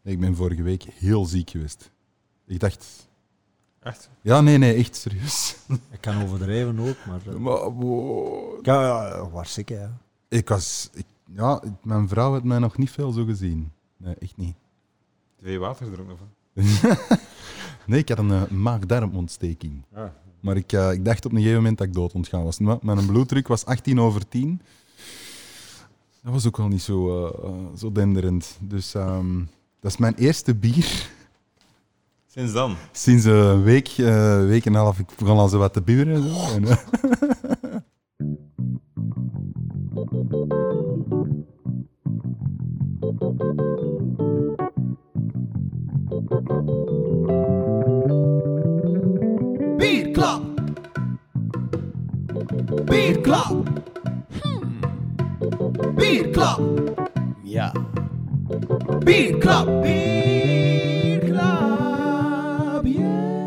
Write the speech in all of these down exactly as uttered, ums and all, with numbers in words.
Ik ben vorige week heel ziek geweest. Ik dacht... Echt? Ja, nee, nee, echt serieus. Ik kan overdrijven ook, maar... Uh, maar wow. Ja, ja, waar ziek, hè. Ik was... Ik, ja, mijn vrouw had mij nog niet veel zo gezien. Nee, echt niet. Twee water gedronken van? Nee, ik had een uh, maag-darmontsteking. Ah. Maar ik, uh, ik dacht op een gegeven moment dat ik dood ontgaan was. Maar mijn bloeddruk was achttien over tien. Dat was ook wel niet zo, uh, uh, zo denderend. Dus um, dat is mijn eerste bier. Sinds dan? Sinds een week, uh, week en een half. Ik begon al zo wat te bibberen. En zo. En, uh, Bierklap! Bierklap! Hmm. Bierklap! Ja. Bierklap! Bierklap! Yeah.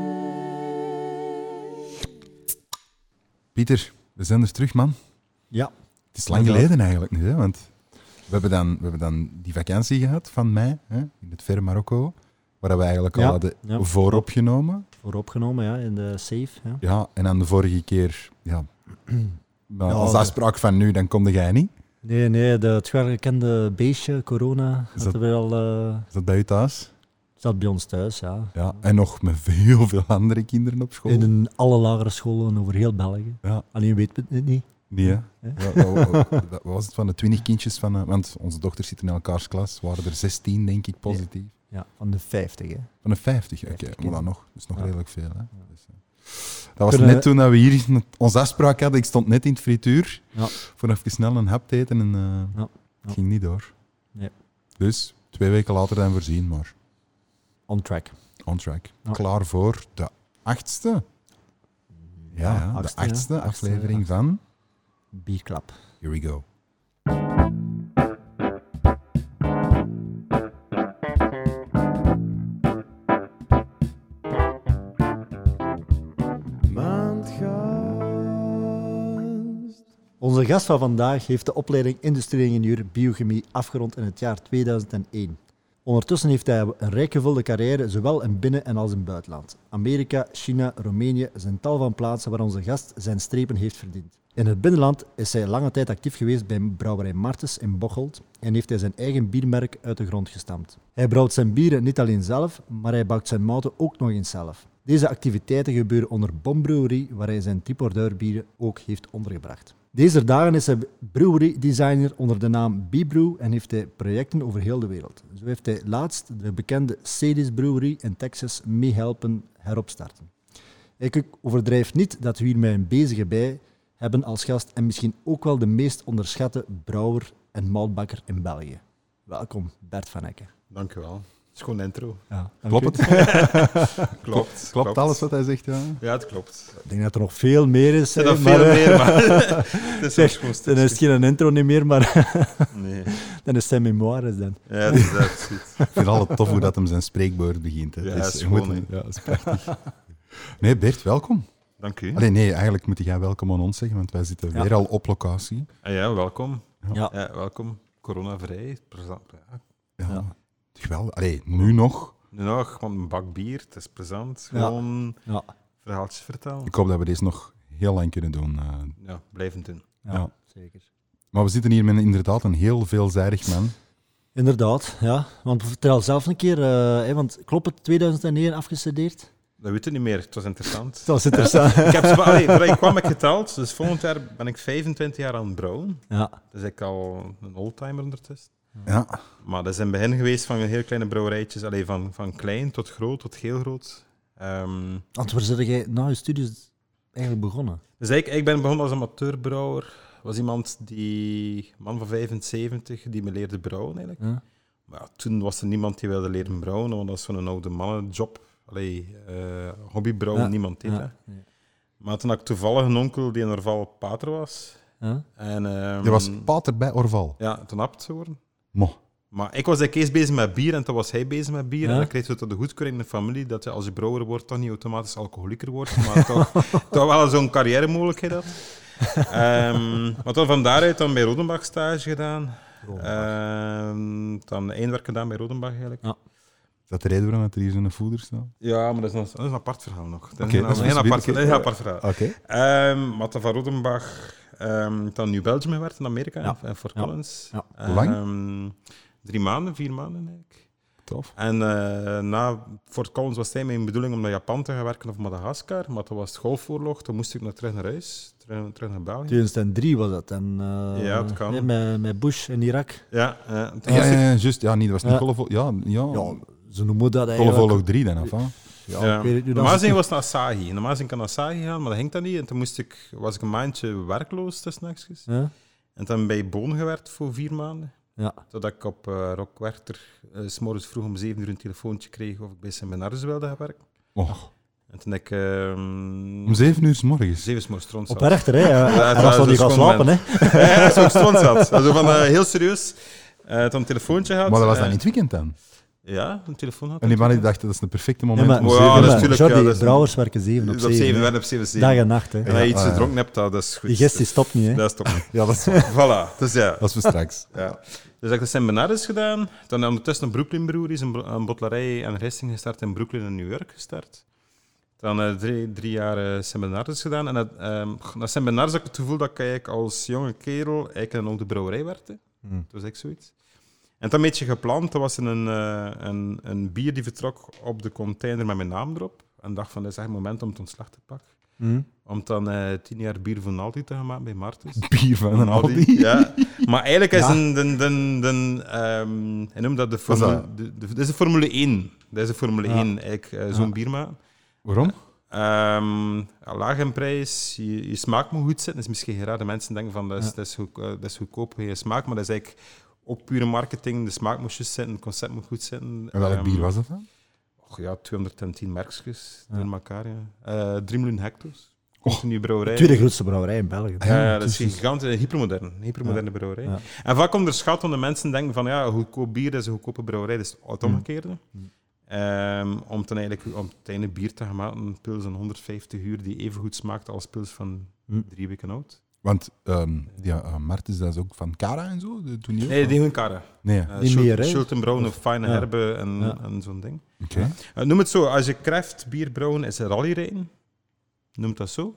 Pieter, we zijn er terug, man. Ja. Het is lang geleden eigenlijk nu, hè? Want we hebben, dan, we hebben dan die vakantie gehad van mei, hè? In het verre Marokko, waar we eigenlijk ja. al hadden ja. vooropgenomen. Vooropgenomen, ja, in de safe. Ja, ja en dan de vorige keer, ja, maar ja als afspraak van nu, dan komde jij niet. Nee, nee, de, het gekende beestje, corona, is dat, dat, we al, uh, is dat bij u thuis? Zat bij ons thuis, ja. Ja, en nog met heel veel andere kinderen op school. In alle lagere scholen over heel België. Ja. Alleen weet het niet. niet. Nee, hè? Ja, wat, wat, wat was het van de twintig kindjes van... Uh, want onze dochters zitten in elkaars klas. Waren er zestien, denk ik, positief. Ja, ja van de vijftig, hè. Van de vijftig, oké. Okay. Maar dan nog. Dat is nog ja. redelijk veel, hè. Ja. Dus, uh, dat was Kunnen... net toen dat we hier onze afspraak hadden. Ik stond net in het frituur. Ja. Voor even snel een hap te eten en uh, ja. Ja. het ging niet door. Nee. Dus twee weken later dan voorzien, maar... On track. On track. Ja. Klaar voor de achtste. Ja, ja achtste, de achtste ja. aflevering achtste. van... Bierklap. Here we go. Onze gast van vandaag heeft de opleiding Industrie-ingenieur Biochemie afgerond in het jaar tweeduizend één. Ondertussen heeft hij een rijkgevulde carrière, zowel in binnen- en als in buitenland. Amerika, China, Roemenië zijn tal van plaatsen waar onze gast zijn strepen heeft verdiend. In het binnenland is hij lange tijd actief geweest bij brouwerij Martens in Bocholt en heeft hij zijn eigen biermerk uit de grond gestampt. Hij brouwt zijn bieren niet alleen zelf, maar hij bakt zijn mouten ook nog eens zelf. Deze activiteiten gebeuren onder Bombrouwerie, waar hij zijn tripordeurbieren ook heeft ondergebracht. Deze dagen is hij brewery designer onder de naam B-Brew en heeft hij projecten over heel de wereld. Zo heeft hij laatst de bekende Cedis Brewery in Texas meehelpen heropstarten. Ik overdrijf niet dat we hier met een bezige bij hebben als gast en misschien ook wel de meest onderschatte brouwer en maltbakker in België. Welkom, Bert van Ecke. Dank u wel. Het is gewoon een intro. Ja, klopt het? klopt, klopt. Klopt alles wat hij zegt? Ja, ja het klopt. Ik denk dat er nog veel meer is. Er is nog veel maar, meer, maar het is zeg, dan is het geen intro niet meer, maar nee. dan is het zijn memoires dan. Ja, dat is dat. Ik vind het tof hoe dat hem zijn spreekwoord begint. Hè. Ja, dat is, is, gewoon, moet, ja, dat is prachtig. Nee, Bert, welkom. Dank u. Allee, nee, eigenlijk moet jij welkom aan ons zeggen, want wij zitten ja. weer al op locatie. Ah, ja, welkom. Ja. Ja, welkom. Coronavrij. Ja. Ja. Ja. Geweldig. Allee, nu nog. Nu nog, want een bak bier, het is plezant. Gewoon ja. Ja. verhaaltjes vertellen. Ik hoop dat we deze nog heel lang kunnen doen. Uh, ja, blijven doen. Ja, ja, zeker. Maar we zitten hier met inderdaad een heel veelzijdig man. Inderdaad, ja. Want vertel zelf een keer, uh, hè, want klopt het tweeduizend één afgestudeerd? Dat weet ik niet meer, het was interessant. Het was interessant. ik heb, allee, voordat ik kwam ik geteld, dus volgend jaar ben ik vijfentwintig jaar aan het brouwen. Ja. Dus ik al een oldtimer ondertussen. Ja. Maar dat is in het begin geweest van heel kleine brouwerijtjes, allee, van, van klein tot groot, tot heel groot. Um, Want waar zit jij na je studies eigenlijk begonnen? Dus ik, ik ben begonnen als amateurbrouwer. was iemand die, man van vijfenzeventig, die me leerde brouwen eigenlijk. Ja. Maar ja, toen was er niemand die wilde leren brouwen, want dat is zo'n oude mannenjob. Allee, uh, hobbybrouwen, ja. niemand deed dat. Ja. Ja. Maar toen had ik toevallig een onkel die in Orval pater was. Ja. En, um, je was pater bij Orval? Ja, toen abt geworden. Mo. Maar ik was eigenlijk eerst bezig met bier en toen was hij bezig met bier. Ja. En dan kreeg je tot de goedkeuring in de familie dat je als je brouwer wordt toch niet automatisch alcoholieker wordt, maar toch, toch wel zo'n carrière-mogelijkheid had. Um, maar dan van daaruit dan bij Rodenbach stage gedaan. Um, dan eindwerk gedaan bij Rodenbach eigenlijk. Ja. dat de reden waarom dat er hier zo'n voeder staat? Ja, maar dat is, een, dat is een apart verhaal nog. Dat Oké, is dat een, is een, heel een apart, okay. een heel apart verhaal. Oké. Okay. Um, Matta van Rodenbach um, heeft aan New Belgium gewerkt in Amerika, Ja. en Fort Ja. Collins. Ja. Hoe lang? Um, drie maanden, vier maanden eigenlijk. Tof. En uh, na Fort Collins was het mijn bedoeling om naar Japan te gaan werken of Madagaskar, maar toen was het golfoorlog, toen moest ik nog terug naar huis, terug, terug naar België. tweeduizend drie was dat. En, uh, Ja, dat kan. nee, met, met Bush in Irak. Ja, uh, toen Ja, was ja, ik- ja, juist. Ja, niet, dat was niet Ja. Golfoorlog. Ja, ja. Ja, ze noemen dat eigenlijk. Golfoorlog drie dan af, hè? Ja, Ja. ik weet het niet. Normaal dat- gezien was het naar Asahi. Normaal gezien kan naar Asahi gaan, maar dat ging dat niet. En toen moest ik, was ik een maandje werkloos tussen haakjes. Ja? En toen bij Boon gewerkt voor vier maanden. Ja. Totdat ik op uh, Rock Werchter uh, 's morgens vroeg om zeven uur een telefoontje kreeg of ik bij Seminars wilde gaan werken. Oh, En toen ik... Um, om zeven uur 's morgens. Zeven 's morgens stront Op zat. Werchter, hè. Hij Ja, hij was nog niet gaan dat is slapen, hè. Ja, zo stront zat. Also van, uh, heel serieus. Uh, toen een telefoontje had. Maar dat was uh, dan in het weekend dan? Ja, een telefoon had. En die mannen die dachten, dat is een perfecte Ja, moment maar, om Oh, ja, zeven dat uur is te natuurlijk- Jordi, ja, dat is- Brouwers werken zeven op Dus op zeven. zeven, hè. werden op zeven, zeven. Dag en nacht, hè. En als je iets ah, ja. gedronken hebt, dat dat is goed. Die gest die stopt niet, hè. Dat is toch. Ja, dat is, Voilà, dus ja. dat is voor straks. ja. Dus ik heb Saint Bernardus gedaan. Dan ondertussen een Brooklyn Brewery, een, bro- een bottlerij en risting gestart in Brooklyn en New York gestart. Dan uh, drie, drie jaar uh, Saint Bernardus gedaan. En uh, na Saint Bernardus had ik het gevoel dat ik eigenlijk als jonge kerel eigenlijk in een oude brouwerij werkte. Hm. Dat was echt zoiets. En dat een beetje gepland. Dat was een, uh, een, een bier die vertrok op de container met mijn naam erop. En dacht van, dat is echt het moment om het ontslag te pakken. Hm. Om dan uh, tien jaar bier van Aldi te gaan maken bij Martens. Bier van een Aldi. Ja. Maar eigenlijk is Ja. een... De, de, de, um, hij noemt dat de Wat is Formule... dat? De, de, dat is de Formule één. Dat is de Formule Ja. één, eigenlijk, uh, zo'n Ja. bier maken. Waarom? Um, ja, laag in prijs, je, je smaak moet goed zitten. Dat is misschien geraar. De mensen denken van, dat is, Ja. dat is, goed, uh, dat is goedkoop, je smaak. Maar dat is eigenlijk ook pure marketing. De smaak moet juist zitten, het concept moet goed zitten. En welk Um, bier was dat dan? Och, ja, tweehonderdtien merkjes Ja. door elkaar. Ja. Uh, drie miljoen hecto's. Continu brouwerij. De tweede grootste brouwerij in België. Ja, ja, Ja, dat is dus- gigantisch, hypermodern, een hypermoderne brouwerij. Ja. En vaak onderschat, want de mensen denken van ja, goedkoop bier is een goedkope brouwerij, dat is het omgekeerde. Mm. Ehm, om ten eigenlijk om het einde bier te gaan maken, een pils van honderdvijftig uur die even goed smaakt als pils van Mm. drie weken oud. Want um, ja, uh, Martens, dat is ook van Cara en zo? De, toen die ook Nee, van- die gewoon karren. Nee, Uh, Die Schul- meer, hè? Schultenbrouwen of fijne Ja. herben en, Ja. en zo'n ding. oké. Uh, noem het zo, als je craft bier brouwen is rallyrijden. Noem dat zo.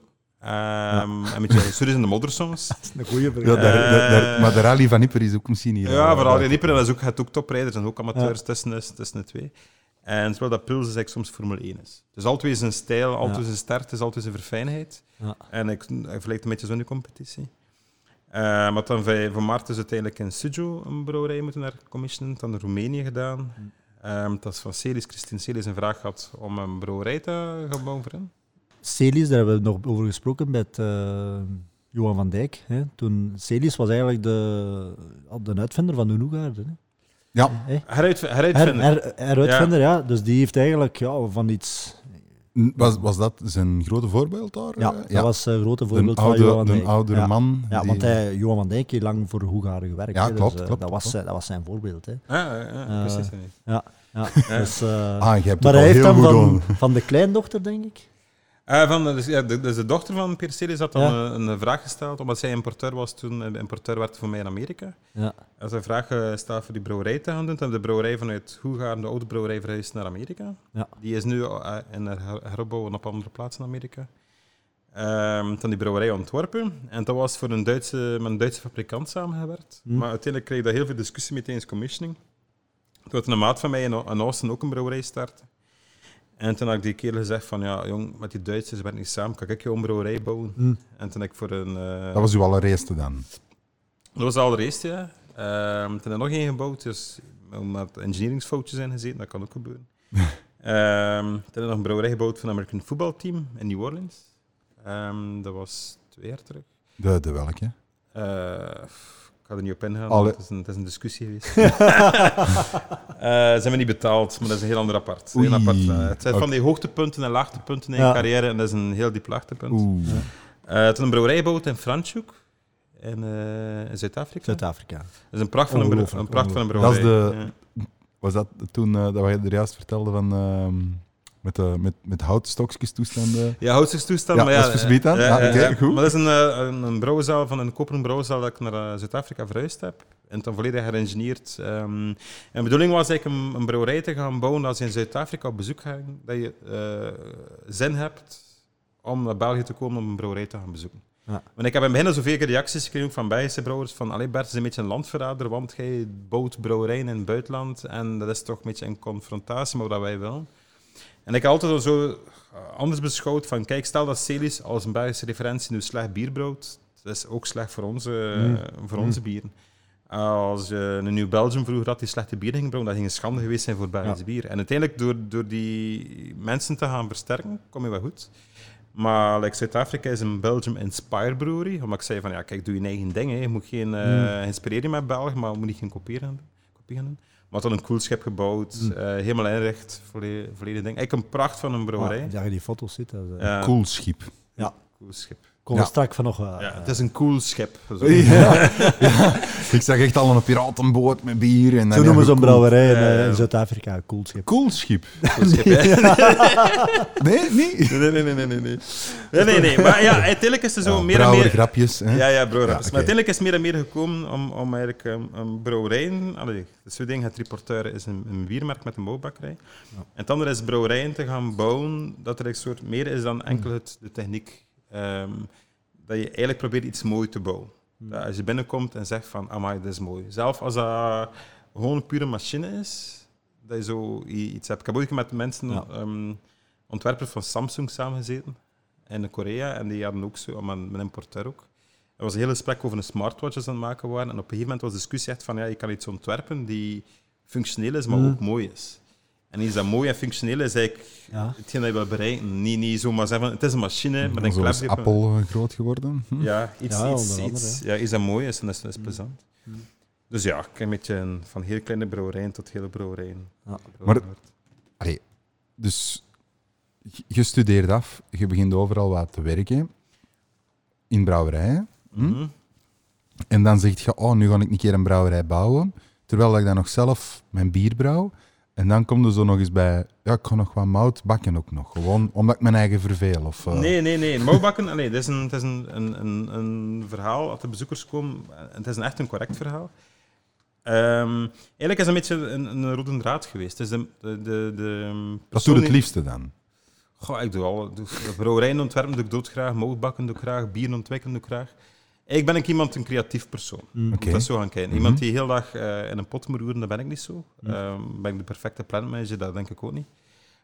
Um, En met je sorry in de modder soms. Dat is een goeie Ja, vergelijking. daar- daar- daar- maar de rally van Ieper is ook misschien hier. Ja, uh, vooral uh, in Ieper, dat is ook, het ook toprijders en ook amateurs tussen, de- tussen de twee. En terwijl dat Pils is eigenlijk soms Formule één is. Dus altijd zijn stijl, altijd Ja. zijn start, is altijd zijn verfijnheid. Ja. En ik, ik vergelijk een beetje zo'n competitie. Uh, maar dan bij, voor Maarten is uiteindelijk in Sudjo een brouwerij moeten naar commissionen, dan in Roemenië gedaan. Um, dat is van Celis, Christine Celis een vraag had om een brouwerij te gaan bouwen voor hen. Celis, daar hebben we nog over gesproken met uh, Johan van Dijk. Hè. Toen Celis was eigenlijk de, de uitvinder van de Hoegaarden. Hè. Ja, Hè? Heruit, Her, heruitvinden. her, heruitvinder, ja. Dus die heeft eigenlijk ja, van iets... was, was dat zijn grote voorbeeld daar? Ja, Uh, dat was een grote de voorbeeld van oude, Johan van de Dijk. oudere ja. man. Ja, die- want hij, Johan van Dijk heeft lang voor Hoegaarden gewerkt. Ja, hè. klopt, Dus, uh, klopt, dat, was, klopt. dat was zijn voorbeeld. Hè. Ja, ja, ja, Uh, precies. Ja, ja. Dus, uh, Ah, je hebt maar het hij al heeft heel dan goed van, aan. van de kleindochter, denk ik. Uh, van, dus, ja, de, dus de dochter van Pierre Celis had dan Ja. een, een vraag gesteld, omdat zij importeur was toen, en importeur werd voor mij in Amerika. Ja. Als een vraag gesteld voor die brouwerij te gaan doen, dan hebben de brouwerij vanuit Hoegaarden, de oude brouwerij, verhuisd naar Amerika. Ja. Die is nu uh, in her- herbouwen op andere plaatsen in Amerika. Um, dan die brouwerij ontworpen. En dat was voor een Duitse, met een Duitse fabrikant samengewerkt. Hm. Maar uiteindelijk kreeg ik daar heel veel discussie mee tijdens commissioning. Toen had een maat van mij in, in Austin ook een brouwerij starten. En toen had ik die kerel gezegd van, ja, jong, met die Duitsers werken niet samen, kan ik jou een brouwerij bouwen? Hm. En toen heb ik voor een... Uh, Dat was uw allereerste dan. dat was de allereerste, ja. Um, toen heb ik nog één gebouwd, dus omdat engineeringsfoutjes zijn gezeten, dat kan ook gebeuren. um, toen heb ik nog een brouwerij gebouwd van het American voetbalteam in New Orleans. Um, dat was twee jaar terug. De, de welke? Uh, ik ga er niet op ingaan, Alle- want het is een, het is een discussie geweest. uh, ze hebben niet betaald, maar dat is een heel ander apart. Heel Oei. apart uh, het zijn Oké. van die hoogtepunten en laagtepunten in je Ja. carrière, en dat is een heel diep laagtepunt. Oeh. Uh, toen een brouwerij gebouwd in Franschhoek, in, uh, in Zuid-Afrika. Zuid-Afrika. Dat is een pracht van een, brou- Ongelooflijk, een, pracht van een Dat is brouwerij. de- Ja. Was dat toen uh, dat we er juist vertelden van... ehm Met, de, met, met houten stokjes toestanden. Ja, houtstoestand. Ja, maar ja, dat is verbied dan? eh, Ja, eh, oké, eh, goed. Maar dat is een, eh, een, een brouwzaal, van een koperen brouwzaal dat ik naar uh, Zuid-Afrika verhuisd heb. En dan volledig geïngineerd. Um, en de bedoeling was eigenlijk een, een brouwerij te gaan bouwen als je in Zuid-Afrika op bezoek gaat, dat je uh, zin hebt om naar België te komen om een brouwerij te gaan bezoeken. Ja. Want ik heb in het begin zoveel reacties gekregen ook van Belgische brouwers van allee Bert, is een beetje een landverrader, want jij bouwt brouwerijen in het buitenland en dat is toch een beetje een confrontatie met wat wij willen. En ik heb altijd zo anders beschouwd van, kijk, stel dat Celis als een Belgische referentie nu slecht bier brouwt, dat is ook slecht voor onze, mm. voor onze mm. bieren. Als je een New Belgium vroeger had die slechte bier ging brouwen, dat ging een schande geweest zijn voor Belgisch ja. bier. En uiteindelijk, door, door die mensen te gaan versterken, kom je wel goed. Maar like, Zuid-Afrika is een Belgium-inspired brewery, omdat ik zei van, ja, kijk, doe je eigen ding. Hè. Je moet geen uh, inspireren met België, maar je moet niet geen kopie gaan doen. Maar dan een koelschip gebouwd, mm. uh, helemaal inricht, volledig, volledig ding. Eigenlijk een pracht van een brouwerij. Ah, ja, je die foto's ziet. Dat is, uh... ja. Koelschip. Ja. Koelschip. Kom ja. er straks van nog... Uh, ja, het is een koelschip. Zo. Ja. Ja. Ik zag echt al een piratenboot met bier. En zo noemen ze een brouwerij in, uh, ja. in Zuid-Afrika, koelschip. Koelschip? Koelschip, ja. Nee, niet? Nee, nee, nee, nee, nee. nee. Nee, nee, nee. Maar ja, uiteindelijk is er zo ja, meer en meer... grapjes. Hè? Ja, ja, brouwergrapjes. Ja, okay. Maar uiteindelijk is het meer en meer gekomen om, om eigenlijk um, een brouwerijen... Allee, dat soort dingen. Het Triporteur is een, een biermerk met een bouwbakkerij. Ja. En het andere is brouwerijen te gaan bouwen, dat er een soort meer is dan enkel het, de techniek. Um, dat je eigenlijk probeert iets moois te bouwen. Hmm. Dat als je binnenkomt en zegt van, amai, dit is mooi. Zelf als dat gewoon een pure machine is, dat je zo iets hebt. Ik heb ooit met mensen, ja. um, ontwerpers van Samsung samengezeten in Korea, en die hadden ook zo, mijn, mijn importeur ook. Er was een hele gesprek over een smartwatch dat ze aan het maken waren, en op een gegeven moment was de discussie echt van, ja, je kan iets ontwerpen die functioneel is, maar hmm. ook mooi is. En iets dat mooi en functioneel is, eigenlijk ja. hetgeen dat je wil bereiken. Niet, niet zomaar zeggen, het is een machine met een klep. Zo is Apple groot geworden. Hm? Ja, iets, ja, iets, iets, ja, iets dat mooi is en dat is, dat is plezant. Hm. Dus ja, ik een beetje een, van heel kleine brouwerijen tot hele brouwerijen. Ja. Maar, allee, dus je studeert af, je begint overal wat te werken in brouwerijen. Hm? Mm-hmm. En dan zeg je, oh, nu ga ik een keer een brouwerij bouwen, terwijl ik dan nog zelf mijn bier brouw. En dan komt er zo nog eens bij, ja, ik ga nog wat mout bakken ook nog. Gewoon omdat ik mijn eigen verveel. Of, uh... Nee, nee, nee. Moutbakken, nee, dat is, een, dat is een, een, een verhaal. Als de bezoekers komen, het is een echt een correct verhaal. Um, eigenlijk is het een beetje een, een rode draad geweest. Dus de, de, de, de Wat doe je het liefste dan? Goh, ik doe al. Brouwerijen ontwerpen doe ik doodgraag, moutbakken doe ik graag, bier ontwikkelen doe ik graag. Ik ben ik iemand, een creatief persoon. Mm. Okay. Dat zo gaan kijken. Mm-hmm. Iemand die heel dag uh, in een pot moet roeren, dat ben ik niet zo. Mm. Um, ben ik de perfecte plantmanager, dat denk ik ook niet.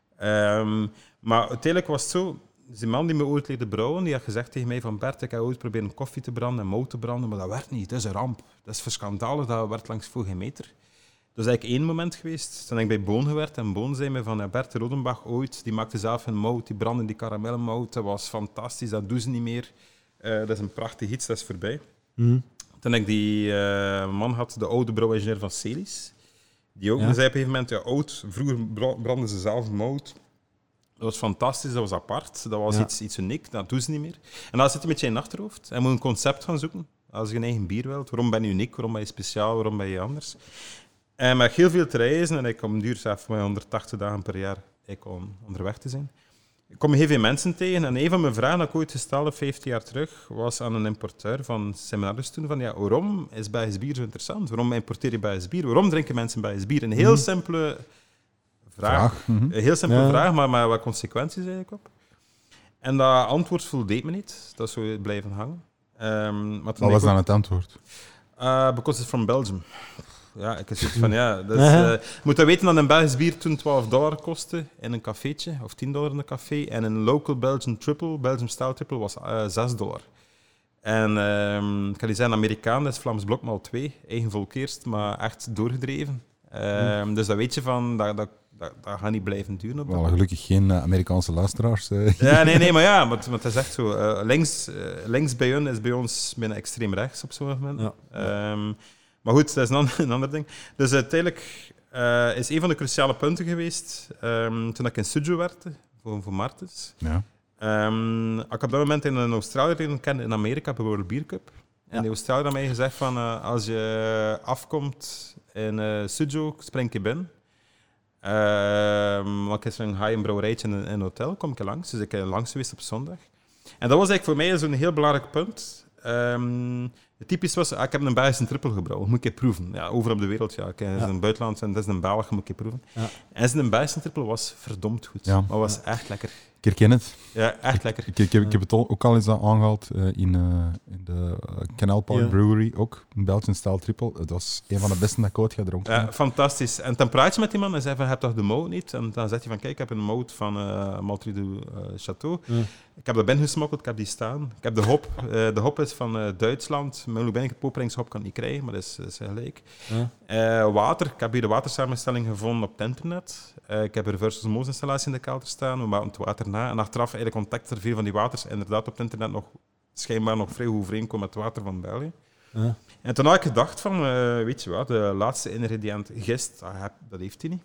Um, maar uiteindelijk was het zo, die man die me ooit leerde brouwen, die had gezegd tegen mij van Bert, ik heb ooit proberen koffie te branden en mout te branden, maar dat werkt niet, dat is een ramp. Dat is verschandalig, dat werd langs voor geen meter. Dat is eigenlijk één moment geweest. Toen heb ik bij Boon gewerkt en Boon zei me van ja, Bert Rodenbach ooit, die maakte zelf een mout, die brandde die karamellenmout, dat was fantastisch, dat doen ze niet meer. Uh, dat is een prachtig iets, dat is voorbij. Mm. Toen ik die uh, man had, de oude brouwingenieur van Celis, die ook ja. zei op een gegeven moment, ja, oud, vroeger brandden ze zelf mout. Dat was fantastisch, dat was apart, dat was ja. iets, iets uniek, dat doen ze niet meer. En dan zit je met je in je achterhoofd en moet een concept gaan zoeken. Als je een eigen bier wilt, waarom ben je uniek, waarom ben je speciaal, waarom ben je anders? En met heel veel te reizen, en ik kom duur zelf voor mij honderdtachtig dagen per jaar ik om onderweg te zijn. Ik kom heel veel mensen tegen en een van mijn vragen dat ik ooit gesteld heb, vijftien jaar terug, was aan een importeur van seminars toen van ja, waarom is Belgisch bier zo interessant? Waarom importeer je Belgisch bier? Waarom drinken mensen Belgisch bier? Een heel mm-hmm. simpele vraag. vraag. Mm-hmm. Een heel simpele ja. vraag, maar met wat consequenties eigenlijk op. En dat antwoord voldeed me niet. Dat is zo blijven hangen. Um, wat was ook, dan het antwoord? Uh, because it's from Belgium. Ja, ik zit van ja. Dus, uh, je moet dan weten dat een Belgisch bier toen twaalf dollar kostte in een cafeetje, of tien dollar in een café. En een local Belgian triple, Belgian style triple, was uh, zes dollar. En um, ik kan je zeggen, Amerikaan, dat is Vlaams blok maal twee. Eigen volk eerst, maar echt doorgedreven. Um, mm. Dus dat weet je van, dat, dat, dat, dat gaat niet blijven duren. Op well, gelukkig geen uh, Amerikaanse luisteraars. Uh. Ja, nee, nee, maar ja, maar, maar het is echt zo. Uh, links, uh, links bij hun is bij ons bijna extreem rechts op zo'n moment. Ja. Um, Maar goed, dat is een ander, een ander ding. Dus uiteindelijk uh, is een van de cruciale punten geweest um, toen ik in Suzhou werkte, voor, voor Martens. Ja. Um, ik heb op dat moment in een Australië leren kennen, in Amerika, op de World Beer Cup. Ja. En die Australiër had mij gezegd van, uh, als je afkomt in uh, Suzhou, spring je binnen. Uh, Um, want ik ga een brouwerijtje in, in een hotel, kom ik er langs. Dus ik ben langs geweest op zondag. En dat was eigenlijk voor mij zo'n heel belangrijk punt. Um, het typisch was, ah, ik heb een Belgische trippel gebrouwen, moet ik proeven. Ja, overal op de wereld, ja. Ik is Ja. een buitenland en dat is een Belg, moet ik proeven. Ja. En zijn Belgische trippel was verdomd goed. Ja. Maar was echt lekker. Ik herken het. Ja, echt lekker. Ik, ik, heb, ik heb het al- ook al eens aangehaald uh, in, uh, in de uh, Canal Park Ja. Brewery, ook. Een Belgian Style Triple. Het was een van de beste dat ik ooit gedronken heb. Ja, fantastisch. En dan praat je met die man en zei van, je hebt toch de mout niet? En dan zegt hij van, kijk, ik heb een mout van uh, Maltry du uh, Château. Ja. Ik heb dat binnengesmokkeld, ik heb die staan. Ik heb de hop. Uh, de hop is van uh, Duitsland. Mijn ben ik Poperingshop kan ik niet krijgen, maar dat is, is gelijk. Ja. Uh, water. Ik heb hier de watersamenstelling gevonden op het internet. Uh, ik heb een reverse osmose installatie in de kelder staan. We maken het water na. En achteraf eigenlijk ontdekt er veel van die waters inderdaad op het internet nog schijnbaar nog vrij goed overeenkomen met het water van België. Ja. En toen had ik gedacht van, uh, weet je wat, de laatste ingrediënt gist, dat, heb, dat heeft hij niet.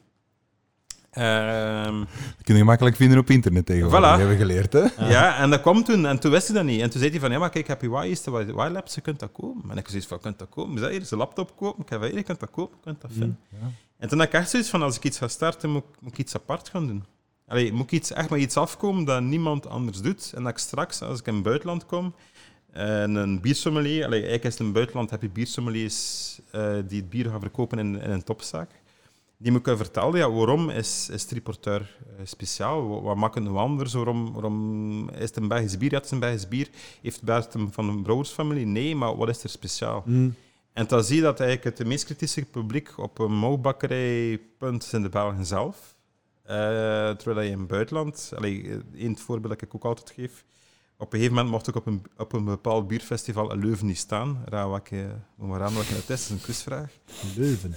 Um, Dat kun je gemakkelijk vinden op internet tegenwoordig. Voilà. Dat hebben we geleerd, hè? Ja. ja, en dat kwam toen, en toen wist hij dat niet. En toen zei hij van, ja, maar kijk, ik heb je Y-Easter, Y-Labs, je kunt dat kopen. En ik zei van, je kunt dat kopen. Is dat hier? Is een laptop kopen? Ik heb hier, je kunt dat kopen, je kunt dat vinden. Ja. En toen had ik echt zoiets van, als ik iets ga starten, moet, moet ik iets apart gaan doen. Allee, moet ik iets, echt met iets afkomen dat niemand anders doet. En dat ik straks, als ik in het buitenland kom, en een biersommelier, allee, eigenlijk is het in het buitenland, heb je biersommeliers uh, die het bier gaan verkopen in, in een topzaak. Die moet ik vertellen, ja, waarom is, is Triporteur uh, speciaal? Wat, wat maakt het nou anders? Waarom, waarom is het een Belgisch bier? Ja, het is een Belgisch bier. Heeft Bert hem van een brouwersfamilie? Nee, maar wat is er speciaal? Mm. En dan zie je dat eigenlijk het meest kritische publiek op een moutbakkerijpunt is in de Belgen zelf. Uh, terwijl je in het buitenland, allee, één voorbeeld dat ik ook altijd geef, op een gegeven moment mocht ik op een, op een bepaald bierfestival in Leuven niet staan. Raad wat je, maar raad wat je het is, dat is een quizvraag. Leuven.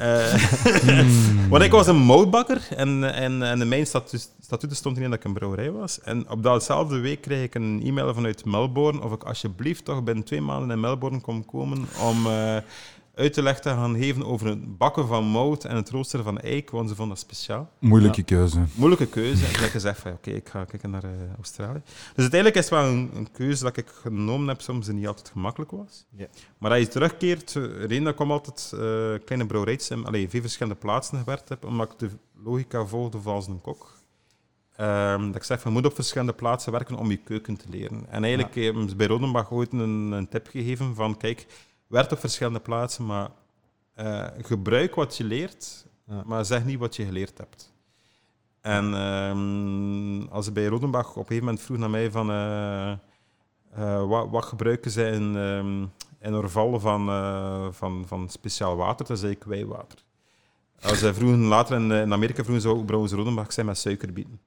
Uh, want ik was een moutbakker en, en, en in mijn statu- statuten stond erin dat ik een brouwerij was. En op datzelfde week kreeg ik een e-mail vanuit Melbourne of ik alsjeblieft toch binnen twee maanden in Melbourne kon komen om uh, uit te leggen te gaan geven over het bakken van mout en het roosteren van eik, want ze vonden dat speciaal. Moeilijke Ja. keuze. Moeilijke keuze. En ik heb gezegd van, oké, okay, ik ga kijken naar uh, Australië. Dus uiteindelijk is het wel een, een keuze dat ik genomen heb, soms die niet altijd gemakkelijk was. Ja. Maar als je terugkeert, reden dat ik om altijd uh, kleine brouwerijtjes in allee, veel verschillende plaatsen gewerkt heb, omdat ik de logica volgde als een kok. Um, dat ik zeg, van, je moet op verschillende plaatsen werken om je keuken te leren. En eigenlijk ja. hebben ze bij Rodenbach ooit een, een tip gegeven van, kijk, werk op verschillende plaatsen, maar uh, gebruik wat je leert, ja. maar zeg niet wat je geleerd hebt. En um, als ze bij Rodenbach op een gegeven moment vroeg naar mij van uh, uh, wat, wat gebruiken zij in, um, in Orval van, uh, van, van speciaal water, dan zei ik wijwater. Als ze vroegen later in, in Amerika vroegen ze ook brouwen ze Rodenbach zijn met suikerbieten.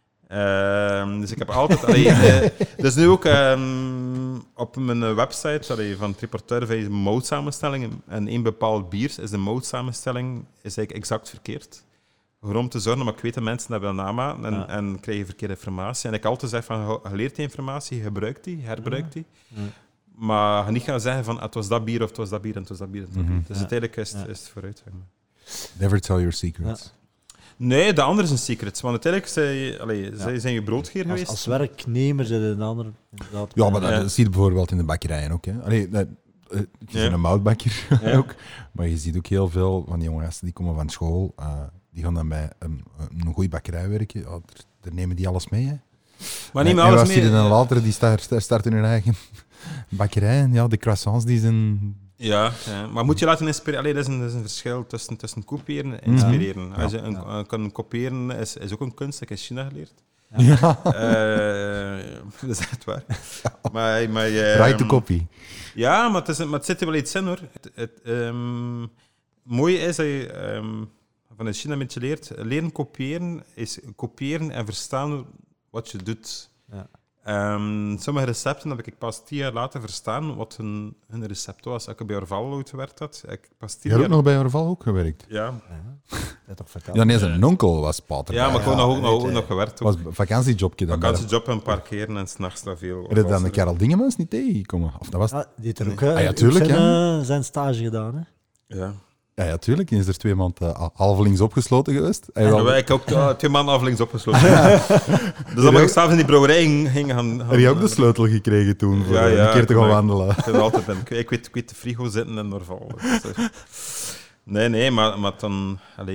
Uh, dus ik heb altijd... Allee, uh, dus nu ook um, op mijn website allee, van Triporteur vind je moutsamenstelling en één bepaald bier is de moutsamenstelling is eigenlijk exact verkeerd. Om te zorgen, maar ik weet dat mensen dat willen namaken en, ja. en krijgen verkeerde informatie. En ik altijd zeg van, je leert die informatie, je gebruikt die, herbruikt die. Ja. Ja. Maar je niet gaan zeggen van, het was dat bier of het was dat bier en het was dat bier. En het was dat bier. Mm-hmm. Dus ja. uiteindelijk is het, is het vooruitgang. Never tell your secrets. Ja. Nee, de andere is een secret. Want uiteindelijk zij, allee, ja. zij zijn je broodgeer geweest. Als, als werknemer zijn een ander. Inderdaad. Ja, maar dat, ja. dat zie je bijvoorbeeld in de bakkerijen ook. Hè. Allee, dat, je ja. bent een moutbakker ja. ook. Maar je ziet ook heel veel van die jonge gasten die komen van school. Uh, die gaan dan bij een, een goede bakkerij werken. Ja, daar, daar nemen die alles mee. Hè. Maar niet en, met alles en mee. En dan later, die starten start hun eigen bakkerij. En ja, de croissants die zijn... Ja, ja, maar moet je laten inspireren. Allee, dat, is een, dat is een verschil tussen, tussen kopiëren en inspireren. Ja. Als je een, ja. kan kopiëren, is, is ook een kunst. Dat ik in China geleerd. Ja. Uh, dat is echt waar. Ja. Maar, maar, uh, Write to copy. Ja, maar het, is, maar het zit er wel iets in, hoor. Het, het um, mooie is dat je um, van in China een beetje leert. Leren kopiëren is kopiëren en verstaan wat je doet. Ja. Um, sommige recepten heb ik pas tien jaar later verstaan wat hun, hun recept was. Als ik bij Orval ooit gewerkt had, ik pas tien Je hebt jaar... ook nog bij Orval ook gewerkt? Ja. Ja, dat toch verteld. Ja, nee, zijn ja. onkel was pater. Ja, maar ik heb ja, ook, nog, ook nog gewerkt. Het was een vakantiejobje dan. Vakantiejob een paar keer en s'nachts dat veel. Heb je dan de Karel Dingemans niet tegengekomen? Of dat was... Ah, die heeft er ook, nee. ah, ja, tuurlijk, zijn, ja. uh, zijn stage gedaan. Hè? Ja. Ja, ja, tuurlijk. Die is er twee maanden uh, halvelings opgesloten geweest. En ja, wij, ik ook uh, twee maanden halvelings opgesloten. Dus dan mag ik s'avonds in die brouwerij ging gaan... Heb je ook de sleutel gekregen toen, voor ja, ja, een keer te gaan wandelen? Ik, ik, altijd ben, ik, ik, weet, ik weet de frigo zitten in Orval. Nee, nee, maar, maar dan... Allee,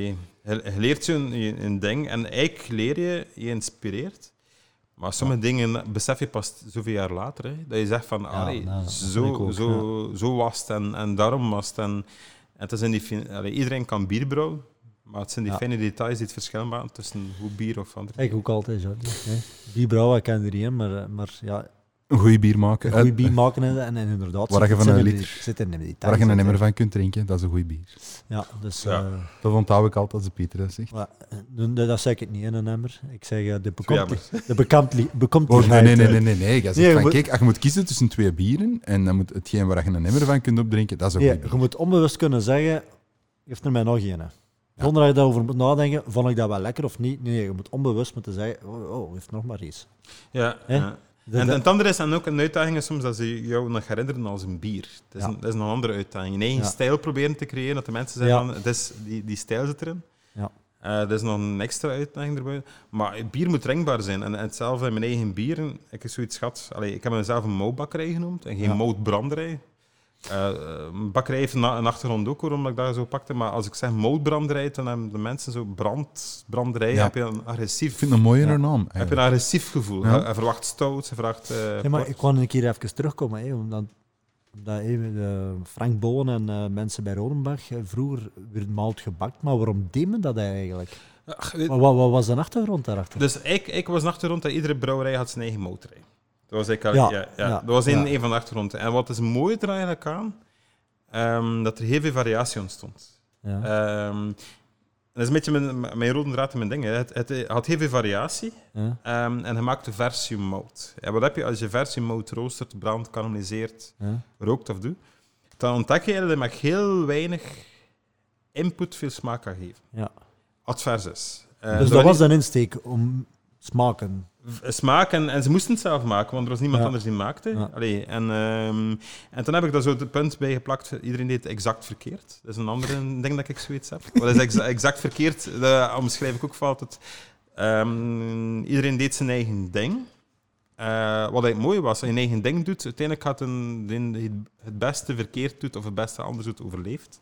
je, je leert zo'n een, een ding en eigenlijk leer je, je inspireert. Maar sommige ja. dingen besef je pas zoveel jaar later. Hè, dat je zegt van, ja, allee, nou, zo, ook, zo, ja. zo was het en, en daarom was het. En, en het is in die, allee, iedereen kan bier brouwen, maar het zijn die ja. fijne details die het verschil maken tussen goed bier of andere. Ik ook altijd, Jordi. Bier brouwen, ik ken er niet, maar, maar ja... Een goede bier maken. Een goede bier maken en, en, en inderdaad... Waar je van een liter... Zit in die waar je een emmer van kunt drinken, dat is een goede bier. Ja, dus... Ja. Uh, dat onthoud ik altijd als de Pieter dat zegt. Maar, dat zeg ik niet in een emmer. Ik zeg, uh, de bekomt... De bekomt... bekomt oh, nee, nee, nee, nee, nee, nee. Je zegt nee, van, moet... kijk, als je moet kiezen tussen twee bieren en dan moet hetgeen waar je een emmer van kunt opdrinken, dat is een nee, goede bier. Je moet onbewust kunnen zeggen, geef er mij nog een. Ja. Zonder dat je daarover moet nadenken, vond ik dat wel lekker of niet? Nee, je moet onbewust moeten zeggen, oh, oh heeft nog maar iets. Ja, ja. En, en het andere is dan ook een uitdaging soms dat ze jou nog herinneren als een bier. Dat is, ja. een, dat is een andere uitdaging. Je eigen ja. stijl proberen te creëren, dat de mensen zeggen, ja. van, het is, die, die stijl zit erin. Ja. Uh, dat is nog een extra uitdaging erbij. Maar bier moet drinkbaar zijn. En, en hetzelfde in mijn eigen bier. Ik heb zoiets gehad. Allee, ik heb mezelf een moutbakkerij genoemd en geen ja. moutbranderij. Uh, een bakkerij heeft een, een achtergrond ook, waarom ik dat zo pakte. Maar als ik zeg moutbranderij, dan hebben de mensen zo brand, branderij. Ja. Heb je een agressief... Ik vind het een mooiere ja. naam. Eigenlijk. Heb je een agressief gevoel. Ja. Hij verwacht stout, hij verwacht... Uh, ja, maar ik kwam een keer even terugkomen. Hè, omdat omdat uh, Frank Boon en uh, mensen bij Rodenbach uh, vroeger werd malt gebakt. Maar waarom deed men dat eigenlijk? Ach, weet... maar wat, wat was de achtergrond daarachter? Dus ik, ik was de achtergrond dat iedere brouwerij had zijn eigen motorrij. Dat was, eigenlijk, ja, ja, ja. Ja, dat was een, ja. een van de achtergronden. En wat is mooi er eigenlijk aan, um, dat er heel veel variatie ontstond. Ja. Um, dat is een beetje mijn, mijn rode draad in mijn ding. Hè. Het, het had heel veel variatie ja. um, en je maakte versiemout. En wat heb je als je versiemout roostert, brandt, karameliseert, ja. rookt of doet? Dan ontdek je dat je met heel weinig input veel smaak kan geven. Ja. Adversus. Uh, dus dat was een insteek om smaken... Smaak en, en ze moesten het zelf maken, want er was niemand ja. anders die maakte. Ja. Allee, en, um, en toen heb ik daar zo het punt bij geplakt, iedereen deed het exact verkeerd. Dat is een ander ding dat ik zoiets heb. Wat is exa- exact verkeerd? Dat omschrijf ik ook fout. Het, um, iedereen deed zijn eigen ding. Uh, wat eigenlijk mooi was, als je een eigen ding doet, uiteindelijk gaat een, die het beste verkeerd doet of het beste anders doet, overleeft.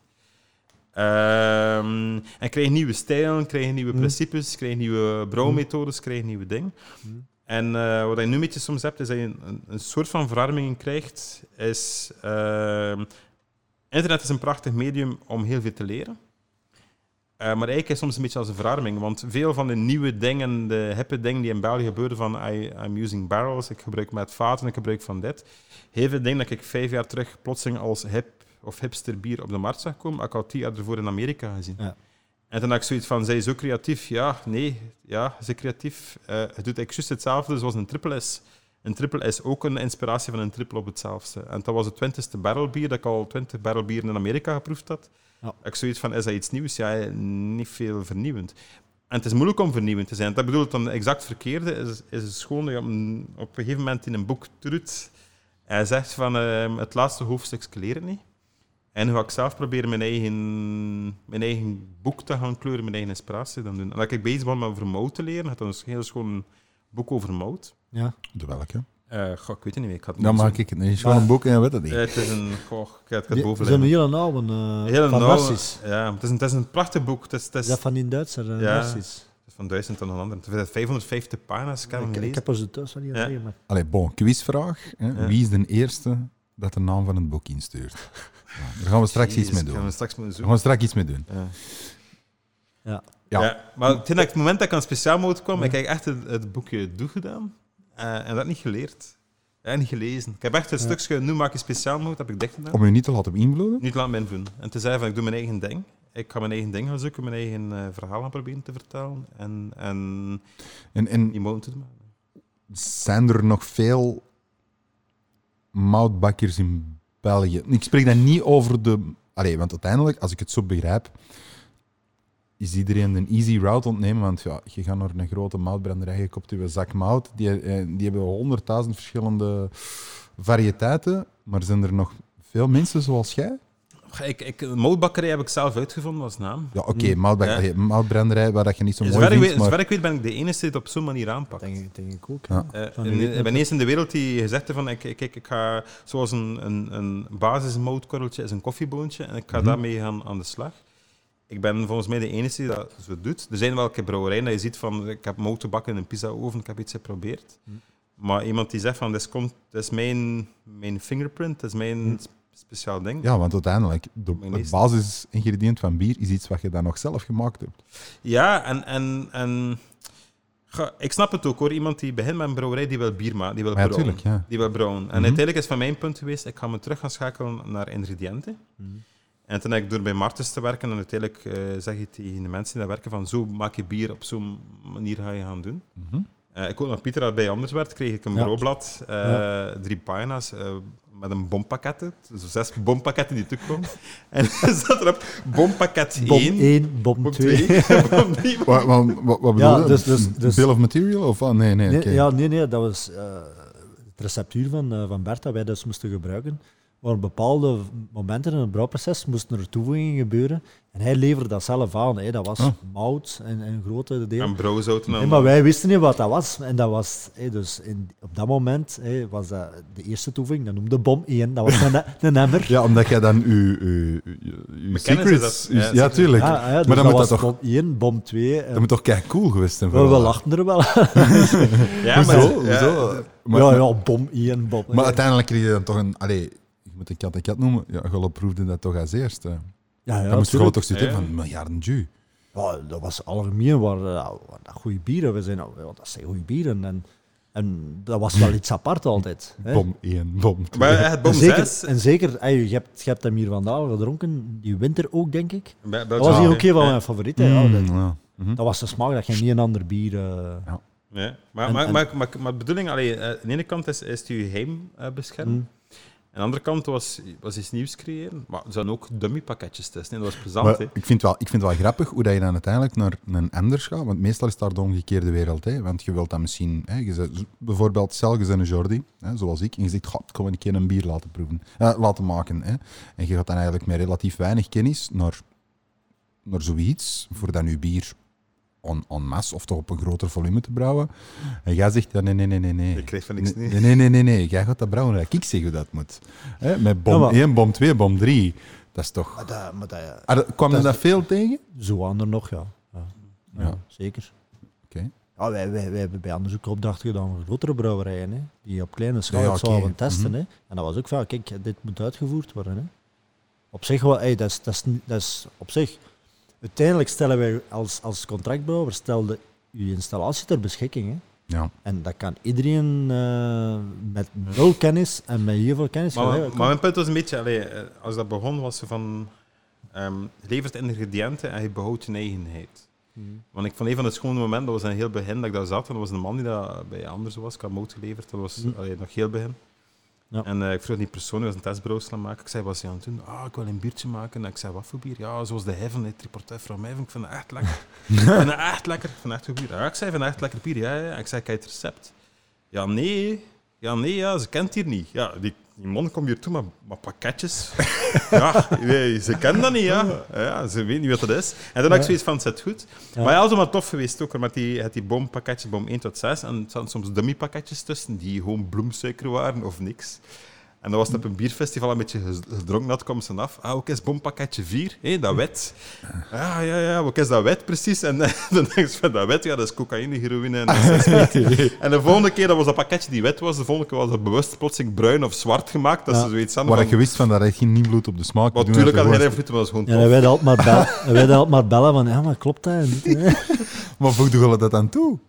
Um, en krijg je nieuwe stijlen, krijg je nieuwe mm. principes, krijg je nieuwe brouwmethodes, krijg je nieuwe dingen. Mm. En uh, wat je nu een beetje soms hebt, is dat je een, een soort van verarming krijgt. Is, uh, internet is een prachtig medium om heel veel te leren. Uh, maar eigenlijk is het soms een beetje als een verarming, want veel van de nieuwe dingen, de hippe dingen die in België gebeuren, van I, I'm using barrels, ik gebruik met vaten, ik gebruik van dit. Heel veel dingen dat ik vijf jaar terug plotseling als hip of hipster bier op de markt zag komen, had ik al tien jaar ervoor in Amerika gezien. Ja. En toen had ik zoiets van, zij zo creatief? Ja, nee, ja, ze creatief. Uh, het doet eigenlijk juist hetzelfde zoals een triple S. Een triple S ook een inspiratie van een triple op hetzelfde. En dat was het twintigste barrelbier, dat ik al twintig barrelbieren in Amerika geproefd had. Ja. Ik zoiets van, is dat iets nieuws? Ja, niet veel vernieuwend. En het is moeilijk om vernieuwend te zijn. Dat bedoelt dan exact verkeerde, is, is het gewoon dat je op een, op een gegeven moment in een boek doet. Hij zegt van, uh, het laatste hoofdstuk leren niet. En nu ga ik zelf proberen mijn eigen, mijn eigen boek te gaan kleuren, mijn eigen inspiratie te doen. En dat ik bezig ben met over mout te leren, had dan heel gewoon een boek over mout. Ja. De welke? Uh, goh, ik weet het niet meer. Ik had dan maak ik het niet. Het is gewoon een boek en je weet het niet. Uh, het is een... Goh, ik ga het boven Het is een hele nauwe uh, hele van nauwe, Narcis. Ja, het is, een, het is een prachtig boek. Het is, het is, is dat van die Duitser, uh, ja, Narcis? Het is van duizend en een ander. Het is vijfhonderdvijftig pagina's. Ik, ik, ik heb er zo thuis van die ja. maar... Allee, bon, quizvraag. Hè. Ja. Wie is de eerste dat de naam van het boek instuurt? Ja, daar gaan we straks Jezus, iets mee doen. Gaan we straks mee daar gaan we straks iets mee doen. Ja. Ja. Ja. Ja, maar het, het moment dat ik aan speciaal mode kwam, ja. ik heb echt het, het boekje Doe gedaan uh, en dat niet geleerd. En niet gelezen. Ik heb echt een ja. stukje, nu maak je speciaal mode, heb ik dicht gedaan. Om je niet te laten beïnvloeden? Niet te laten beïnvloeden. En te zeggen van, ik doe mijn eigen ding. Ik ga mijn eigen ding gaan zoeken, mijn eigen uh, verhaal aan proberen te vertellen. En, en, en, en die mode te maken. Zijn er nog veel moutbakkers in België? Ik spreek dan niet over de... Allee, want uiteindelijk, als ik het zo begrijp, is iedereen een easy route ontnemen. Want ja, je gaat naar een grote moutbranderij, je koopt je zak mout. Die, die hebben honderdduizend verschillende variëteiten. Maar zijn er nog veel mensen zoals jij? Ik, ik, moutbakkerij heb ik zelf uitgevonden als naam. Ja, oké, okay, moutbak- ja. moutbranderij, waar dat je niet zo dus mooi vindt. Weet, maar... Zover ik weet ben ik de enige die het op zo'n manier aanpakt. Denk, denk ik ook. Ja. Uh, ik ben eens in de wereld die gezegd heeft van, ik, ik, ik ga zoals een, een, een basismoutkorreltje is een koffieboontje en ik ga mm-hmm. daarmee gaan aan de slag. ik ben volgens mij de enige die dat zo doet. Er zijn wel brouwerijen dat je ziet van, ik heb motorbakken in een pizza-oven, ik heb iets geprobeerd. Hm. Maar iemand die zegt van, dit is, dit is mijn, mijn fingerprint, dit is mijn hm. speciaal ding. Ja, want uiteindelijk, de, het basisingrediënt van bier is iets wat je dan nog zelf gemaakt hebt. Ja, en... en, en ga, ik snap het ook hoor, iemand die begint met een brouwerij, die wil bier maken, die wil ja, brouwen. Tuurlijk, ja. Die wil brouwen. En mm-hmm. uiteindelijk is van mijn punt geweest, ik ga me terug gaan schakelen naar ingrediënten. Mm-hmm. En toen heb ik door bij Martens te werken en uiteindelijk uh, zeg je tegen de mensen die daar werken van zo maak je bier, op zo'n manier ga je gaan doen. Mm-hmm. Uh, ik ook nog Pieter dat bij anders werd, kreeg ik een ja. brouwblad, uh, ja. drie pagina's uh, met een bompakketten, dus zes bompakketten die toekomen. En er zat erop bompakket bom één, één, bom twee, bom drie. Wat, wat, wat bedoel ja, je? Dus, dus, dus, Bill of material? Of, oh, nee, nee, nee, okay. ja, nee, nee, dat was uh, het receptuur van, uh, van Bert dat wij dus moesten gebruiken. Maar op bepaalde momenten in het brouwproces moesten er toevoegingen gebeuren. En hij leverde dat zelf aan. Hè. Dat was oh. mout en een grote deel. En brouwzouten. Nee, maar wij wisten niet wat dat was. En dat was hè, dus in, op dat moment hè, was dat de eerste toevoeging. Dat noemde bom één. Dat was een, een emmer. Ja, omdat jij dan uw, uw, uw, uw secrets... Uw, ja, ja, tuurlijk. Ja, ja, dus maar dan dat moet was dat toch... bom één, bom twee. Dat moet toch kei cool geweest zijn? We, we lachten er wel. ja, hoezo? Maar, hoezo? Ja, maar, ja, ja, bom één, bom. Maar uiteindelijk kreeg je dan toch een... Allee, moet ik kat en kat noemen? Ja, Gullo proefde dat toch als eerste. Ja, ja, dan moest Gullo toch zitten ja. van miljarden ju. Ja, dat was algemeen waar, uh, goede bieren. We zijn, ja, dat zijn goede bieren. En, en dat was wel iets apart altijd. Hè. Bom één, bom twee. Maar het bom en zeker, zes... en zeker hey, je, hebt, je hebt hem hier vandaag gedronken, die winter ook, denk ik. Bij, dat was hier ook een van ja. mijn favorieten. Ja, dat, ja. Mm-hmm. dat was de smaak dat je niet een ander bier... Uh, ja. Ja. Maar, en, maar, en, maar, maar, maar de bedoeling, allee, uh, aan de ene kant is, is het je geheim uh, beschermen. Mm. Aan de andere kant was, was iets nieuws creëren. Maar er zijn ook dummypakketjes testen. Dat was plezant. Ik vind, wel, ik vind het wel grappig hoe dat je dan uiteindelijk naar een Enders gaat. Want meestal is daar de omgekeerde wereld. Hè? Want je wilt dat misschien... Hè, je zegt, bijvoorbeeld, stel je bent een Jordi, hè, zoals ik. En je zegt, god, ik wil een keer een bier laten proeven. Eh, laten maken. Hè? En je gaat dan eigenlijk met relatief weinig kennis naar, naar zoiets. Voor dan je bier... En, en masse, of toch op een groter volume te brouwen. En jij zegt, ja, nee, nee, nee, nee, nee. Je krijgt van niks niet. Nee, nee, nee, nee, nee. Jij gaat dat brouwen, dat ik zeg hoe dat moet. He, met bom ja, één, bom twee, bom drie. Dat is toch... Maar dat, maar dat, ja, ah, kwam dat er dat is, veel tegen? Zo aan er nog, ja. Ja, ja, ja. Zeker. Okay. Ja, wij, wij, wij hebben bij onderzoek opdrachten gedaan voor grotere brouwerijen, hè, die op kleine schaal ja, ja, okay. zouden testen. Mm-hmm. Hè. En dat was ook van, kijk, dit moet uitgevoerd worden. Hè. Op zich, wel, hey, dat, is, dat, is, dat is op zich... Uiteindelijk stellen wij als, als contractbrouwer stelde je installatie ter beschikking. Hè. Ja. En dat kan iedereen uh, met nul kennis en met heel veel kennis. Maar, maar, maar mijn punt was een beetje, allee, als dat begon, was ze van um, je levert ingrediënten en je behoudt je eigenheid. Hmm. Want ik vond een van de schone momenten, dat was een heel begin dat ik daar zat, en dat was een man die dat bij Anders was, ik had mout geleverd, dat was hmm. allee, nog heel begin. Ja. En uh, ik vroeg die persoon, die was een testbrouwsel aan maken. Ik zei, wat is hij aan het doen? Ah, ik wil een biertje maken. En ik zei, wat voor bier? Ja, zoals de Heaven, het Triportet from Heaven. Ik vind het echt lekker. ik vind het echt lekker. Ik vind het echt goed bier. Ja, ik zei, ik vind het echt lekker bier. Ja, ja. Ik zei, kijk het recept. Ja, nee. Ja, nee, ja, ze kent hier niet. Ja, die, die man komt hier toe met, met pakketjes. ja, ze kennen dat niet, ja. ja. Ze weten niet wat dat is. En toen had ik zoiets van, zet goed. Ja. Maar ja, dat is wel tof geweest ook, met die, die bompakketjes, bom één tot zes. En er zaten soms dummypakketjes tussen, die gewoon bloemsuiker waren of niks. En dan was het op een bierfestival een beetje gedronken had, kwam ze af. Ah, ook is bompakketje vier, hé, dat wet. Ja, ja, ja, wat is dat wet precies? En dan denk je van, dat wet, ja, dat is cocaïne, heroïne en En de volgende keer, dat was dat pakketje die wet was, de volgende keer was het bewust plotseling bruin of zwart gemaakt. Dat ja. ze zoiets hadden. Waar van... je wist van, dat hij geen nieuw bloed op de smaak. Maar natuurlijk had hij geen invloed, maar dat was gewoon tof. Ja, wij hadden altijd maar, bel- wij altijd maar bellen van, ja, maar klopt dat niet? Maar voegde je dat aan toe?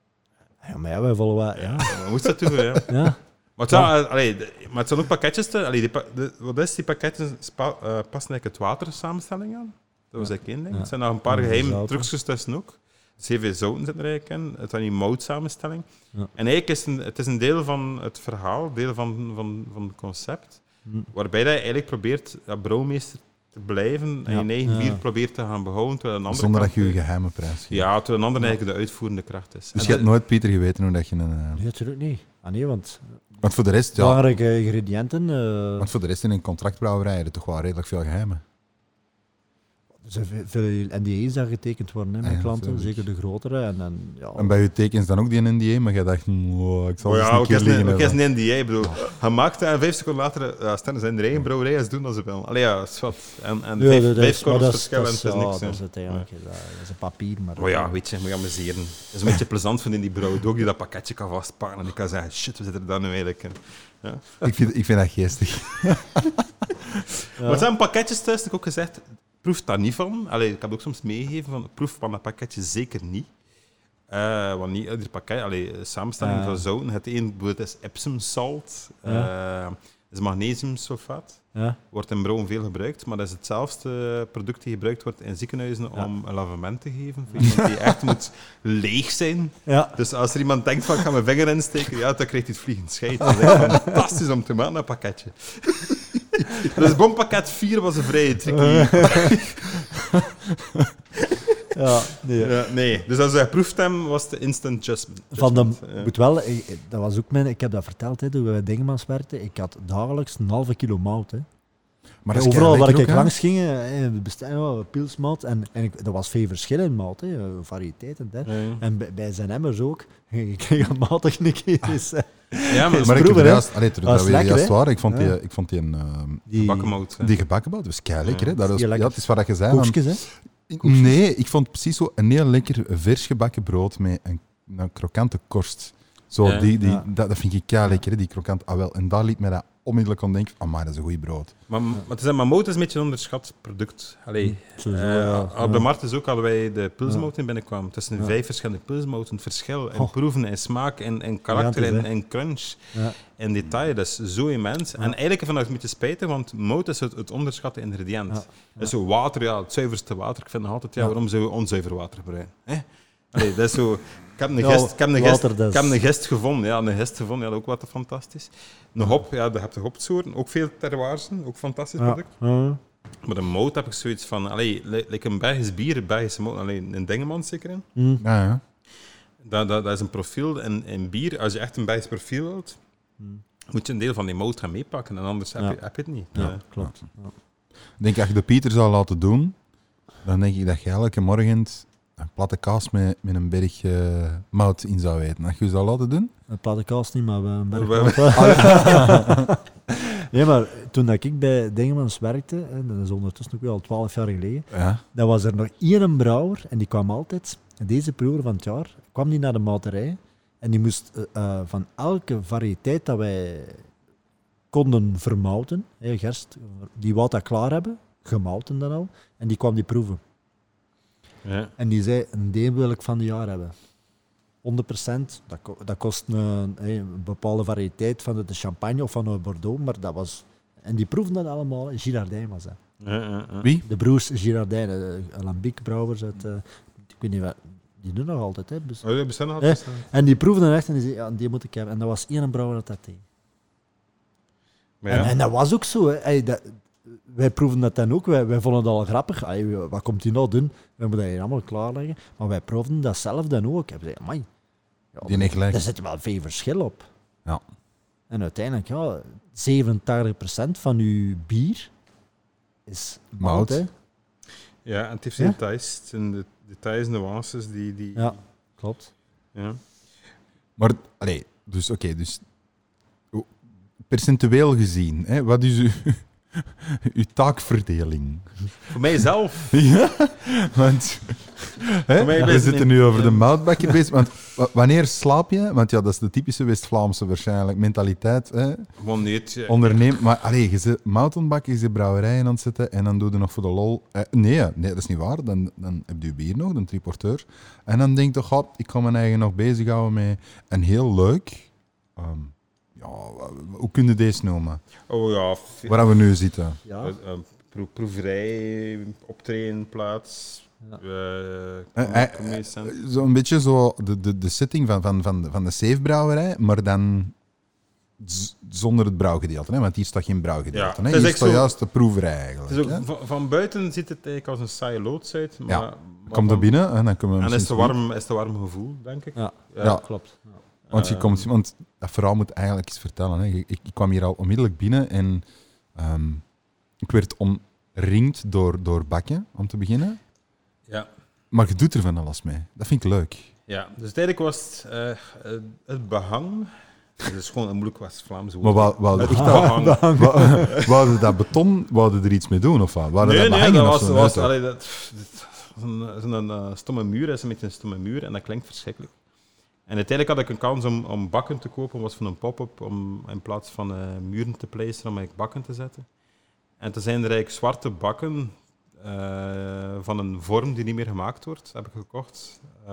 Ja, maar ja, wij vallen wel, ja. ja we moesten dat doen, ja. ja. Maar het, zijn, ja. allee, de, maar het zijn ook pakketjes. Te, allee, die, de, wat is die pakketjes? Spa, uh, passen eigenlijk het water samenstelling aan? Dat was eigenlijk één ding. Ja. Er zijn nog een paar geheime trucjes tussen ook. Zeven zouten zitten er eigenlijk in. Het is die mout samenstelling. Ja. En eigenlijk is het, een, het is een deel van het verhaal, deel van, van, van het concept, hm. waarbij je eigenlijk probeert ja, brouwmeester te blijven en ja. je eigen ja. bier probeert te gaan behouden. Een andere Zonder kant, dat je je geheime prijs geeft. Ja, terwijl een ander eigenlijk de uitvoerende kracht is. Dus en je hebt nooit, Pieter, geweten hoe dat je een... Uh... Nee, natuurlijk niet. Ah, nee, want... Want voor de rest, ja... Belangrijke ingrediënten... Uh... Want voor de rest in een contractbrouwerij heb je toch wel redelijk veel geheimen. Er zijn ve- veel N D A's dat getekend worden hè, met Ah ja, klanten, natuurlijk. zeker de grotere. En, en, ja, En bij je tekens dan ook die N D A, maar jij dacht, wow, ik zal Oh eens ja, een ook keer is liggen een, ook hebben. is een N D A, ik bedoel. Hij maakt het en vijf seconden later ja, staan ze in de eigen brouwerij en ze doen dat ze wel. Allee ja, is wat. En, en ja, vijf, dat vijf is, maar korrels dat is, verschil en dat het is, is ja, niks. dat hè. is uiteindelijk dat, dat is een papier. Maar, Maar ja, weet je, moet je amuseren. Het is een beetje plezant van in die brouwer ook die dat pakketje kan vastpakken en die kan zeggen, shit, we zitten er dan nu eigenlijk in. Ja. Ik, vind, ik vind dat geestig. Maar het zijn pakketjes thuis, heb ik ook gezegd, proef daar niet van. Allee, ik heb ook soms meegegeven van, proef van dat pakketje zeker niet. Uh, want niet ieder pakket, allee, samenstelling Ja. van zouten. Het een bijvoorbeeld is Epsom salt, Ja. uh, is magnesiumsulfaat. ja. Wordt in brouwen veel gebruikt, maar dat is hetzelfde product die gebruikt wordt in ziekenhuizen Ja. om een lavement te geven. Voor iemand die echt moet leeg zijn. Ja. Dus als er iemand denkt van, ik ga mijn vinger insteken, ja, dan krijgt hij het vliegend scheid. Dat is echt fantastisch om te maken, dat pakketje. Dus bompakket vier was een vrij tricky. ja, nee. Ja, nee, dus als hij geproefd hebben, was het de instant judgment. Van de, judgment, ja. moet wel, ik- dat was ook mijn, ik heb dat verteld, hè, toen we bij Dingemans werkten. Ik had dagelijks een halve kilo mout. Hè. Maar dat is Overal waar lekker ik ook, hè? langs ging, hè, we bestellen ja, pilsmout. En, en ik, er was veel verschil in mout, hè, variëteiten. Hè. Ja. En bij, bij zijn emmers ook. Je kreeg een mout dat je een keer eens, hè. Ja, maar Is Maar ik heb proeven, er hè? juist, allee, terug Dat dat is we lekker, juist hè? waren. Ik vond Ja. die, ik vond die, een, ehm, Die bakkenmout. hè. die gebakkenbout, dat is kei lekker. Hè? Ja, Dat dat is, is ja, lekker. het is wat je zei. van- koekjes, hè. Nee, ik vond precies zo een heel lekker vers gebakken brood met een, een krokante korst. Zo, Ja. die, die, Ja. dat, dat vind ik kei lekker, hè, die krokant. Ah, wel. En daar liet mij dat onmiddellijk aan denken, amai, dat is een goed brood. Maar, maar, het is, maar mout is een beetje een onderschat product. Allee, Sowieso, eh, ja. op de markt is ook hadden wij de pilsmouten binnenkwamen. Tussen Ja. vijf verschillende pilsmouten. Het verschil in Goh. proeven, in smaak, in, in karakter, Gigantisch, in, hè? in crunch, Ja. in detail. Dat is zo immens. En eigenlijk vanuit een beetje spijtig, want mout is het, het onderschatte ingrediënt. Ja. Dat is zo water, ja, het zuiverste water. Ik vind nog altijd, ja, Ja. waarom zou je onzuiver water gebruiken? Hè? Allee, dat is zo... Ik heb een Ja, gist, ik heb een gist, water, dat ik is- heb een gist gevonden. Ja, een gist gevonden, ja, ook wat fantastisch. Een hop, ja, je hebt de hopsoorten, ook veel terroirsen, ook fantastisch Ja. product. Ja. Maar de mout heb ik zoiets van, allee, li- like een Belgisch bier, een Belgische mout, alleen een Dingemans zeker in. Mm. Ja, ja. Dat, dat, dat is een profiel in, in bier. Als je echt een Belgisch profiel wilt, Mm. moet je een deel van die mout gaan meepakken, en anders heb, Ja. je, heb je het niet. Ja, Eh, klopt. Ja. Ik denk, als je de Pieter zou laten doen, dan denk ik dat je elke morgen een platte kaas met, met een berg eh, mout in zou eten. Als je je zou laten doen? Een platte kaas niet, maar we een berg We- mout. Nee, maar toen dat ik bij Dingemans werkte, hè, dat is ondertussen ook wel al twaalf jaar geleden, Ja. dan was er nog één brouwer en die kwam altijd, deze proever van het jaar, kwam die naar de mouterij en die moest eh, eh, van elke variëteit dat wij konden vermouten, hè, gerst, die wou dat klaar hebben, gemouten dan al, en die kwam die proeven. ja. En die zei, een deel wil ik van het jaar hebben. honderd procent, dat, ko- dat kost een, een bepaalde variëteit van de champagne of van een Bordeaux, maar dat was... En die proefden dat allemaal, Girardin was dat. Ja, ja, ja. Wie? De broers Girardin, de Alambic brouwers uit... eh, ik weet niet wat... Die doen nog altijd, hè. Dus- Oh, die bestaan nog Eh, altijd. En die proefden echt en die zei, ja, die moet ik hebben. En dat was één brouwer dat dat deed. Maar En, ja. en dat was ook zo, hè. Hey, dat, wij proefden dat dan ook, wij, wij vonden het al grappig. Hey, wat komt hij nou doen? We moeten dat hier allemaal klaarleggen. Maar wij proefden dat zelf dan ook. En we zeiden, amai, ja, Die niet gelijk. daar zit wel veel verschil op. Ja. En uiteindelijk, ja, zevenentachtig procent van uw bier is mout. Mout. Hè. Ja, en het heeft zijn Ja? details. Het zijn de details en nuances die... die Ja, klopt. ja. Maar, allee, dus oké, dus o- percentueel gezien, hè, wat is uw, uw taakverdeling? Voor mijzelf. Ja, want hè, Voor mij we is het zitten niet- nu over de ja. moutbakker bezig. Want wa- wanneer slaap je? Want ja, dat is de typische West-Vlaamse waarschijnlijk mentaliteit. Hè? Gewoon niet. ja. Onderneem, maar allee, je zit mout ontbakken, je zit brouwerijen aan het zetten en dan doe je nog voor de lol. Eh, nee, nee, dat is niet waar. Dan, dan heb je bier nog, een triporteur. En dan denk je, god, ik ga mijn eigen nog bezighouden met een heel leuk. ehm, ja, wa- hoe kun je deze noemen? Oh ja. f- Waar we nu zitten. Ja. eh, eh, pro- proeverij, optredenplaats. Ja. eh, Eh, eh, communicatiecentrum. Zo'n beetje zo de, de, de setting van, van, van, de- van de safe-brouwerij, maar dan z- zonder het brouwgedeelte. Hè? Want hier staat geen brouwgedeelte. Ja, hè? het is Hier echt staat zo- juist de proeverij eigenlijk. Het is ook, hè? van, van buiten ziet het eigenlijk als een saaie loods uit. Maar, Ja. maar Kom er van- binnen en dan kunnen we En is misschien het warm, is het een warm gevoel, denk ik. Ja, Ja. klopt. Ja. Want, je Eh, komt, want dat verhaal moet eigenlijk eens vertellen. Hè. Ik, ik kwam hier al onmiddellijk binnen en ehm, ik werd om, ringt door, door bakken, om te beginnen. Ja. Maar je doet er van alles mee. Dat vind ik leuk. Ja, dus uiteindelijk was het, uh, het behang. Dat is gewoon een moeilijk West-Vlaams woord. Maar wou, wou, Het echt behang. dat, wou, wou dat beton, wou er iets mee doen? Of wat? Wou Nee, dat nee, behangen dat of was, zo? was Nee, allee, dat, dat, een, een, een uh, stomme muur, dat is een beetje een stomme muur en dat klinkt verschrikkelijk. En uiteindelijk had ik een kans om, om bakken te kopen, was van een pop-up, om in plaats van uh, muren te pleisteren, om eigenlijk bakken te zetten. En toen zijn er eigenlijk zwarte bakken uh, van een vorm die niet meer gemaakt wordt, heb ik gekocht uh,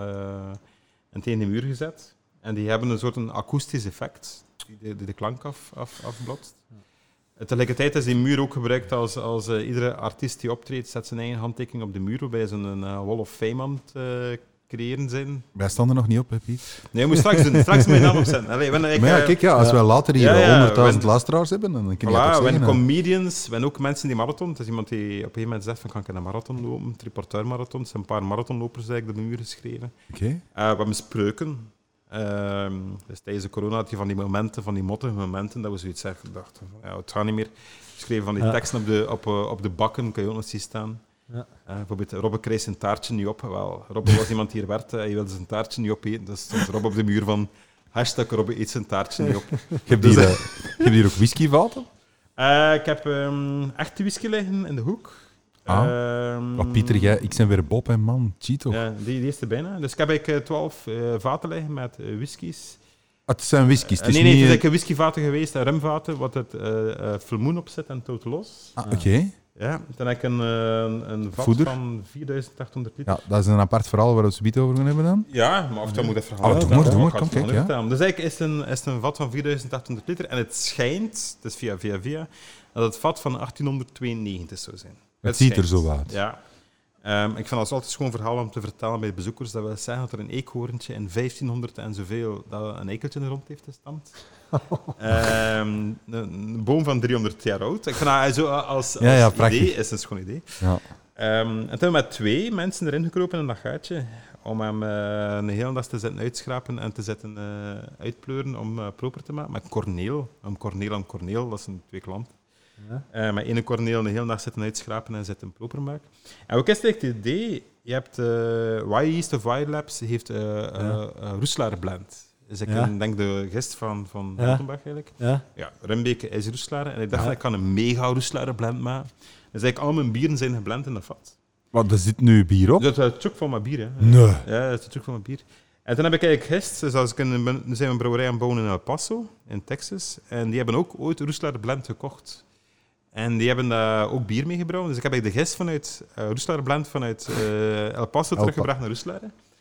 en tegen de muur gezet. En die hebben een soort een akoestisch effect, die de, die de klank af, af, afblotst. Tegelijkertijd is die muur ook gebruikt als, als uh, iedere artiest die optreedt, zet zijn eigen handtekening op de muur, waarbij ze een uh, Wall of Fame aan het uh, creëren zijn. Wij staan er nog niet op, hè, Piet? Nee, je moet straks doen. Straks mijn naam opzetten. Allee, wanneer ik, Maar ja, uh, kijk, ja, als ja. wij later hier Ja, ja, honderdduizend wen- luisteraars hebben, dan kun je Voilà, dat ook we zeggen. hè. comedians, we hebben ook mensen die marathon. Het is iemand die op een gegeven moment zegt van, kan ik een marathon lopen? Het reporteurmarathon. Er zijn een paar marathonlopers eigenlijk op de muur geschreven. Oké. Uh, we hebben spreuken. Uh, dus tijdens de corona had je van die momenten, van die mottige momenten, dat we zoiets zeggen, dachten van, ja, het gaat niet meer. We schreven van die Ja. teksten op de, op, uh, op de bakken, kan je ook nog zien staan. Ja. Uh, bijvoorbeeld, Robbe kreeg zijn taartje niet op. Wel, Robbe was iemand die hier werkte, hij wilde zijn taartje niet opeten. Dus stond Robbe op de muur van, hashtag Robbe eet zijn taartje niet op. Je hebt hier, eh, je hebt hier ook whiskyvaten? Uh, ik heb um, echte whisky liggen in de hoek. Ah. Ehm, Wat Pieter, jij, ik ben weer Bob en man. Cheeto. Ja, die, die is er bijna. Dus ik heb eigenlijk twaalf uh, vaten liggen met uh, whiskies. Ah, het zijn whiskies. Het Uh, is nee, nee, het is niet... eigenlijk whiskyvaten geweest en rumvaten, wat het uh, uh, full moon opzet en tot los. Ah, oké. Ja, dan heb ik een, uh, een vat Voeder? van vierduizend achthonderd liter. Ja, dat is een apart verhaal waar we het zo biet over gaan hebben dan. Ja, maar of dat moet even verhaal Ah, doe vertellen. maar, doe maar. Ik ga het Kom, gewoon kijk, ja. vertellen. Dus eigenlijk is het een, is het een vat van vierduizend achthonderd liter en het schijnt, het is via via via, dat het vat van achttienhonderdtweeënnegentig zou zijn. Het ziet er schijnt. zo uit. Ja. Um, ik vind dat altijd schoon verhaal om te vertellen bij de bezoekers. Dat wil zeggen dat er een eekhoorntje in vijftienhonderd en zoveel dat een eikeltje in de rond heeft gestampt. um, een, een boom van driehonderd jaar oud. Ik vind dat zo als, als Ja, ja, idee prachtig. is een schoon idee. Ja. Um, en toen hebben we met twee mensen erin gekropen in dat gaatje om hem uh, een hele dag te zitten uitschrapen en te zitten uh, uitpleuren om uh, proper te maken. Met Corneel, om Corneel en Corneel, dat zijn twee klanten. Ja. Uh, met ene Corneel een hele dag zitten uitschrapen en zitten proper maken. En ook is het het idee, je hebt uh, Y East of Y Labs heeft uh, uh, Ja. uh, Roeslaar blend. Dus ik Ja. denk de gist van, van Ja. Rottenbach eigenlijk. Ja. Ja, Rumbeke is Roeslaar. En ik dacht, Ja. ik kan een mega Roeslaar blend maken. Dus eigenlijk al mijn bieren zijn geblend in dat vat. Wat, er zit nu bier op? Dat is een chok van mijn bier, hè. Nee. Ja, dat is een chok van mijn bier. En toen heb ik eigenlijk gist, dus als ik een, nu zijn we een brouwerij aan het bouwen in El Paso, in Texas. En die hebben ook ooit Roeslaar blend gekocht. En die hebben daar ook bier mee gebrouwen. Dus ik heb eigenlijk de gist vanuit uh, Roeslaar blend vanuit uh, El Paso El teruggebracht naar Roeslaar.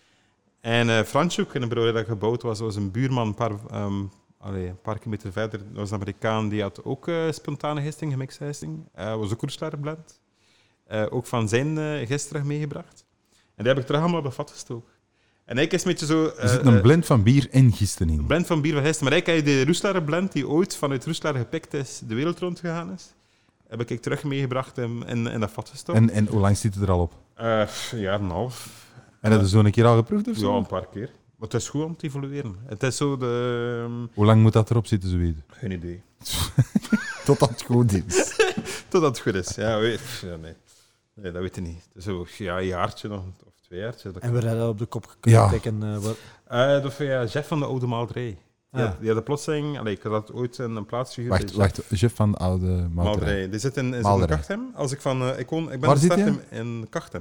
En uh, Franschhoek, in een brouwerij dat gebouwd was, was een buurman een paar, um, allee, een paar kilometer verder. Dat was een Amerikaan, die had ook uh, spontane gisting, gemixte gisting. Uh, was ook Roeslaar blend. Uh, ook van zijn uh, gist terug meegebracht. En die heb ik terug allemaal op dat vat gestoken. En eigenlijk is het een beetje zo... Uh, Er zit een blend van bier en gisten in. Een blend van bier van gisten. Maar eigenlijk heb je de Roeslaar blend, die ooit vanuit Roeslaar gepikt is, de wereld rond gegaan is. Heb ik terug meegebracht in, in, in dat vat gestopt. En, en hoe lang zit het er al op? Uh, een jaar en een half. En heb je zo een keer al geproefd of zo? Ja, een paar keer. Maar het is goed om te evolueren. Het is zo de... Um, Hoe lang moet dat erop zitten, zoiets? geen idee. Totdat het goed is. Totdat het goed is. Ja, weet, ja nee. nee, dat weet je niet. Het is zo ja, een jaartje nog, of twee jaartjes. Dat En we hadden op de kop kunnen Ja. tikken. Uh, wat- Uh, dat van ja, Jeff van de Oude Maalderij. Die, Ah. had, die had de plotseling... Allee, ik had dat ooit in een plaats gehuurd. Wacht, bij wacht. Chef van de oude Jeff maalterij. Maalderij. Die zit in, in, zit in Maalderij. Kachtem. Als ik van... Uh, ik, woon, ik ben Waar zit gestart in, in Kachtem.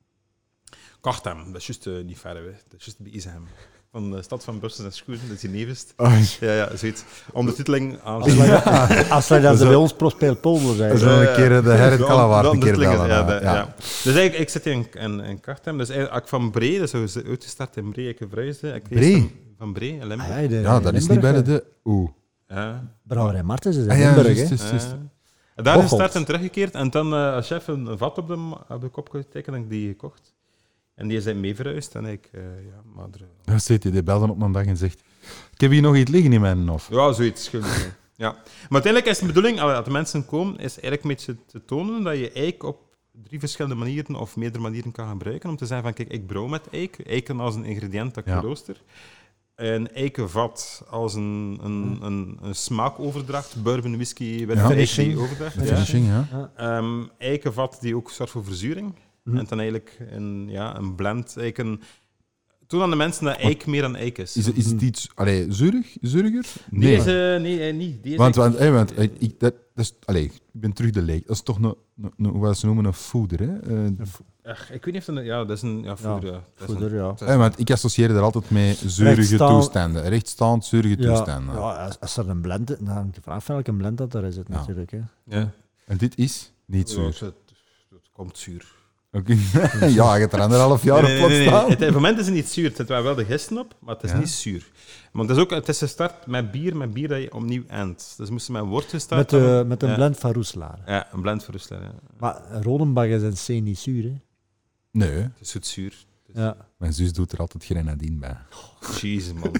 Kachtem, dat is juist uh, niet ver weg. Dat is juist bij Isegem. Van de stad van Brussel en Schoen, dat is in Nevest. Oh, Ja, ja, zoiets. Ondertiteling aan... Als wij als wij dat Zo- ze bij ons Prospeel Polder zijn. Dat is wel een keer de Herret Kalawaard een keer bellen. Ja, Ja, de- ja. Dus eigenlijk, ik zit hier in, in, in Kachtem. Dus eigenlijk, als ik van Bree, dat is zo uitgestart in Bree, ik verhuisde. Ik Bree? Van, van Bree, in Limburg. Ah, ja, de- Ja, dat is niet bij de... de Oeh. Ja. Brouwerij Martens is in Ah, ja, Limburg, juist, hè. juist, juist. Ja. En daar is Bocholt. start en teruggekeerd. En dan uh, als chef een, een vat op de, op de kop getekend en ik die gekocht. En die is hij mee verhuisd. En ik, uh, ja, maar er, Ja, zit hij, die belde op een dag en zegt... Ik heb hier nog iets liggen in mijn hof. ja, zoiets. schuldig zijn. Ja. Maar uiteindelijk is de bedoeling, allee, dat de mensen komen, is eigenlijk een beetje te tonen dat je eik op drie verschillende manieren of meerdere manieren kan gebruiken. Om te zeggen van, kijk, ik brouw met eik. Eiken als een ingrediënt dat ik Ja. rooster. een eikenvat als een, een, een, een smaakoverdracht, bourbon, whisky, wit Ja. finishing overdracht. De Ja. finishing, ja. Ja. Um, eikenvat die ook zorgt voor verzuring. Mhm. En dan eigenlijk een, ja, een blend. Eigenlijk een, toen aan de mensen dat eik meer dan eik is. Is, het- is het iets allee, zurig, zuriger? Die is, uh, nee, uh, niet. Die is Want, want, eigenlijk- hey, want eh, ik, dat, dat is, allee, ik ben terug de leek. Dat is toch een, een, een hoe ze noemen, een foeder. Hè? Eh, Ach, ik weet niet of dat een... Ja, dat is een... Ja, voeder, ja. Dat is Voeder, een- ja. dat is hey, want ik associeer er altijd mee zurige Rechtstaan- toestanden. Rechtstaand, zurige Ja, toestanden. ja, als, als er een blend is, dan hangt de vraag van welke blend dat er is, het Ja. natuurlijk. Hè. Ja. En dit is niet Ja, zuur. het, het komt zuur. Oké. Ja, je hebt er anderhalf jaar Nee, op nee, nee, plat nee. staan. Het, op het moment is het niet zuur. Het zit wel de gisten op, maar het is Ja. niet zuur. Want het is, ook, het is gestart met bier, met bier dat je opnieuw eindt. Dus moesten met een wort gestart Met, de, hebben. met een Ja. blend van Roeselaar. Ja, een blend voor Rusland. Ja. Maar Rodenbach is in C niet zuur, hè? Nee, Het is goed zuur. Ja. mijn zus doet er altijd grenadine bij. Jezus, man.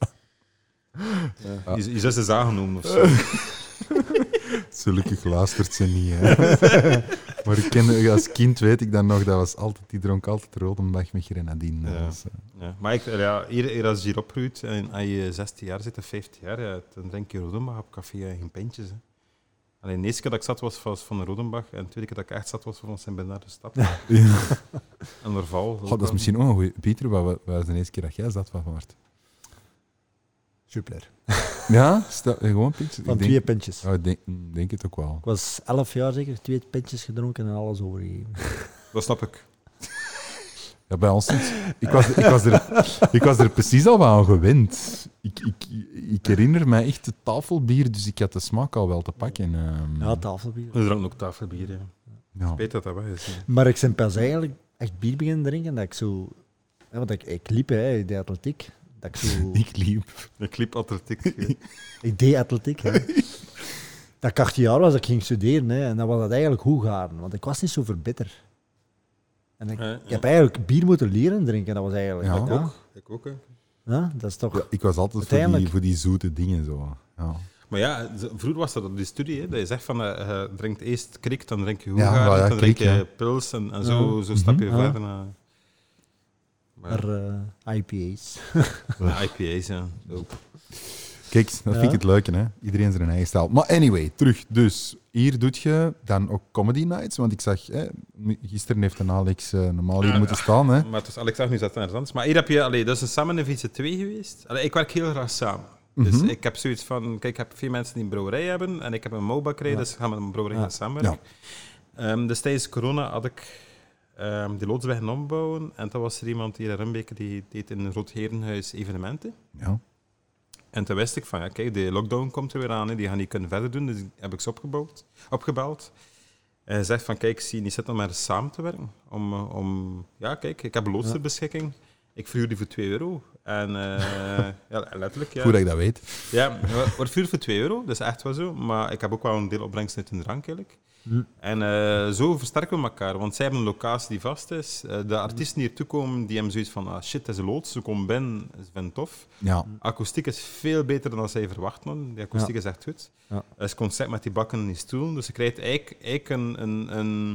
Ja. Je, je zus is aangenomen of zo. Gelukkig luistert ze niet. Hè. Maar ik ken, als kind weet ik dan nog, dat was altijd, die dronk altijd Rodenbach met grenadine. Dat Ja. was, eh, Ja. Maar ik, ja, hier, hier als je hier opgroeit en als je zestien jaar zit of vijftien jaar, ja, dan drink je Rodenbach op café en geen pintjes. Hè. Alleen de eerste keer dat ik zat was, was van de Rodenbach en de tweede keer dat ik echt zat was van Sint-Bernard de Stad. ja. En Orval. Goh, dat is misschien ook een goeie. Pieter, wat wat was de eerste keer dat jij zat van Mart? Super. Ja? Stel, eh, gewoon Piet? Van Ik twee denk, pintjes. ja, ik denk, denk het ook wel. Ik was elf jaar zeker, twee pintjes gedronken en alles overgegeven. Dat snap ik. Ja, bij ons niet. Ik was, ik, was er, ik was er precies al aan gewend. Ik, ik, ik herinner mij echt het tafelbier, dus ik had de smaak al wel te pakken. ehm. Ja, tafelbier. We dronken ook tafelbier. Ja. Ja. Weet dat dat weg is. Ja. Maar ik ben pas eigenlijk echt bier beginnen drinken, dat ik zo... Ja, want ik, ik liep, hè, ik deed atletiek. Dat ik zo... Ik liep. Een clip atletiek. Ik deed atletiek, hè. Dat ik achttien jaar was, dat ik ging studeren, hè, en dan was dat eigenlijk goed gaan, want ik was niet zo verbitter. En ik, Ja, ja. ik heb eigenlijk bier moeten leren drinken, dat was eigenlijk... Ja. Ja, Ik ja. ook. Ik ook, hè. Dat is toch... Ja, ik was altijd voor die, Uiteindelijk- voor die zoete dingen. Zo. Ja. Maar ja, z- vroeger was dat op die studie, hè, dat je zegt van, uh, je drinkt eerst krik, dan drink je Ja, hoegaar, wel, ja, dan drink krik, je ja. pils en, en zo, Ja. zo stap je Mhm. Ja. verder naar, Maar eh, I P A's. naar I P A's. Ja. Zo. Kijk, dat vind Ja. ik het leuke, hè? Iedereen zijn eigen stijl. Maar anyway, terug. Dus hier doet je dan ook comedy nights. Want ik zag, hè, gisteren heeft een Alex uh, normaal hier Ja, moeten staan. Hè? Maar het is Alex zag nu zat naar anders. Maar hier heb je, allee, dat is een samen een vice twee geweest. Allee, ik werk heel graag samen. Dus Mhm. ik heb zoiets van, kijk, ik heb veel mensen die een brouwerij hebben en ik heb een moubakkerij, Ja. dus gaan we met een brouwerij Ja. gaan samenwerken. Ehm, dus tijdens corona had ik ehm, die loods beginnen ombouwen en toen was er iemand hier in Rumbeke die deed in een Rood Herenhuis evenementen. Ja. En toen wist ik van, ja, kijk, de lockdown komt er weer aan, hè, die gaan niet kunnen verder doen, dus heb ik ze opgebouwd, opgebeld. En hij zegt van, kijk, zie je niet zitten om maar samen te werken. Om, eh, om, ja, kijk, ik heb een loods ter Ja. beschikking. Ik verhuur die voor twee euro. En uh, ja, letterlijk, ja. Goed dat ik dat weet. Ja, wordt verhuurd voor twee euro, dat is echt wel zo. Maar ik heb ook wel een deel opbrengst uit een drank, eigenlijk. Hm. En uh, zo versterken we elkaar, want zij hebben een locatie die vast is. Uh, de artiesten die hier toekomen, die hebben zoiets van, ah, shit, dat is een loods, ze komen binnen, ze vinden het tof. Ja. Akoestiek is veel beter dan zij verwachten. Die akoestiek Ja. is echt goed. Ja. Dat is het concept met die bakken en die stoelen. Dus je krijgt eigenlijk, eigenlijk een, een, een...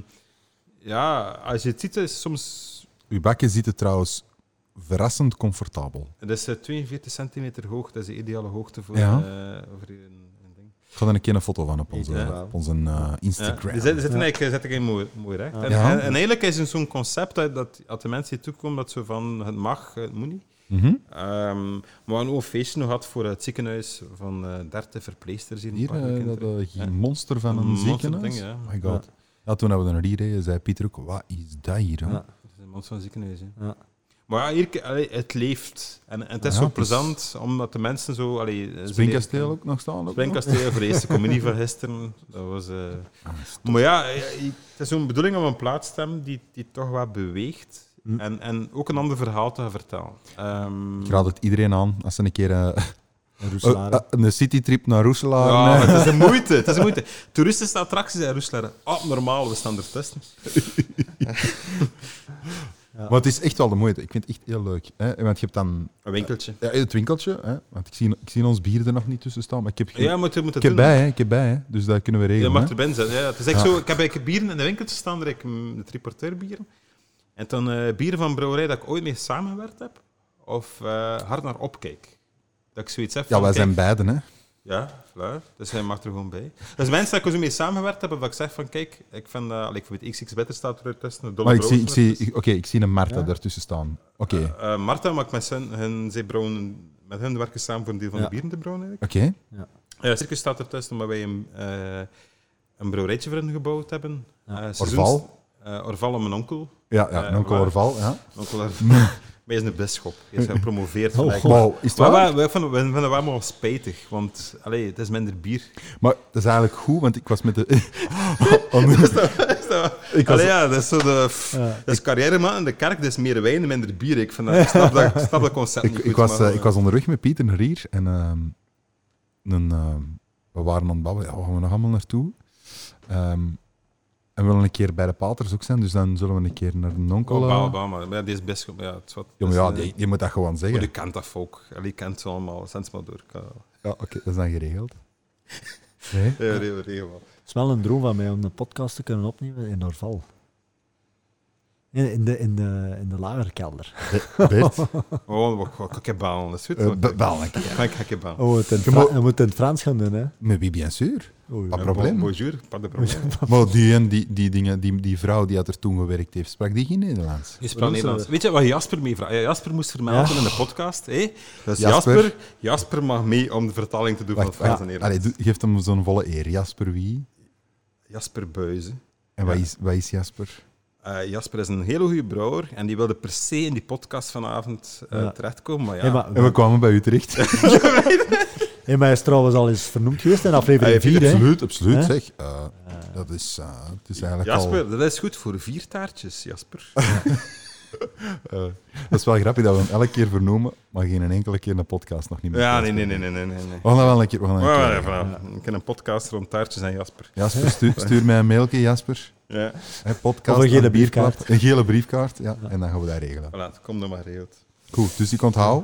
Ja, als je het ziet, is soms... Uw bakken zitten trouwens verrassend comfortabel. Het is uh, tweeënveertig centimeter hoog. Dat is de ideale hoogte voor, Ja. uh, voor een, een ding. Ik ga er een keer een foto van op onze, Ja. op onze uh, Instagram. Ja, die zitten, zitten Ja. eigenlijk zet ik in mooi, mooi recht. Ja. En, Ja. en, en eigenlijk is het zo'n concept dat, dat als de mensen hier toekomen, dat zo van, het mag, het moet niet. Mhm. Um, maar we hebben ook een feestje nog gehad voor het ziekenhuis van uh, dertig verpleegsters hier. in Hier, Parkelijk uh, dat Inter. uh, Ja. monster van een, Een monster ziekenhuis. ding, ja. Oh my god. Ja, toen we er naar hier reden, zei Pieter ook, wat is dat hier? Hoor? Ja. Het is een monster van een ziekenhuis. Hè. Ja. Maar ja, hier, allee, het leeft. En, en het is Ja, zo het is- plezant, omdat de mensen zo... Allee, ze Springkasteel leven- ook nog staan? Ook nog? Springkasteel, voor de eerste communie van gisteren. Dat was... Uh... Ah, Maar ja, ja, het is zo'n bedoeling om een plaats te hebben die, die toch wat beweegt. Hm. En, en ook een ander verhaal te gaan vertellen. Ehm, Ik raad het iedereen aan als ze een keer uh, En Roeselaar. uh, uh, een citytrip naar Roeselaar. ja, nee. maar het is een moeite. Het is een moeite. Toeristische attracties in Roeselaar. Ah, normaal, we staan ertussen. Maar het is echt wel de moeite. Ik vind het echt heel leuk. Hè? Want je hebt dan Een winkeltje. ja, het winkeltje. Hè? Want ik zie, ik zie ons bier er nog niet tussen staan. Maar ik heb, geen- Ja, moet je moet ik het heb doen. bij, hè? Ik heb bij. Hè? Dus dat kunnen we Je regelen. mag hè. erbij zijn. Ja, het is echt Ja. zo, ik heb eigenlijk bieren in de winkeltje staan, dat ik mm, het reporteurbieren. En dan uh, bieren van brouwerij dat ik ooit mee samengewerkt heb. of uh, hard naar opkijk. Dat ik zoiets heb Ja, van, wij kijk, zijn beiden, hè. Ja, voilà. Dus hij mag er gewoon bij. Dus mensen dat ik er zo mee samengewerkt heb, dat ik zeg van, kijk, ik vind dat... Ik vind X X Better staat er tussen. Maar ik zie, ik zie, oké, ik zie een Marta Ja. daartussen staan. Oké, Uh, uh, Marta maakt met hun, hun zeebrouwen... Met hun werken samen voor een deel van Ja. de bieren te brouwen, eigenlijk. oké. Uh, Circus staat er tussen, omdat wij een, uh, een brouwerijtje voor hen gebouwd hebben. Ja. Uh, Orval? Uh, Orval om mijn onkel. Ja, ja, Eh, een onkel waar- Orval, ja. Onkel Wij is een bisschop. Hij is gepromoveerd. Oh, gelijk. Wow, is het Maar waar? wij, wij vinden, wij vinden het wel maar spijtig, want allee, het is minder bier. Maar dat is eigenlijk goed, want ik was met de... Om- Is dat- Ik was- Allee, ja, dat is zo de... f- Ja. Dat is carrière man in de kerk, dat is meer wijn, minder bier. Ik, vind dat, ik, snap, dat, ik snap dat concept ik, niet ik, goed, was, maar, eh, ik was onderweg met Pieter naar hier en ehm, een, ehm, we waren aan het babbelen. Ja, waar gaan we nog allemaal naartoe? Ehm, en we willen een keer bij de paters ook zijn, dus dan zullen we een keer naar een onkel... Oh, eh, bouw, bouw, maar ja, deze bisschop, ja, het is wat... ja, maar dus, ja, eh, die, die moet dat gewoon maar zeggen. je kent dat volk. Allee, je kent ze allemaal, zend ze maar door. Ik kan- Ja, oké, dat is dan geregeld. Nee? Ja, regel, regel wel. Het is wel een droom van mij om een podcast te kunnen opnemen in Orval. In, in, de, in, de, in de lagerkelder. Bert? Oh, wat- wat- ik heb balen, dat is goed. Eh, be- Bel een keer. Ik heb ik balen. Oh, we moeten Je het, moet- Fra- we moeten het in het Frans gaan doen, hè? Met wie bien sûr. Oh, Wat ja. probleem? Bonjour, pas de probleem. Maar die, en die, die, dingen, die, die vrouw die had er toen gewerkt heeft, sprak die geen Nederlands? Je sprak Wat Nederlands. is Weet je wat Jasper mee vraagt? Ja, Jasper moest vermelden Ja. in de podcast. Hé? Dus Jasper. Jasper. Jasper mag mee om de vertaling te doen Wacht, van het Frans wacht. en Allee, Nederlands. doe- geef hem zo'n volle eer. Jasper wie? Jasper Buizen. En Ja. wat, is, wat is Jasper? Uh, Jasper is een hele goede brouwer en die wilde per se in die podcast vanavond uh, Ja. terechtkomen. Maar ja, Hey, maar, En we kwamen bij u terecht. hey, maar hij is trouwens al eens vernoemd geweest in aflevering Hij vier, hè? absoluut, absoluut. Hè? Zeg. Uh, dat is, uh, het is eigenlijk Jasper, al... dat is goed voor vier taartjes, Jasper. Uh, dat is wel grappig dat we hem elke keer vernoemen, maar geen enkele keer in de podcast nog niet meer. Ja, nee, nee, nee, nee, nee, nee. nee. We gaan dat wel een keer... We gaan dat een Maar, keer maar, doen. voilà. Ik ken een podcast rond taartjes en Jasper. Jasper, stuur, stuur mij een mailje, Jasper. Ja, Hè, podcast Of een gele aan Bierklap. briefkaart. Een gele briefkaart, ja. Ja. En dan gaan we dat regelen. voilà, kom dan maar geregeld. Goed, dus ik onthoud.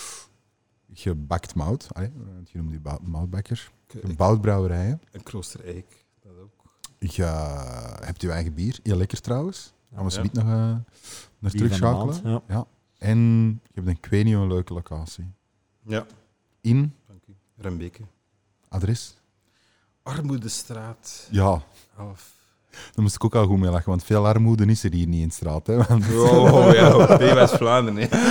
Gebakt mout. Allee, je noemt die bou- moutbakker. Gebouwbrouwerijen. Een klooster Eik, dat ook. Je hebt je eigen bier. Heel lekker trouwens. Gaan we Ja. zometeen nog uh, naar Bier van de terugschakelen. maand, ja. En je hebt een, ik weet niet, een leuke locatie. Ja, In, dank u. Rembeke. adres? Armoedestraat Ja, elf. daar moest ik ook al goed mee lachen, want veel armoede is er hier niet in de straat. Hè, want- Oh ja, bij West-Vlaanderen. hè.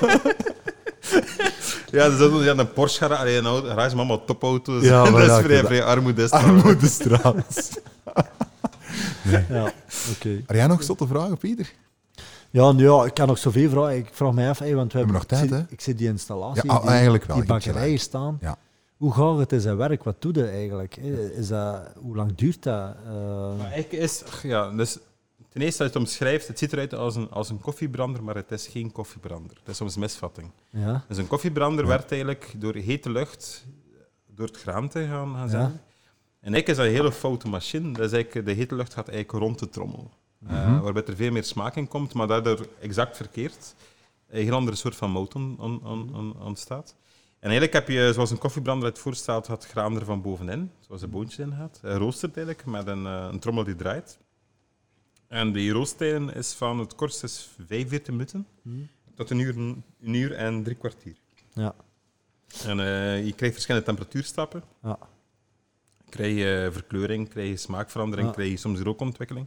Ja, dus dat, ja, een Porsche garage, allee, een auto- garage met allemaal topauto's. Ja, maar dat is ja, vrij, dat- vrij armoede. Armoedestraat. Ja, oké. Heb jij nog zotte vragen, Pieter? Ja, nu, ja, ik kan nog zoveel vragen. Ik vraag mij af, hey, want we hebben nog tijd, ik zie, hè? ik zie die installatie, Ja, ah, die, eigenlijk wel, die je hebt bakkerij gelijk. staan. Ja. Hoe gaat het in zijn werk? Wat doet hij eigenlijk? Is dat, hoe lang duurt dat? Eh, Maar eigenlijk is, ja, dus ten eerste als je het omschrijft, het ziet eruit als een, als een koffiebrander, maar het is geen koffiebrander. Dat is soms een misvatting. ja, Dus een koffiebrander Ja. werkt eigenlijk door hete lucht door het graan te gaan, gaan zetten. Ja. En eigenlijk is dat een hele foute machine. Dat is eigenlijk, de hete lucht gaat eigenlijk rond de trommel. Eh, Mhm. waarbij er veel meer smaak in komt, maar daardoor exact verkeerd. Een heel andere soort van mout on- on- on- on- ontstaat. En eigenlijk heb je, zoals een koffiebrander het voorstelt, het graan er van bovenin, zoals de boontjes in gaat. Hij roostert eigenlijk met een, eh, een trommel die draait. En die roostijd is van het kortst is vijfenveertig minuten tot een uur, een uur en drie kwartier. ja, En eh, je krijgt verschillende temperatuurstappen. ja. Krijg je verkleuring, krijg je smaakverandering, Ja. krijg je soms rookontwikkeling.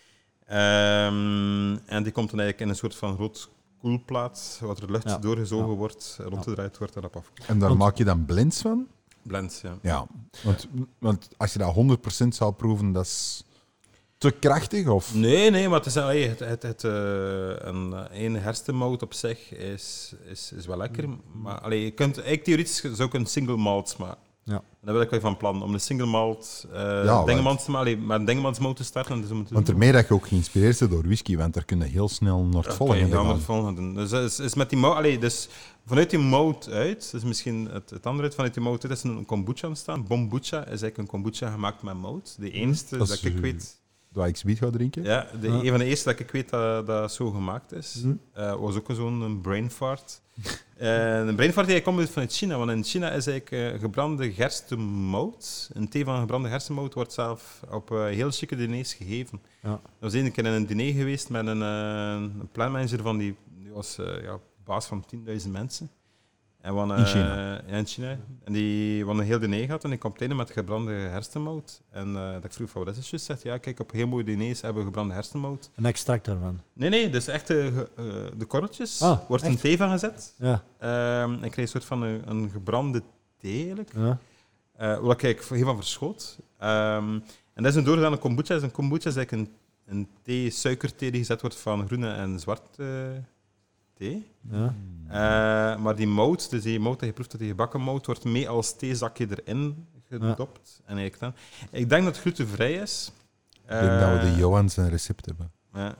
Ehm, en die komt dan eigenlijk in een soort van rood koelplaat, waar er lucht Ja. doorgezogen Ja. wordt, rondgedraaid wordt en op afkomt. En daar Want- maak je dan blends van? Blend, ja. Ja. Want, want als je dat honderd procent zou proeven, dat is te krachtig? Of? Nee, nee, maar het is allee, het, het, het, eh, een één hersenmout op zich is, is, is wel lekker. Maar allee, je kunt, eigenlijk theoretisch zou ik een single malt maken. Ja. En daar ben ik wel van plan, om een single malt uh, Ja, Dengemans te maken, allee, met een Dengemansmout te starten. Dus om te Want ermee dat je ook geïnspireerd bent door whisky, want daar kun je heel snel naar het Oké, volgende gaan we gaan. het volgende. Dus, is, is met die mout, allee, dus vanuit die mout uit, dus misschien het, het andere uit, vanuit die mout uit is een kombucha ontstaan. Bombucha is eigenlijk een kombucha gemaakt met mout. De enige Dat dat, is, ik eh, weet... Dat ik zoiets ga drinken? Ja, de, Ja. een van de eerste dat ik weet dat, dat zo gemaakt is, Hm. eh, was ook zo'n een brain fart. Eh, een brain fart die komt uit vanuit China, want in China is eigenlijk uh, gebrande gerstemout. Een thee van gebrande gerstemout wordt zelf op uh, heel chique diners gegeven. Ja. Ik was één keer in een diner geweest met een, uh, een planmanager van die, die was uh, ja, baas van tienduizend mensen. En we In China? Ja, in China. En die hadden een heel diner gehad en ik kwam meteen met gebrande hersenmout. En uh, dat ik vroeg van, wat is het juist? Zegt, ja, kijk, op heel mooie diners hebben we gebrande hersenmout. Een extract daarvan. Nee, nee, dus echt uh, uh, de korreltjes. Ah, wordt echt? een thee van gezet. Ja. Um, en ik kreeg een soort van een, een gebrande thee, eigenlijk. Ja. Uh, waar ik heel van verschoot. Um, en dat is een doorgedane kombucha. Een kombucha is eigenlijk een, een thee, suikerthee die gezet wordt van groene en zwarte uh, thee. Ja. Uh, maar die mout, dus die mout dat je proeft, dat die gebakken mout, wordt mee als theezakje erin gedopt. Ja. En eigenlijk dan. Ik denk dat het glutenvrij is. Ik denk uh, dat we de Johan zijn recept hebben. Ja.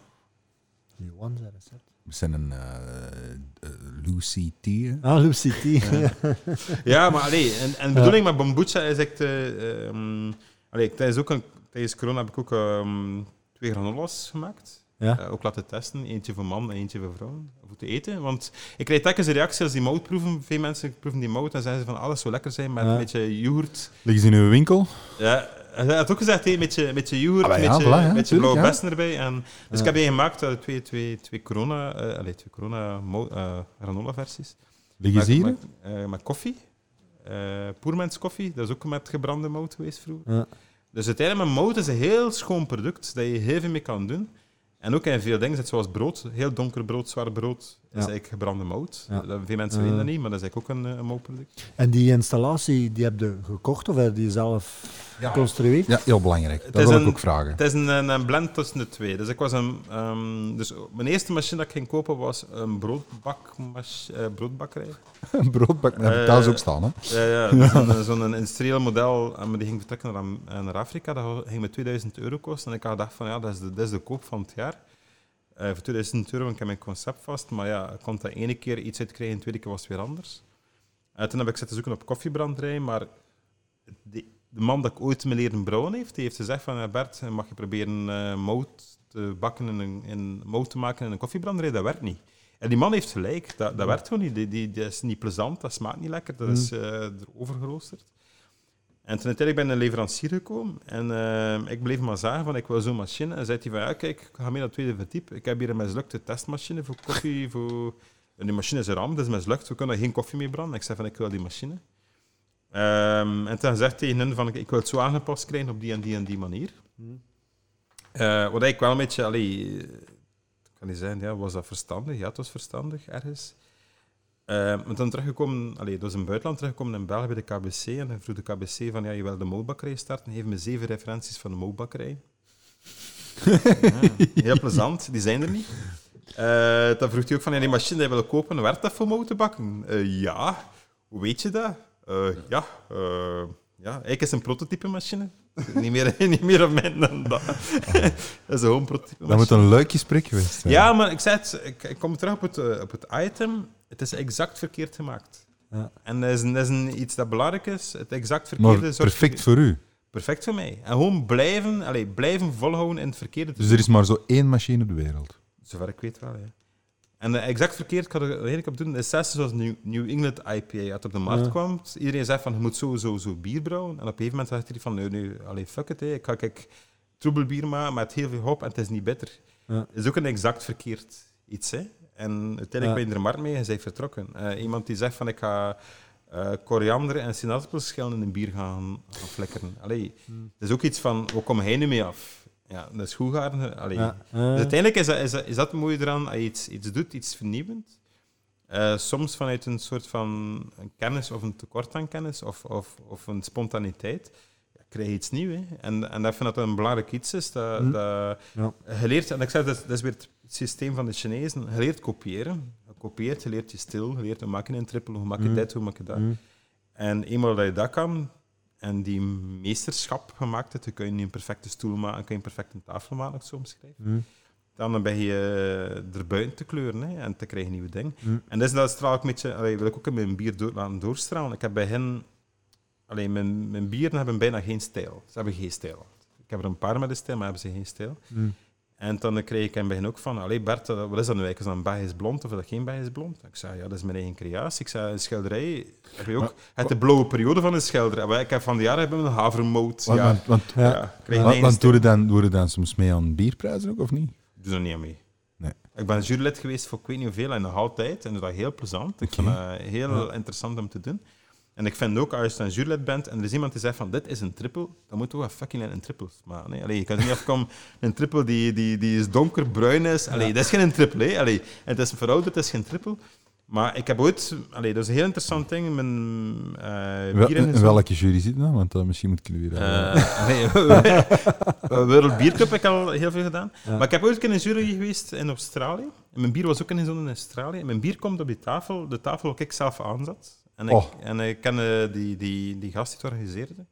Johan zijn recept. We zijn een uh, uh, Lucy Tea. Ah, Lucy Tea. Ja, ja maar allee, en, en de bedoeling ja. met kombucha is echt... Uh, um, allee, tijdens, ook een, tijdens corona heb ik ook um, twee granolas gemaakt. Ja. Uh, ook laten testen. Eentje voor man en eentje voor vrouwen. Voor te eten. Want ik krijg telkens een reactie als die mout proeven. Veel mensen proeven die mout en zeggen ze van alles zou lekker zijn met ja. een beetje yoghurt. Liggen ze in uw winkel? Ja, hij had ook gezegd, een beetje, beetje yoghurt, een ja, beetje, voilà, ja, beetje blauwe ja. bessen erbij. En, dus ja. ik heb die gemaakt, uh, twee, twee, twee corona, uh, allez, twee corona uh, granola versies. Liggen ze hier? Met, uh, met koffie. Uh, Poermens koffie, dat is ook met gebrande mout geweest vroeger. Ja. Dus uiteindelijk, met mout is een heel schoon product, dat je heel veel mee kan doen. En ook in veel dingen, zoals brood, heel donker brood, zwart brood, is ja. eigenlijk gebrande mout. Ja. Dat, veel mensen uh. weten dat niet, maar dat is eigenlijk ook een, een moutproduct. En die installatie, die heb je gekocht of heb je die zelf ja. geconstrueerd? Ja, heel belangrijk. Dat wil een, ik ook vragen. Het is een, een blend tussen de twee. Dus, ik was een, um, dus mijn eerste machine dat ik ging kopen was een broodbakmach- uh, broodbakkerij. Een broodbak, dat heb ik thuis ook staan. Hè? Ja, ja, zo'n, zo'n industrieel model, maar die ging vertrekken naar, naar Afrika. Dat ging me tweeduizend euro kosten. En ik had gedacht van, ja, dat is de, dat is de koop van het jaar. Uh, voor tweeduizend euro, ik heb mijn concept vast. Maar ja, ik kon dat ene keer iets uit krijgen, de tweede keer was het weer anders. Uh, toen heb ik zitten zoeken op koffiebranderij, maar de, de man dat ik ooit me leren brouwen heeft, die heeft gezegd van, ja, Bert, mag je proberen uh, mout te bakken in een, in, mout te maken in een koffiebranderij? Dat werkt niet. En die man heeft gelijk, dat, dat werkt gewoon niet. Die, die, dat is niet plezant, dat smaakt niet lekker, dat is uh, erover geroosterd. En toen uiteindelijk ben ik een leverancier gekomen en uh, ik bleef maar zeggen van ik wil zo'n machine. En zei hij van ja, kijk, ik ga mee naar het tweede verdiep. Ik heb hier een mislukte testmachine voor koffie. Voor... En die machine is er aan, dat is mislukt. We kunnen geen koffie mee branden. Ik zei van ik wil die machine. Um, en toen zegt hij tegen hen van ik wil het zo aangepast krijgen op die en die en die manier. Mm. Uh, wat ik wel een beetje, allee, ik kan niet zeggen, ja, was dat verstandig? Ja, het was verstandig ergens. Uh, maar dan teruggekomen, allee, dus in het buitenland teruggekomen in België bij de K B C. En dan vroeg de K B C van, ja, je wil de moutbakkerij starten. Geef me zeven referenties van de moutbakkerij. Ja, heel plezant, die zijn er niet. Uh, dan vroeg hij ook van, ja, die machine die je wil kopen, werkt dat voor mout te bakken? Uh, ja, hoe weet je dat? Uh, ja, uh, ja, eigenlijk is het een prototype machine. niet, meer, niet meer op mij dan dat. dat is een gewoon prototype machine. Dat moet een leuk gesprek geweest zijn. Ja, maar ik zei het, ik, ik kom terug op het, uh, op het item. Het is exact verkeerd gemaakt. Ja. En dat is, dat is een, iets dat belangrijk is. Het exact verkeerde maar soort perfect voor u. Perfect voor mij. En gewoon blijven, allez, blijven volhouden in het verkeerde. Dus er is maar zo één machine op de wereld? Zover ik weet wel, ja. En uh, exact verkeerd, ik had er eigenlijk op doen, de zesde zoals New, New England I P A dat op de markt ja. kwam. Iedereen zei van, je moet sowieso zo bier brouwen. En op een gegeven moment zegt hij van, nee, nee, allez, fuck it, hey. ik ga kijk, troebelbier maken met heel veel hop en het is niet bitter. Ja. Het is ook een exact verkeerd iets, hè. En uiteindelijk ja. ben je er de markt mee en zij vertrokken. Uh, iemand die zegt van, ik ga uh, koriander en sinaasappelschillen in een bier gaan, gaan flikkeren. Allee, hmm. dat is ook iets van, waar kom hij nu mee af? Ja, dat is goed gaan. Ja. Uh, dus uiteindelijk is dat, is, dat, is dat mooi eraan, als je iets, iets doet, iets vernieuwend. Uh, soms vanuit een soort van een kennis of een tekort aan kennis of, of, of een spontaniteit, ja, krijg je iets nieuws. Hè. En, en dat vind ik dat een belangrijk iets is. Dat, mm. dat ja. je leert, en ik zeg, dat is, dat is weer het systeem van de Chinezen. Je leert kopiëren. Je kopieert, je leert je stil, je leert hoe maak je een trippel, hoe maak je mm. dit, hoe maak je dat. Mm. En eenmaal dat je dat kan, en die meesterschap gemaakt hebt, dan kun je een perfecte stoel maken, kun je een perfecte tafel maken, ik zo omschrijven. Mm. Dan ben je uh, er buiten te kleuren hè, en te krijgen nieuwe dingen. Mm. En dus dat straal ik een beetje, allee, wil ik ook in mijn bier door, laten doorstralen. Ik heb bij hen, allee, mijn, mijn bieren hebben bijna geen stijl. Ze hebben geen stijl. Ik heb er een paar met een stijl, maar hebben ze geen stijl. Mm. En dan kreeg ik in bij hen ook van, allee Bert, wat is dat nu eigenlijk? Is dat een Belgisch blond of is dat geen Belgisch blond? Ik zei, ja, dat is mijn eigen creatie. Ik zei, een schilderij, heb je ook, maar, het de blauwe periode van een schilderij. Ik heb van die jaren hebben we een havermout. Want, ja, want, want, ja, ja, want, want doe je dan, doe je dan soms mee aan bierprijzen ook, of niet? Ik doe er niet aan mee. Nee. Ik ben jurylid geweest voor ik weet niet hoeveel en nog altijd. En dat is heel plezant. Ik vind het heel Ja. interessant om te doen. En ik vind ook, als je een jurylid bent en er is iemand die zegt van dit is een triple, dan moet je ook een fucking een triple maken. Nee? Allee, je kan niet afkomen een triple die, die, die is donkerbruin is. Allee, Ja. dat is geen triple. Hè? Allee, het is verouderd, het is geen triple. Maar ik heb ooit... Allee, dat is een heel interessant ding. Mijn uh, Wel, bier in ingezonden. welke jury zit dat? Want uh, misschien moet ik jullie weer... Uh, Uh, nee, World Beer Cup heb ik al heel veel gedaan. Ja. Maar ik heb ooit in een jury geweest in Australië. En mijn bier was ook ingezonden in Australië. En mijn bier komt op die tafel, de tafel waar ik zelf aanzat. En ik, Oh. en ik ken uh, die, die, die gast die het organiseerde.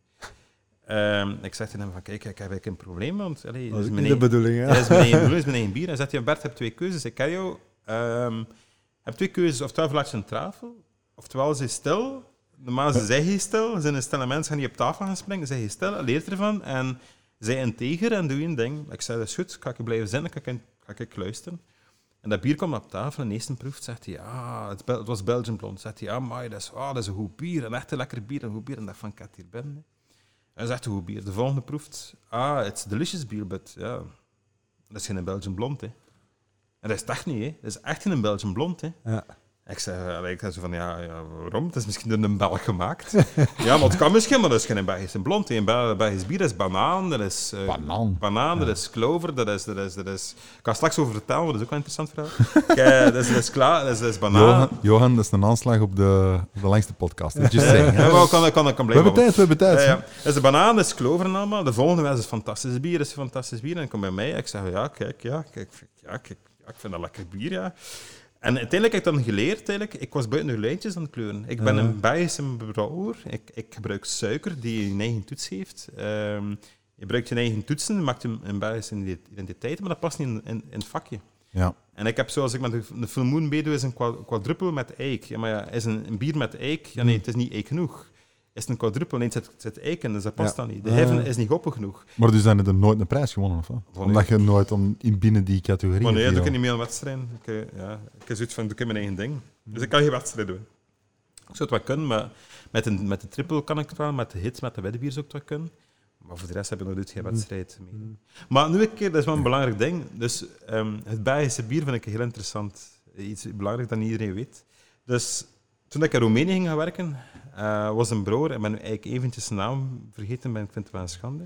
Um, ik zeg tegen hem van, kijk, ik heb eigenlijk een probleem, want allee, Dat dat is is niet mijn de eigen- bedoeling, hè? dat is mijn eigen bedoeling, dat is mijn eigen bier. En zegt hij, Bert, je hebt twee keuzes. Ik ken jou. Um, je hebt twee keuzes. Oftewel verlaat je een tafel, oftewel ze stil. Normaal zeg je stil. Zijn een stille mensen gaan niet op tafel gaan springen. Zeg je stil, leer ervan en zij integer en doe je een ding. Ik zei, dat is goed, ga ik blijven zitten, ga ik, ga ik luisteren. En dat bier komt op tafel en de eerste proeft, zegt hij, ja, het, Bel- het was Belgian Blond. Zegt hij, ja, maar dat is, oh, dat is een goed bier, een echt een lekker bier, een goed bier. En dat van, ik had hier binnen. En dat is echt een goed bier. De volgende proeft, ah, it's delicious beer, but ja, dat is geen Belgian Blond, hè. En dat is het echt niet, hè. Dat is echt geen Belgian Blond, hè. Ja. Ik zei, ik zei zo van, ja, ja, waarom? Het is misschien door een Belg gemaakt. Ja, maar het kan misschien, maar dat is geen Belgische blond. Een Bel- Belgisch bier, dat is banaan, dat is... Uh, Banaan. Banaan, dat is clover, dat is, dat is, dat is... Ik kan straks over vertellen, want dat is ook wel een interessant verhaal. Kijk, dat is, dat is, klaar, dat is, dat is banaan. Johan, Johan, dat is een aanslag op de, op de langste podcast. Just saying. Ja, maar ik kan, ik kan, ik kan We blijven. hebben tijd, we hebben tijd. Ja, ja. Dat is de banaan, dat is clover en allemaal. De volgende was is fantastisch bier, dat is een fantastisch bier. En dan komt bij mij, ik zeg, ja, kijk, ja, kijk, ja, kijk, ja, ik vind dat lekker bier, ja. En uiteindelijk heb ik dan geleerd, eigenlijk, ik was buiten de lijntjes aan het kleuren. Ik ben Ja. een Belgische brouwer. Ik, ik gebruik suiker die een eigen toets heeft. Um, je gebruikt je eigen toetsen, je maakt een, een Belgische identiteit, maar dat past niet in, in, in het vakje. Ja. En ik heb, zoals ik met de, de Full Moon meedoe, is een kwa- quadruple met eik. Ja, maar ja, is een, een bier met eik? Ja, nee, het is niet eik genoeg. Is het een quadruple? Nee, het zit, het zit eik in, dus dat past Ja. dan niet. De Ja. heffen is niet hoppig genoeg. Maar dus dan heb je nooit een prijs gewonnen, of wat? Volledig. Omdat je nooit om, in binnen die categorie... Maar nee, dat viel. doe ik niet meer aan wedstrijden. Ik, eh, ja, ik heb zoiets van, doe ik mijn eigen ding. Dus ik kan geen wedstrijd doen. Ik zou het wel kunnen, maar met, een, met de triple kan ik het wel. Met de hits, met de weddenbier zou ik het wel kunnen. Maar voor de rest heb ik nog nooit geen wedstrijd mee. Maar nu een keer, dat is wel een belangrijk ding. Dus um, het Belgische bier vind ik heel interessant. Iets belangrijk dat niet iedereen weet. Dus toen ik in Roemenië ging gaan werken, uh, was een brouwer, ik ben nu eigenlijk eventjes zijn naam vergeten, maar ik vind het wel een schande.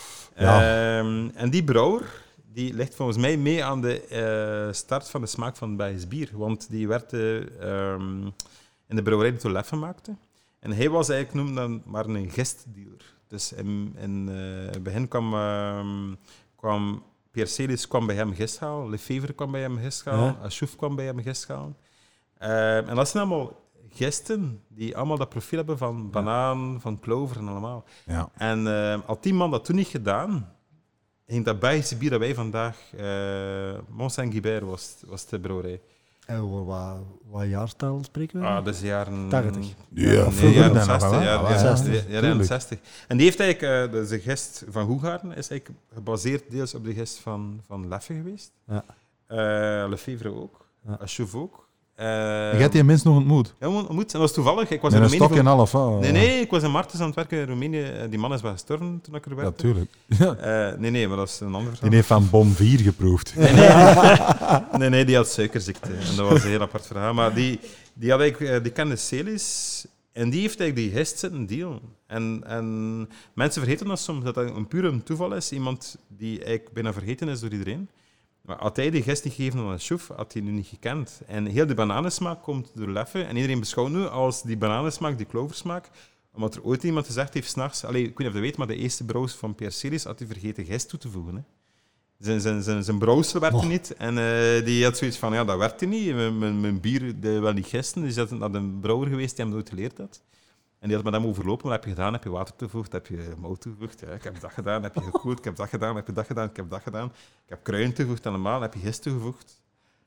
Ja. Um, en die brouwer, die ligt volgens mij mee aan de uh, start van de smaak van het Belgisch bier. Want die werd uh, um, in de brouwerij die Toleffen maakte. En hij was eigenlijk noemde dan maar een gestdealer. Dus in, in uh, het begin kwam, uh, kwam Pierre Celis kwam bij hem gist halen, Lefevre kwam bij hem gist halen, Ja. Achouf kwam bij hem gist halen. Uh, en dat zijn allemaal gisten die allemaal dat profiel hebben van banaan, van clover en allemaal. Ja. En uh, al tien man dat toen niet gedaan, ging dat Belgische bier dat wij vandaag, uh, Mont Saint-Guibert was, was de brouwerij. En over wat, wat jaartal spreken we? Ah, dat is de jaren... tachtig. Ja, nee, vroeger jaren dan, zestig. maar wel. Ja, Ah, ja, ja, zestig, ja, ja, jaren tuurlijk. zestig. En die heeft eigenlijk, uh, dat is de gist van Hoegaarden, is eigenlijk gebaseerd deels op de gist van, van Leffe geweest. Ja. Uh, Lefevre ook, Ja. Achouf ook. Uh, Je hebt die mensen nog ontmoet. Ja, ontmoet. En dat was toevallig. Ik was Met in een Roemenië stok en voor- half. ah. Nee, nee, ik was in Martens aan het werken in Roemenië. Die man is wel gestorven toen ik er Ja, werkte. tuurlijk. Ja. Uh, nee, nee, maar dat is een ander verhaal. Die heeft van Bom vier geproefd. Nee, nee, nee, nee, die had suikerziekte. En dat was een heel apart verhaal. Maar die, die, had eigenlijk, eh, die kende Celis en die heeft eigenlijk die gist zitten dealen. En, en mensen vergeten dat soms, dat dat een puur een toeval is. Iemand die eigenlijk bijna vergeten is door iedereen. Maar had hij die gist niet gegeven aan een chouf, had hij nu niet gekend. En heel de bananensmaak komt door Leffe. En iedereen beschouwt nu als die bananensmaak, die cloversmaak. Omdat er ooit iemand gezegd heeft, s'nachts... Allee, ik weet niet of je weet, maar de eerste brouws van Pierre Celis had hij vergeten gist toe te voegen. Hè. Zijn, zijn, zijn, zijn brouwsel werkte Oh. niet. En uh, die had zoiets van, ja, dat werkte niet. Mijn, mijn, mijn bier die wil niet gisten. Dus dat is naar een brouwer geweest die hem nooit geleerd had. En die had met hem overlopen. Wat heb je gedaan? Heb je water toegevoegd? Heb je mout toegevoegd? Ja, ik heb dat gedaan. Heb je gekoeld? Ik heb dat gedaan. Heb je dat gedaan? Ik heb dat gedaan. Ik heb kruiden toegevoegd allemaal. Heb je gist toegevoegd?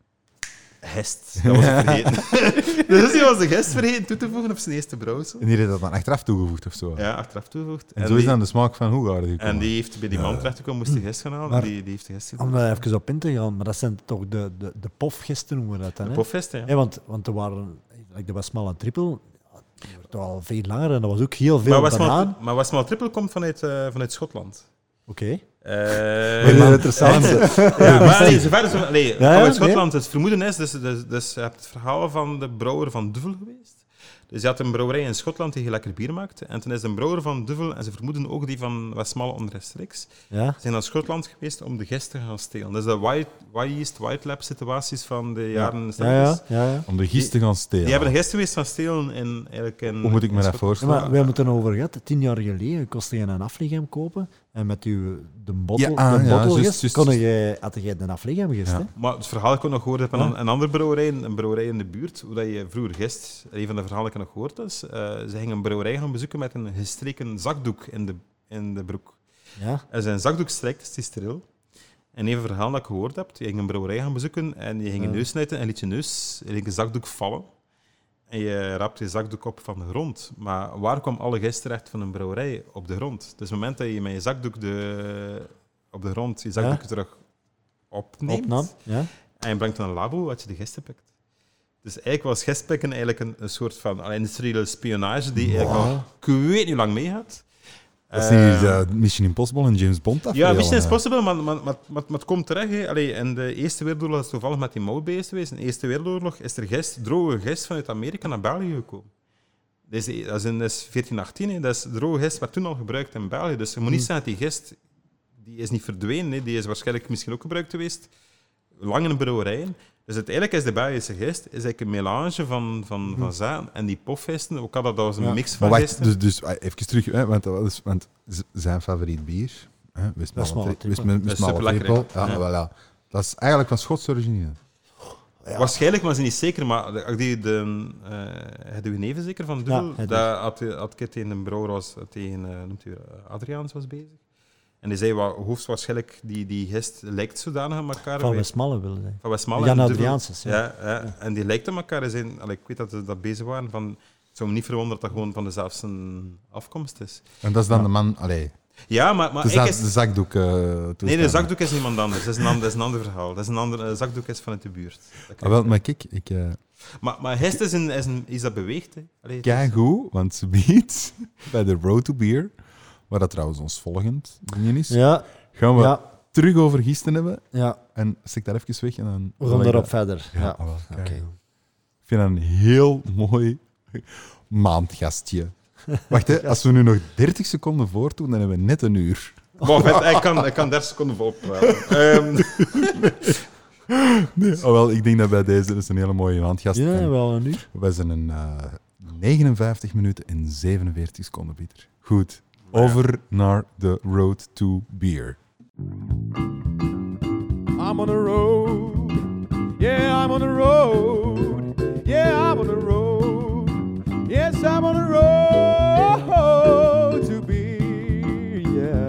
Gist. Dat was ik vergeten. Dus die was de gist vergeten toe te voegen op zijn eerste brouwsel. En die heeft dat dan achteraf toegevoegd of zo. Ja, achteraf toegevoegd. En zo is die, dan de smaak van Hoegaarden gekomen. en die heeft bij die man terechtgekomen, moest de gist gaan halen. Maar- Die, die heeft de gist gedaan. Om daar even op in te gaan, maar dat zijn toch de, de, de pofgisten noemen we dat dan, De hè? pofgist, ja. Ja, want, want er waren, like, dat was smal en triple, die werd al veel langer en dat was ook heel veel Maar Westmaal, banaan. maar Westmaal Triple komt vanuit, uh, vanuit Schotland. Oké. Eh, Heel interessant. ja, maar nee, zover zo, nee, Ja, ja, uit Schotland, nee. het vermoeden is, dus, dus, dus je hebt het verhaal van de brouwer van Duvel geweest. Dus je had een brouwerij in Schotland die lekker bier maakte. En toen is de brouwer van Duvel, en ze vermoeden ook die van Westmalle onrechtstreeks, Ja. zijn naar Schotland geweest om de gist te gaan stelen. Dus de white, white yeast, white lab situaties van de jaren Ja, zestig. ja, ja, ja. Om de gist te gaan stelen. Die hebben de gist geweest van stelen in, eigenlijk in... Hoe moet ik me in dat Schotland. Ja, voorstellen? maar we hebben het erover gehad. Tien jaar geleden kostte je een afligem kopen. En met uw, de bottel, Ja, ah, de ja, bottelgist juist, juist. kon je, had je een afligem gist. Ja. Hè? Maar het verhaal dat ik ook nog gehoord heb van Ja. een, een andere brouwerij, een brouwerij in de buurt, hoe dat je vroeger gist, een van de verhalen dat ik nog gehoord is, uh, ze gingen een brouwerij gaan bezoeken met een gestreken zakdoek in de, in de broek. Ja. En zijn zakdoek strijkt, is die steril. En even een verhaal dat ik gehoord heb, je ging een brouwerij gaan bezoeken en je ging je Ja. neus snuiten en liet je neus, je liet je zakdoek vallen. En je raapt je zakdoek op van de grond. Maar waar kwam alle gist terecht van een brouwerij? Op de grond. Dus op het moment dat je met je zakdoek de, op de grond je zakdoek Ja. terug opneemt, Opnam. Ja. en je brengt dan een labo wat je de gisten pikt. Dus eigenlijk was gistpikken eigenlijk een, een soort van allee, industriële spionage die eigenlijk al ik weet niet hoe lang meegaat. Dat is Eh, niet uh, Mission Impossible en James Bond ja, aflevering, Mission is hè. possible, maar, maar, maar, maar, maar het komt terecht. Hè. Allee, in de Eerste Wereldoorlog is het toevallig met die moutbeesten geweest. In de Eerste Wereldoorlog is er gist, droge gist vanuit Amerika naar België gekomen. Dat is, dat is in dat is veertien achttien, hè. Dat is droge gist werd toen al gebruikt in België. Dus je moet niet zeggen dat die gist die is niet verdwenen. Hè. Die is waarschijnlijk misschien ook gebruikt geweest. Lang in brouwerijen. Dus uiteindelijk is de Belgische gist is eigenlijk een melange van, van, van zaden. En die pofgisten, ook al dat was een Ja. mix van Maar wacht, gisten. dus, dus uh, even terug, hè, want, dat was, want z- zijn favoriet bier, hè, Westmalle Westmalle Dat is superlekker, hè? Ja, Ja. wel, ja. Dat is eigenlijk van Schots origine. Waarschijnlijk, maar ze niet zeker. Maar de, die, de, uh, heb je neven zeker van Duvel? Ja, hij dat had, had ik tegen een brouwer, was, tegen uh, noemt u, Adriaans was bezig. En die zei, wat, hoogstwaarschijnlijk, die, die gist lijkt zodanig aan elkaar. Van Wij- Westmalle wilde hij. van Westmalle Jan en Duvel. Adriaanses. Ja. Ja, ja. En die lijkt aan elkaar. Ze Zijn, allee, ik weet dat ze dat bezig waren. Van, het zou me niet verwonderen dat dat gewoon van dezelfde afkomst is. En dat is dan Ja. de man, allee, Ja, maar, maar de, ik za- is... de zakdoek. Uh, Nee, de toestanden. zakdoek is iemand anders. Dat is een ander, dat is een ander verhaal. Dat is een ander, de zakdoek is vanuit de buurt. Dat kan Ah, wel, ik- maar kijk, ik uh, maar, maar gist is, een, is, een, is dat beweegt. Hè. Allee, het is- kijk goed, want ze biedt bij de Road to Beer, waar dat trouwens ons volgend ding is, Ja, gaan we ja, terug over gisten hebben. ja. En stik daar even weg en dan... We gaan erop verder. Ja, Ja. ah, wel, kijk. Oké. Ik vind dat een heel mooi maandgastje. Wacht, hè, als we nu nog dertig seconden voortdoen, dan hebben we net een uur. Bon, vet, ik, kan, ik kan dertig seconden volpraten. Um, Nee. Oh, wel, ik denk dat bij deze dus een hele mooie maandgast. Ja, En wel een uur. wij zijn een uh, negenenvijftig minuten en zevenenveertig seconden, Pieter. Goed, over naar de Road to Beer. I'm on the road. Yeah, I'm on the road. Yeah, I'm on the road. Yes, I'm on the road to be. Yeah.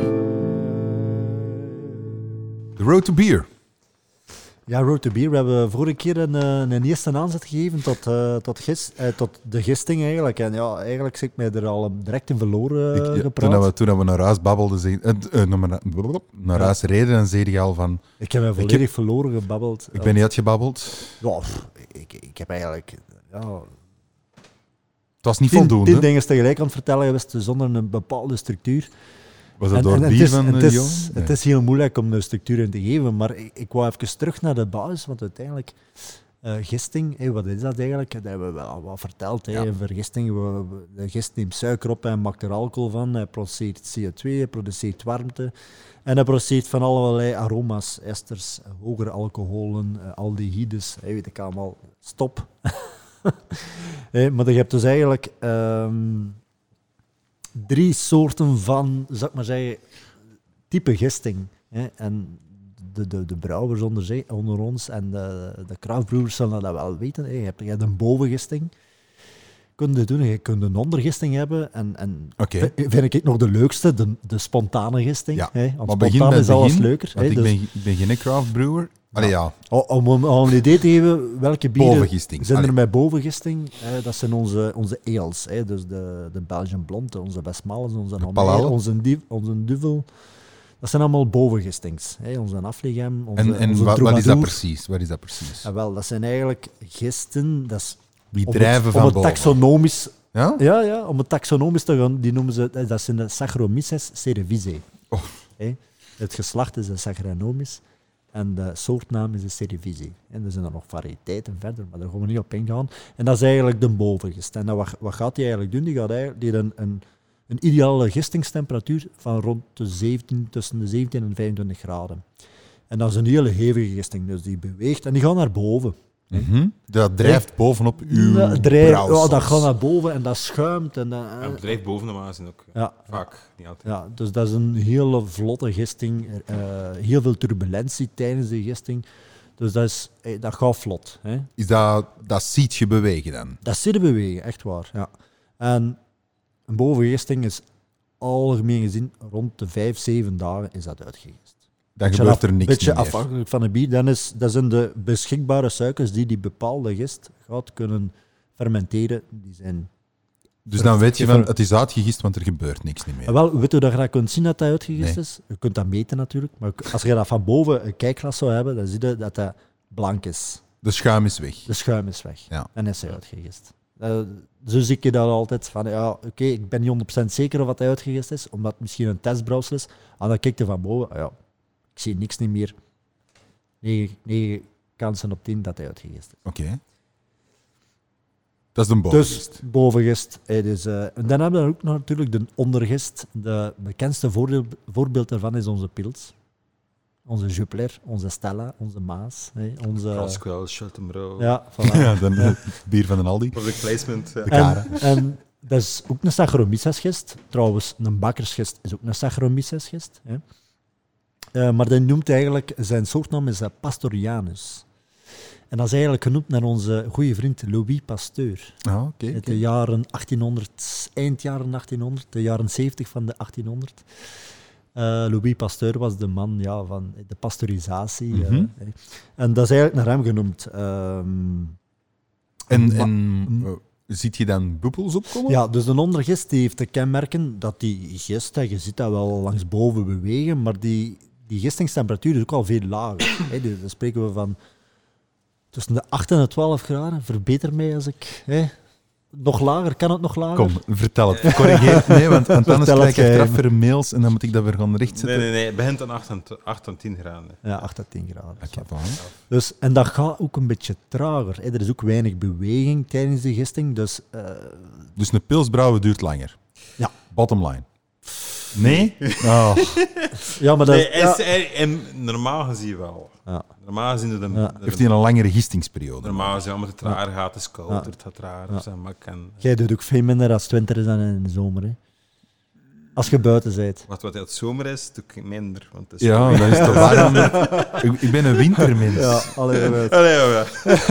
De Road to Beer. Ja, Road to Beer. We hebben vorige keer een, eh, een eerste aanzet gegeven tot, uh, tot, gist, uh, tot de gisting eigenlijk. En ja, eigenlijk zit ik mij er al direct in verloren Ik, uh, ja, gepraat. toen, dat we, toen dat we naar huis babbelden, zei, uh, uh, naar, naar, naar Ja. huis reden, dan zei hij al van... Ik heb mij volledig heb- verloren gebabbeld. Ik ben niet uitgebabbeld. Ja, pff, ik, ik heb eigenlijk... Ja, Het was niet tien, voldoende. tien dingen tegelijk aan het vertellen geweest zonder een bepaalde structuur. Was dat En- door en het het bier is- van het uh, is, Johan? Nee. Het is heel moeilijk om een structuur in te geven, maar ik, ik wou even terug naar de basis, want uiteindelijk, uh, gisting, hey, wat is dat eigenlijk? Dat hebben we wel al wat verteld. Hey, Ja. Vergisting, we, we- de gist neemt suiker op en maakt er alcohol van, hij produceert C O twee, hij produceert warmte en hij produceert van allerlei aroma's, esters, hogere alcoholen, uh, aldehydes, hey, weet ik allemaal, stop. Hey, maar je hebt dus eigenlijk... ehm, drie soorten van, zou ik maar zeggen, type gisting. Hè? En de, de, de brouwers onder, zee, onder ons en de, de craftbrewers zullen dat wel weten. Hè? Je hebt, je hebt een bovengisting. Kun je doen, je kunt een ondergisting hebben. En, en Oké. v- vind ik nog de leukste, de, de spontane gisting. Ja, Hè? Want maar begin spontaan bij is het alles begin, leuker. Want Hè? ik, Dus, ben, ik ben geen craft brewer. Allee, ja, om, om, om een idee te geven, welke bieren bovengisting. zijn er Allee. met bovengisting? Hè? Dat zijn onze, onze ales. Hè? Dus de, de Belgian Blond, onze Westmalen, onze Nomer, Palale. onze, div, onze Duvel. Dat zijn allemaal bovengistings. Hè? Onze Afligem, onze, En, en onze wat, wat is dat Troubadour. precies? Wat is dat precies? Ja, wel, dat zijn eigenlijk gisten. Dat is Wie om drijven het, van om het boven? taxonomisch, Ja? ja, ja, om het taxonomisch te gaan, die noemen ze, dat zijn de Saccharomyces cerevisiae. Oh. Hè? Het geslacht is de Saccharomyces en de soortnaam is de Cerevisiae. En er zijn er nog variëteiten verder, maar daar gaan we niet op ingaan. En dat is eigenlijk de bovengist. En dat, wat, wat gaat die eigenlijk doen? Die gaat eigenlijk die een, een, een ideale gistingstemperatuur van rond de zeventien, tussen de zeventien en vijfentwintig graden. En dat is een hele hevige gisting, dus die beweegt en die gaat naar boven. Mm-hmm. Dat drijft bovenop uw Dat, drijf, brouwsels. ja, dat gaat naar boven en dat schuimt. En dat, Ja, bedrijf boven de maas ook. ja, Vaak, niet altijd. ja, dus dat is een hele vlotte gisting. Uh, heel veel turbulentie tijdens de gisting. Dus dat, is, eh, dat gaat vlot. Hè. Is dat, dat ziet je bewegen dan? Dat zit te bewegen, echt waar. Ja. En een bovengisting is algemeen gezien rond de vijf, zeven dagen is dat uitgegist. Dan Beetje gebeurt af- er niks beetje meer. afhankelijk van het bier. Dan is, dat zijn de beschikbare suikers die die bepaalde gist gaat kunnen fermenteren. Die zijn... Dus dan weet je van, het is uitgegist, want er gebeurt niks niet En meer. wel, weet je dat je dat kunt zien dat dat uitgegist Nee. is? Je kunt dat meten natuurlijk. Maar als je dat van boven een kijkglas zou hebben, dan zie je dat dat blank is. De schuim is weg. De schuim is weg. Ja. En is hij uitgegist. Uh, zo zie ik dat altijd. Van, ja, oké, okay, ik ben niet honderd procent zeker of dat hij uitgegist is, omdat het misschien een testbrouwsel is. En dan kijk je van boven, ja, ik zie niks niet meer. negen, negen kansen op tien dat hij uitgegist is. Oké. Okay. Dat is de bovengist. Dus bovengist. Hey, dus, uh, en dan hebben we ook nog natuurlijk de ondergist. De bekendste voordeel, voorbeeld daarvan is onze pils. Onze Jupiler, onze Stella, onze Maas. Hey, onze... Kraskwel, Schultenbrouw. Ja, voilà. Ja, dan het bier van een Aldi. Public placement. Ja. De karen. En, en dat is ook een Saccharomyces-gist. Trouwens, een bakkersgist is ook een Saccharomyces-gist. Hè. Uh, maar die noemt eigenlijk, zijn soortnaam is uh, Pastorianus. En dat is eigenlijk genoemd naar onze goede vriend Louis Pasteur. Ah, oké. Okay, Uit okay. de jaren achttienhonderd, eind jaren achttienhonderd, de jaren zeventig van de achttienhonderd. Uh, Louis Pasteur was de man ja, van de pasteurisatie. Mm-hmm. Uh, en dat is eigenlijk naar hem genoemd. Um, en en uh, ziet je dan bubbels opkomen? Ja, dus een ondergist die heeft te kenmerken dat die gist, je ziet dat wel langs boven bewegen, maar die, die gistingstemperatuur is ook al veel lager. Hè. Dus dan spreken we van tussen de acht en de twaalf graden. Verbeter mij als ik... Hè. Nog lager, kan het nog lager? Kom, vertel het. Corrigeer het. Nee, want, want anders krijg ik geheim. treffer mails en dan moet ik dat weer gaan rechtzetten. Nee, nee, nee. Het begint aan acht en tien graden. Ja, acht à tien graden. Okay, dus, en dat gaat ook een beetje trager. Hè. Er is ook weinig beweging tijdens de gisting. Dus, uh... dus een pils brouwen duurt langer? Ja. Bottom line. Nee? Oh. Ja, maar dat... Nee, ja. is, en normaal gezien wel. Ja. Normaal gezien de, de, Ja. de, Heeft hij een langere gistingsperiode? normaal gezien, omdat het trager gaat, het is koud, Ja. het gaat trager. Ja. Ja. Maar kan, Jij doet ook veel minder als het winter is dan in de zomer. Hè. Als je buiten bent. wat, wat het zomer is, doe ik minder. Want het is Ja, dat is te warm. ik, ik ben een wintermens. Ja, alleen maar. Allee, ja,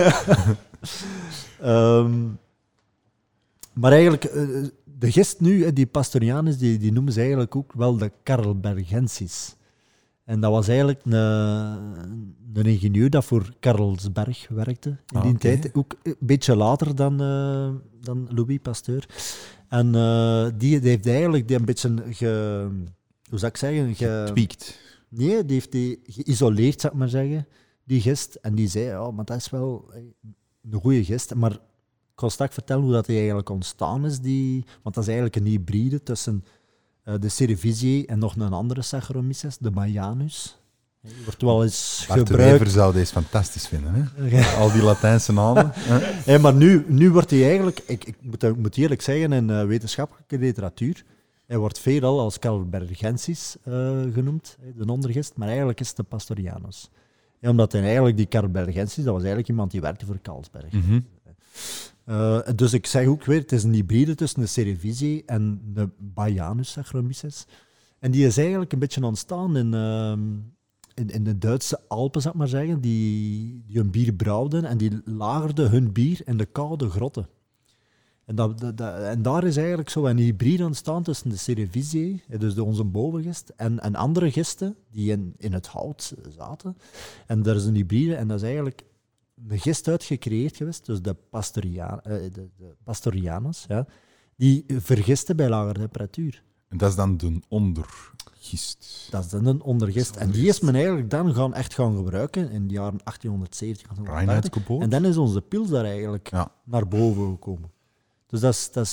ja. um, maar eigenlijk, uh, de gist nu, die Pastorianus, die, die noemen ze eigenlijk ook wel de Carlsbergensis. En dat was eigenlijk een, een ingenieur dat voor Carlsberg werkte in Ah, die okay. tijd. Ook een beetje later dan, uh, dan Louis Pasteur. En uh, die, die heeft eigenlijk die een beetje ge, hoe zou ik zeggen? Ge, Getweakt. Nee, die heeft die geïsoleerd, zou ik maar zeggen, die gist. En die zei, ja, maar dat is wel een goede gist. Maar ik kan straks vertellen hoe dat die eigenlijk ontstaan is. Die, want dat is eigenlijk een hybride tussen uh, de Cerevisiae en nog een andere Saccharomyces, de Majanus. Die wordt wel eens Bart de gebruikt. Wever zou deze fantastisch vinden. Hè? Al die Latijnse namen. Hè? Hey, maar nu, nu wordt hij eigenlijk, ik, ik, moet, ik moet eerlijk zeggen, in uh, wetenschappelijke literatuur, hij wordt veelal als Carlsbergensis uh, genoemd, de ondergist, maar eigenlijk is het de Pastorianus. Ja, omdat hij eigenlijk die Carlsbergensis, dat was eigenlijk iemand die werkte voor Carlsberg. Mm-hmm. Uh, dus ik zeg ook weer, het is een hybride tussen de Cerevisiae en de Bajanus Saccharomyces. En die is eigenlijk een beetje ontstaan in, uh, in, in de Duitse Alpen, zou ik maar zeggen, die, die hun bier brouwden en die lagerden hun bier in de koude grotten. En, dat, dat, dat, en daar is eigenlijk zo een hybride ontstaan tussen de Cerevisiae, dus de, onze bovengist, en, en andere gisten die in, in het hout zaten. En daar is een hybride en dat is eigenlijk een gist uitgecreëerd geweest, dus de, Pastoria, uh, de, de Pastorianus, ja, die vergisten bij lage temperatuur. En dat is dan de ondergist. Dat is dan een ondergist. En die is men eigenlijk dan gaan, echt gaan gebruiken in de jaren achttienhonderdzeventig. Reinheitsgebot. En dan is onze pils daar eigenlijk Ja. naar boven gekomen. Dus dat is, dat is,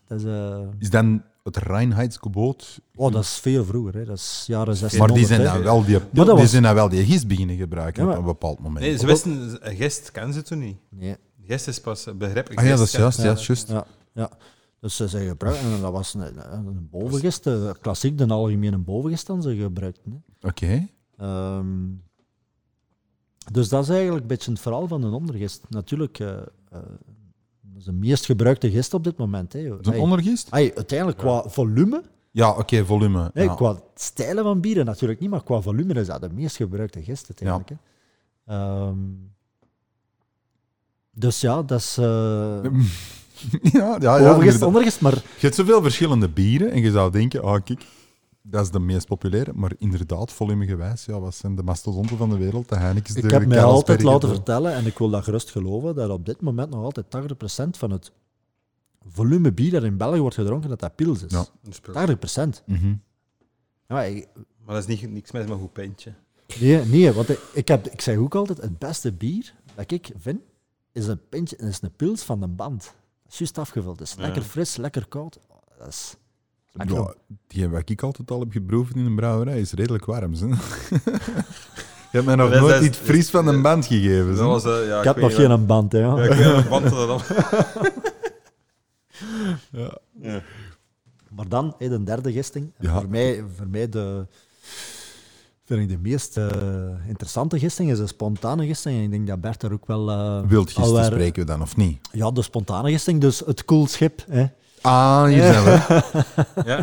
Dat is, uh... Is dan het Reinheitsgebot? Oh, dat is veel vroeger. Hè. Dat is jaren zestienhonderd. Maar die zijn dan wel die, Maar dat die, was- zijn dan wel die gist beginnen gebruiken Ja, op maar- een bepaald moment. Nee, ze wisten, gist kennen ze toen niet. Nee. Gist is pas een begrip. Ah ja, dat is Gist juist. kennen Ja, ze- juist. Ja, ja. Dus ze zijn gebruikt. En dat was een, een bovengist. eh, Klassiek, de algemene bovengist dan ze gebruikten. Hè. Oké. Ehm, dus dat is eigenlijk een beetje het verhaal van een ondergist. Natuurlijk, eh, eh, dat is de meest gebruikte gist op dit moment. Hè. Is een Ai, ondergist? ai, uiteindelijk qua volume, Ja, oké, volume. hè, Ja. qua stijlen van bieren natuurlijk niet, maar qua volume is dat de meest gebruikte gist uiteindelijk. Hè. Ehm, dus ja, dat is uh, ja, ja, ja. overgist, inderdaad. ondergist, maar Je hebt zoveel verschillende bieren en je zou denken, ah kijk, dat is de meest populaire. Maar inderdaad, volumegewijs, ja, wat zijn de mastodonten van de wereld? De Heinekens, ik de heb mij Carlsbergen, altijd laten de- vertellen, en ik wil dat gerust geloven, dat op dit moment nog altijd tachtig procent van het volume bier dat in België wordt gedronken, dat dat pils is. Ja. Een spul. tachtig procent. Mhm. Ja, ik- Maar dat is niet, niks met een goed pintje. nee, nee, want ik, ik, heb, ik zeg ook altijd, het beste bier dat ik vind, is een pintje, is een pils van de band. Dat is juist afgevuld. Dat is Ja. lekker fris, lekker koud. Oh, dat is lekker. Ja, die wat ik altijd al heb geproefd in een brouwerij is redelijk warm. Hè? Je hebt mij nog Dat is- nooit dat is- iets fris van een band gegeven. Dat hè? was, eh, ja, ik had weet nog niet geen band, hè. Ja. wat- Ja, ik weet niet wat dat dan... Ja. Ja. Maar dan, hè, de derde gisting. En Ja. Voor, mij, voor mij de, vind ik de meest eh, interessante gisting is de spontane gisting. En ik denk dat Bert daar ook wel... eh, Wildgisten alweer- spreken we dan, of niet? Ja, de spontane gisting, dus het koelschip. Hè. Ah, hier zijn we. Ja.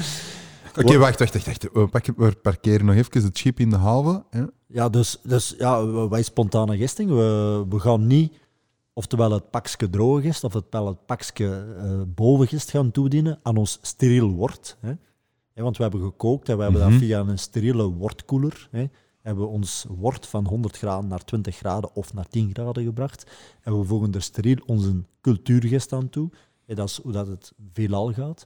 Oké, wacht, wacht, wacht. wacht. We, pakken, we parkeren nog even het schip in de haven. Hè? Ja, dus, dus ja, wij spontane gisting. We, we gaan niet, oftewel het pakje droge gist of het, wel het pakje uh, bovengist gaan toedienen aan ons steriel wort. Hè. Ja, want we hebben gekookt en we hebben Mhm. dat via een steriele wortkoeler. Hè, hebben we ons wort van honderd graden naar twintig graden of naar tien graden gebracht. En we voegen er steriel onze cultuurgist aan toe. Hè, dat is hoe dat het veelal gaat.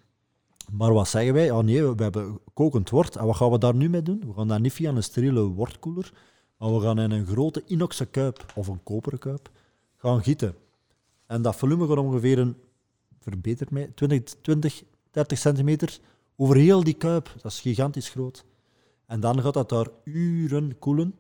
Maar wat zeggen wij? Oh nee, we hebben kokend wort. En wat gaan we daar nu mee doen? We gaan dat niet via een steriele wortkoeler, maar we gaan in een grote inoxen kuip of een koperen kuip gaan gieten. En dat volume gaat ongeveer een, verbeter mij, twintig, twintig, dertig centimeter over heel die kuip. Dat is gigantisch groot. En dan gaat dat daar uren koelen.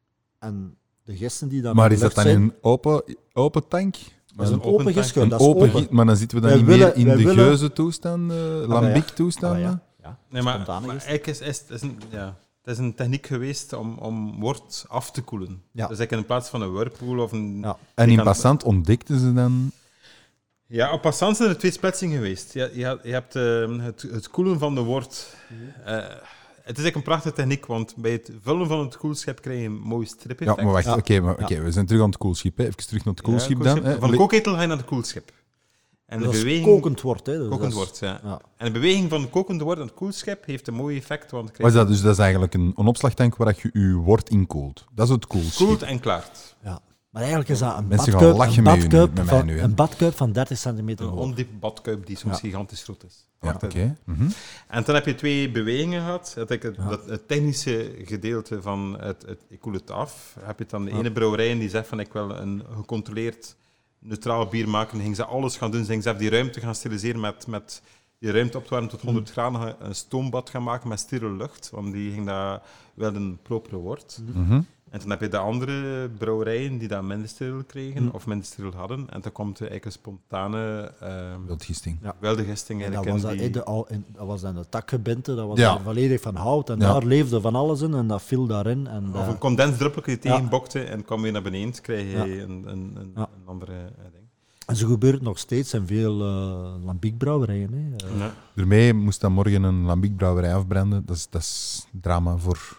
En de gisten die dan Maar in de is dat lucht dan in zijn, een open, open tank? dat is een open open tank? gistkuip. Een Dat is open open. gi- maar dan zitten we dan Wij niet willen- meer in wij de willen- geuze toestand, uh, lambiek toestand. Ah, ja. Ja. Nee, maar, Spontane maar gist. eigenlijk is, is, het is een, ja, het is een techniek geweest om, om wort af te koelen. Ja. Dus eigenlijk in plaats van een whirlpool of een... Ja. En Je in kan- passant ontdekten ze dan... Ja, op passant zijn er twee splitsingen geweest. Je, je, je hebt eh, het, het koelen van de wort. Eh, het is eigenlijk een prachtige techniek, want bij het vullen van het koelschip krijg je een mooi strip-effect. Ja, maar wacht, Ja. oké, maar, Ja. oké, we zijn terug aan het koelschip. Hè. Even terug naar het Ja, koelschip koelschip. dan. Hè. Van de Le- kookketel ga je naar het koelschip. En de Dat is beweging... kokend wort. Hè. Dus kokend dat is- wort, ja. Ja. En de beweging van het kokende wort en het koelschip heeft een mooi effect, want je Wat is krijgt dat? Dus dat is eigenlijk een, een opslagtank waar je je wort in koelt. Dat is het koelschip. koelt en klaart. Ja. Maar eigenlijk is dat een Mensen gaan badkuip, lachen een met u nu- badkuip, met mij van, nu, hè. een badkuip van dertig centimeter Een hoog. ondiep badkuip die soms Ja. gigantisch groot is. Ja, Altijd. oké. Mhm. En dan heb je twee bewegingen gehad. Het, het, Ja. dat, het technische gedeelte van het, het ik koel het af. Heb je dan de Ja. ene brouwerij die zegt van ik wil een gecontroleerd neutraal bier maken. Dan ging ze alles gaan doen. Ze ging zelf die ruimte gaan steriliseren met, met die ruimte op te warmen tot honderd graden. Een stoombad gaan maken met steriele lucht. Want die ging dat wel een propere wort. Mhm. En dan heb je de andere brouwerijen die dat minder steriel kregen Mm. of minder steriel hadden. En dan komt er eigenlijk een spontane ehm Wildgisting. Ja. wilde gisting En dat eigenlijk was, in dat, die... hè, de, al- in- dat was dan de takgebinte, dat was Ja. dan volledig van hout. En Ja. daar leefde van alles in en dat viel daarin. En Of dat- een condensdruppelje die Ja. tegenbokte en kwam weer naar beneden, dan krijg je Ja. een, een, een, Ja. een andere eh, ding. en zo gebeurt het nog steeds in veel uh, lambiekbrouwerijen. Hè. Eh, Ja. Daarmee moest dan morgen een lambiekbrouwerij afbranden. Dat is, dat is drama voor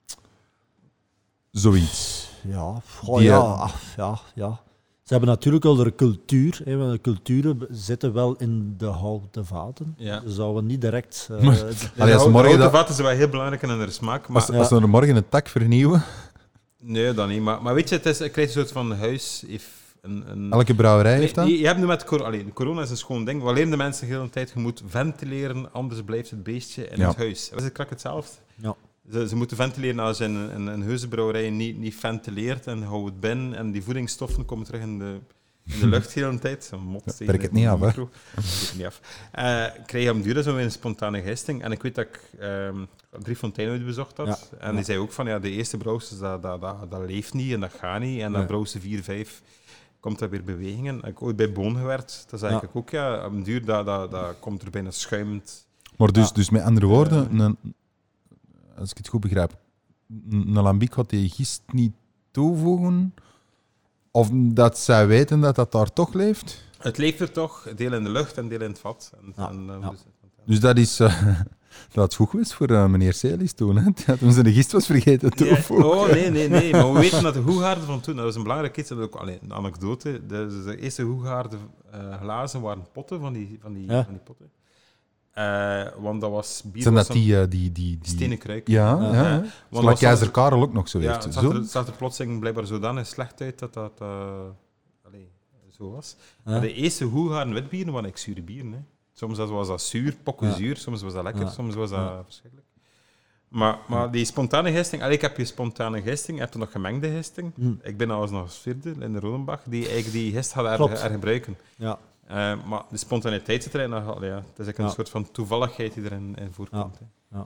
zoiets. Ja, goh, Die, ja, eh, ach, ja, ja. Ze hebben natuurlijk al de cultuur. Hè, want de culturen b- zitten wel in de houten vaten. Ja. Ze zouden niet direct... eh, Maar- d- Allee, als de houten- morgen de houten dat- vaten zijn wel heel belangrijk in hun smaak, maar Als, als we er morgen een tak vernieuwen, nee, dat niet. Maar, maar weet je, het is, je krijgt een soort van huis... Heeft een, een, elke brouwerij heeft dat. Nee, je hebt nu met corona, allee, corona is een schoon ding. We leren de mensen de hele tijd, je moet ventileren, anders blijft het beestje in Ja. het huis. Dat is krak hetzelfde. ja. Ze, ze moeten ventileren als je een, een, een heusebrouwerij niet, niet ventileert en houdt het binnen en die voedingsstoffen komen terug in de, in de lucht de hele tijd. Zo'n mot tegen Werk het de niet af, hè? micro. Werk het niet af. Uh, kreeg hem duurde zo een spontane gisting. En ik weet dat ik um, Drie Fonteinen uitbezocht had. Ja. En Ja. die zei ook van, ja, de eerste browsers, dat, dat, dat, dat leeft niet en dat gaat niet. En dan Ja. browser vier, vijf komt er weer bewegingen. Ik heb ooit bij Boon gewerkt. Dat zei Ja. ik ook, ja, op een duur dat, dat, dat komt er bijna schuimend. Maar dus, Ja. dus met andere woorden, Ja. een, als ik het goed begrijp, een lambiek gaat die gist niet toevoegen, of dat zij weten dat dat daar toch leeft. Het leeft er toch, deel in de lucht en deel in het vat. En, Ja. en, uh, Ja. dus- Dus dat is... Uh, dat is goed geweest voor uh, meneer Celis toen, hè? Dat hem zijn gist was vergeten Ja, toevoegen. oh, nee, nee, nee. Maar we weten dat de hoegaarden van toen, dat was een belangrijk iets, dat is ook alleen een anekdote. De, de eerste hoegaarden uh, glazen waren potten van die, van die, Ja. van die potten. Uh, want dat was bier. Zijn was dat een die... uh, die, die, die... stenen kruik. Ja, ja. Ja. ja. Want Zoals dat keizer was- Karel ook nog zo Ja, heeft. het Zo? zag er, het zag er plotseling blijkbaar zodanig slecht uit dat dat uh, allee, zo was. Ja. Maar de eerste hoegaarden witbieren waren echt zure bieren. Hè. Soms was dat zuur, pokkenzuur, soms was dat lekker, Ja. soms was dat Ja. verschrikkelijk. Maar, maar die spontane gisting, allee, ik heb je spontane gisting, je hebt er nog gemengde gisting. Hm. Ik ben als nog vierde in de Rodenbach, die eigenlijk die gist gaat er, Klopt. er gebruiken. Ja. Uh, maar de spontaniteit zit erin, nog, allee, ja, het is eigenlijk een Ja. soort van toevalligheid die erin in voorkomt. hè.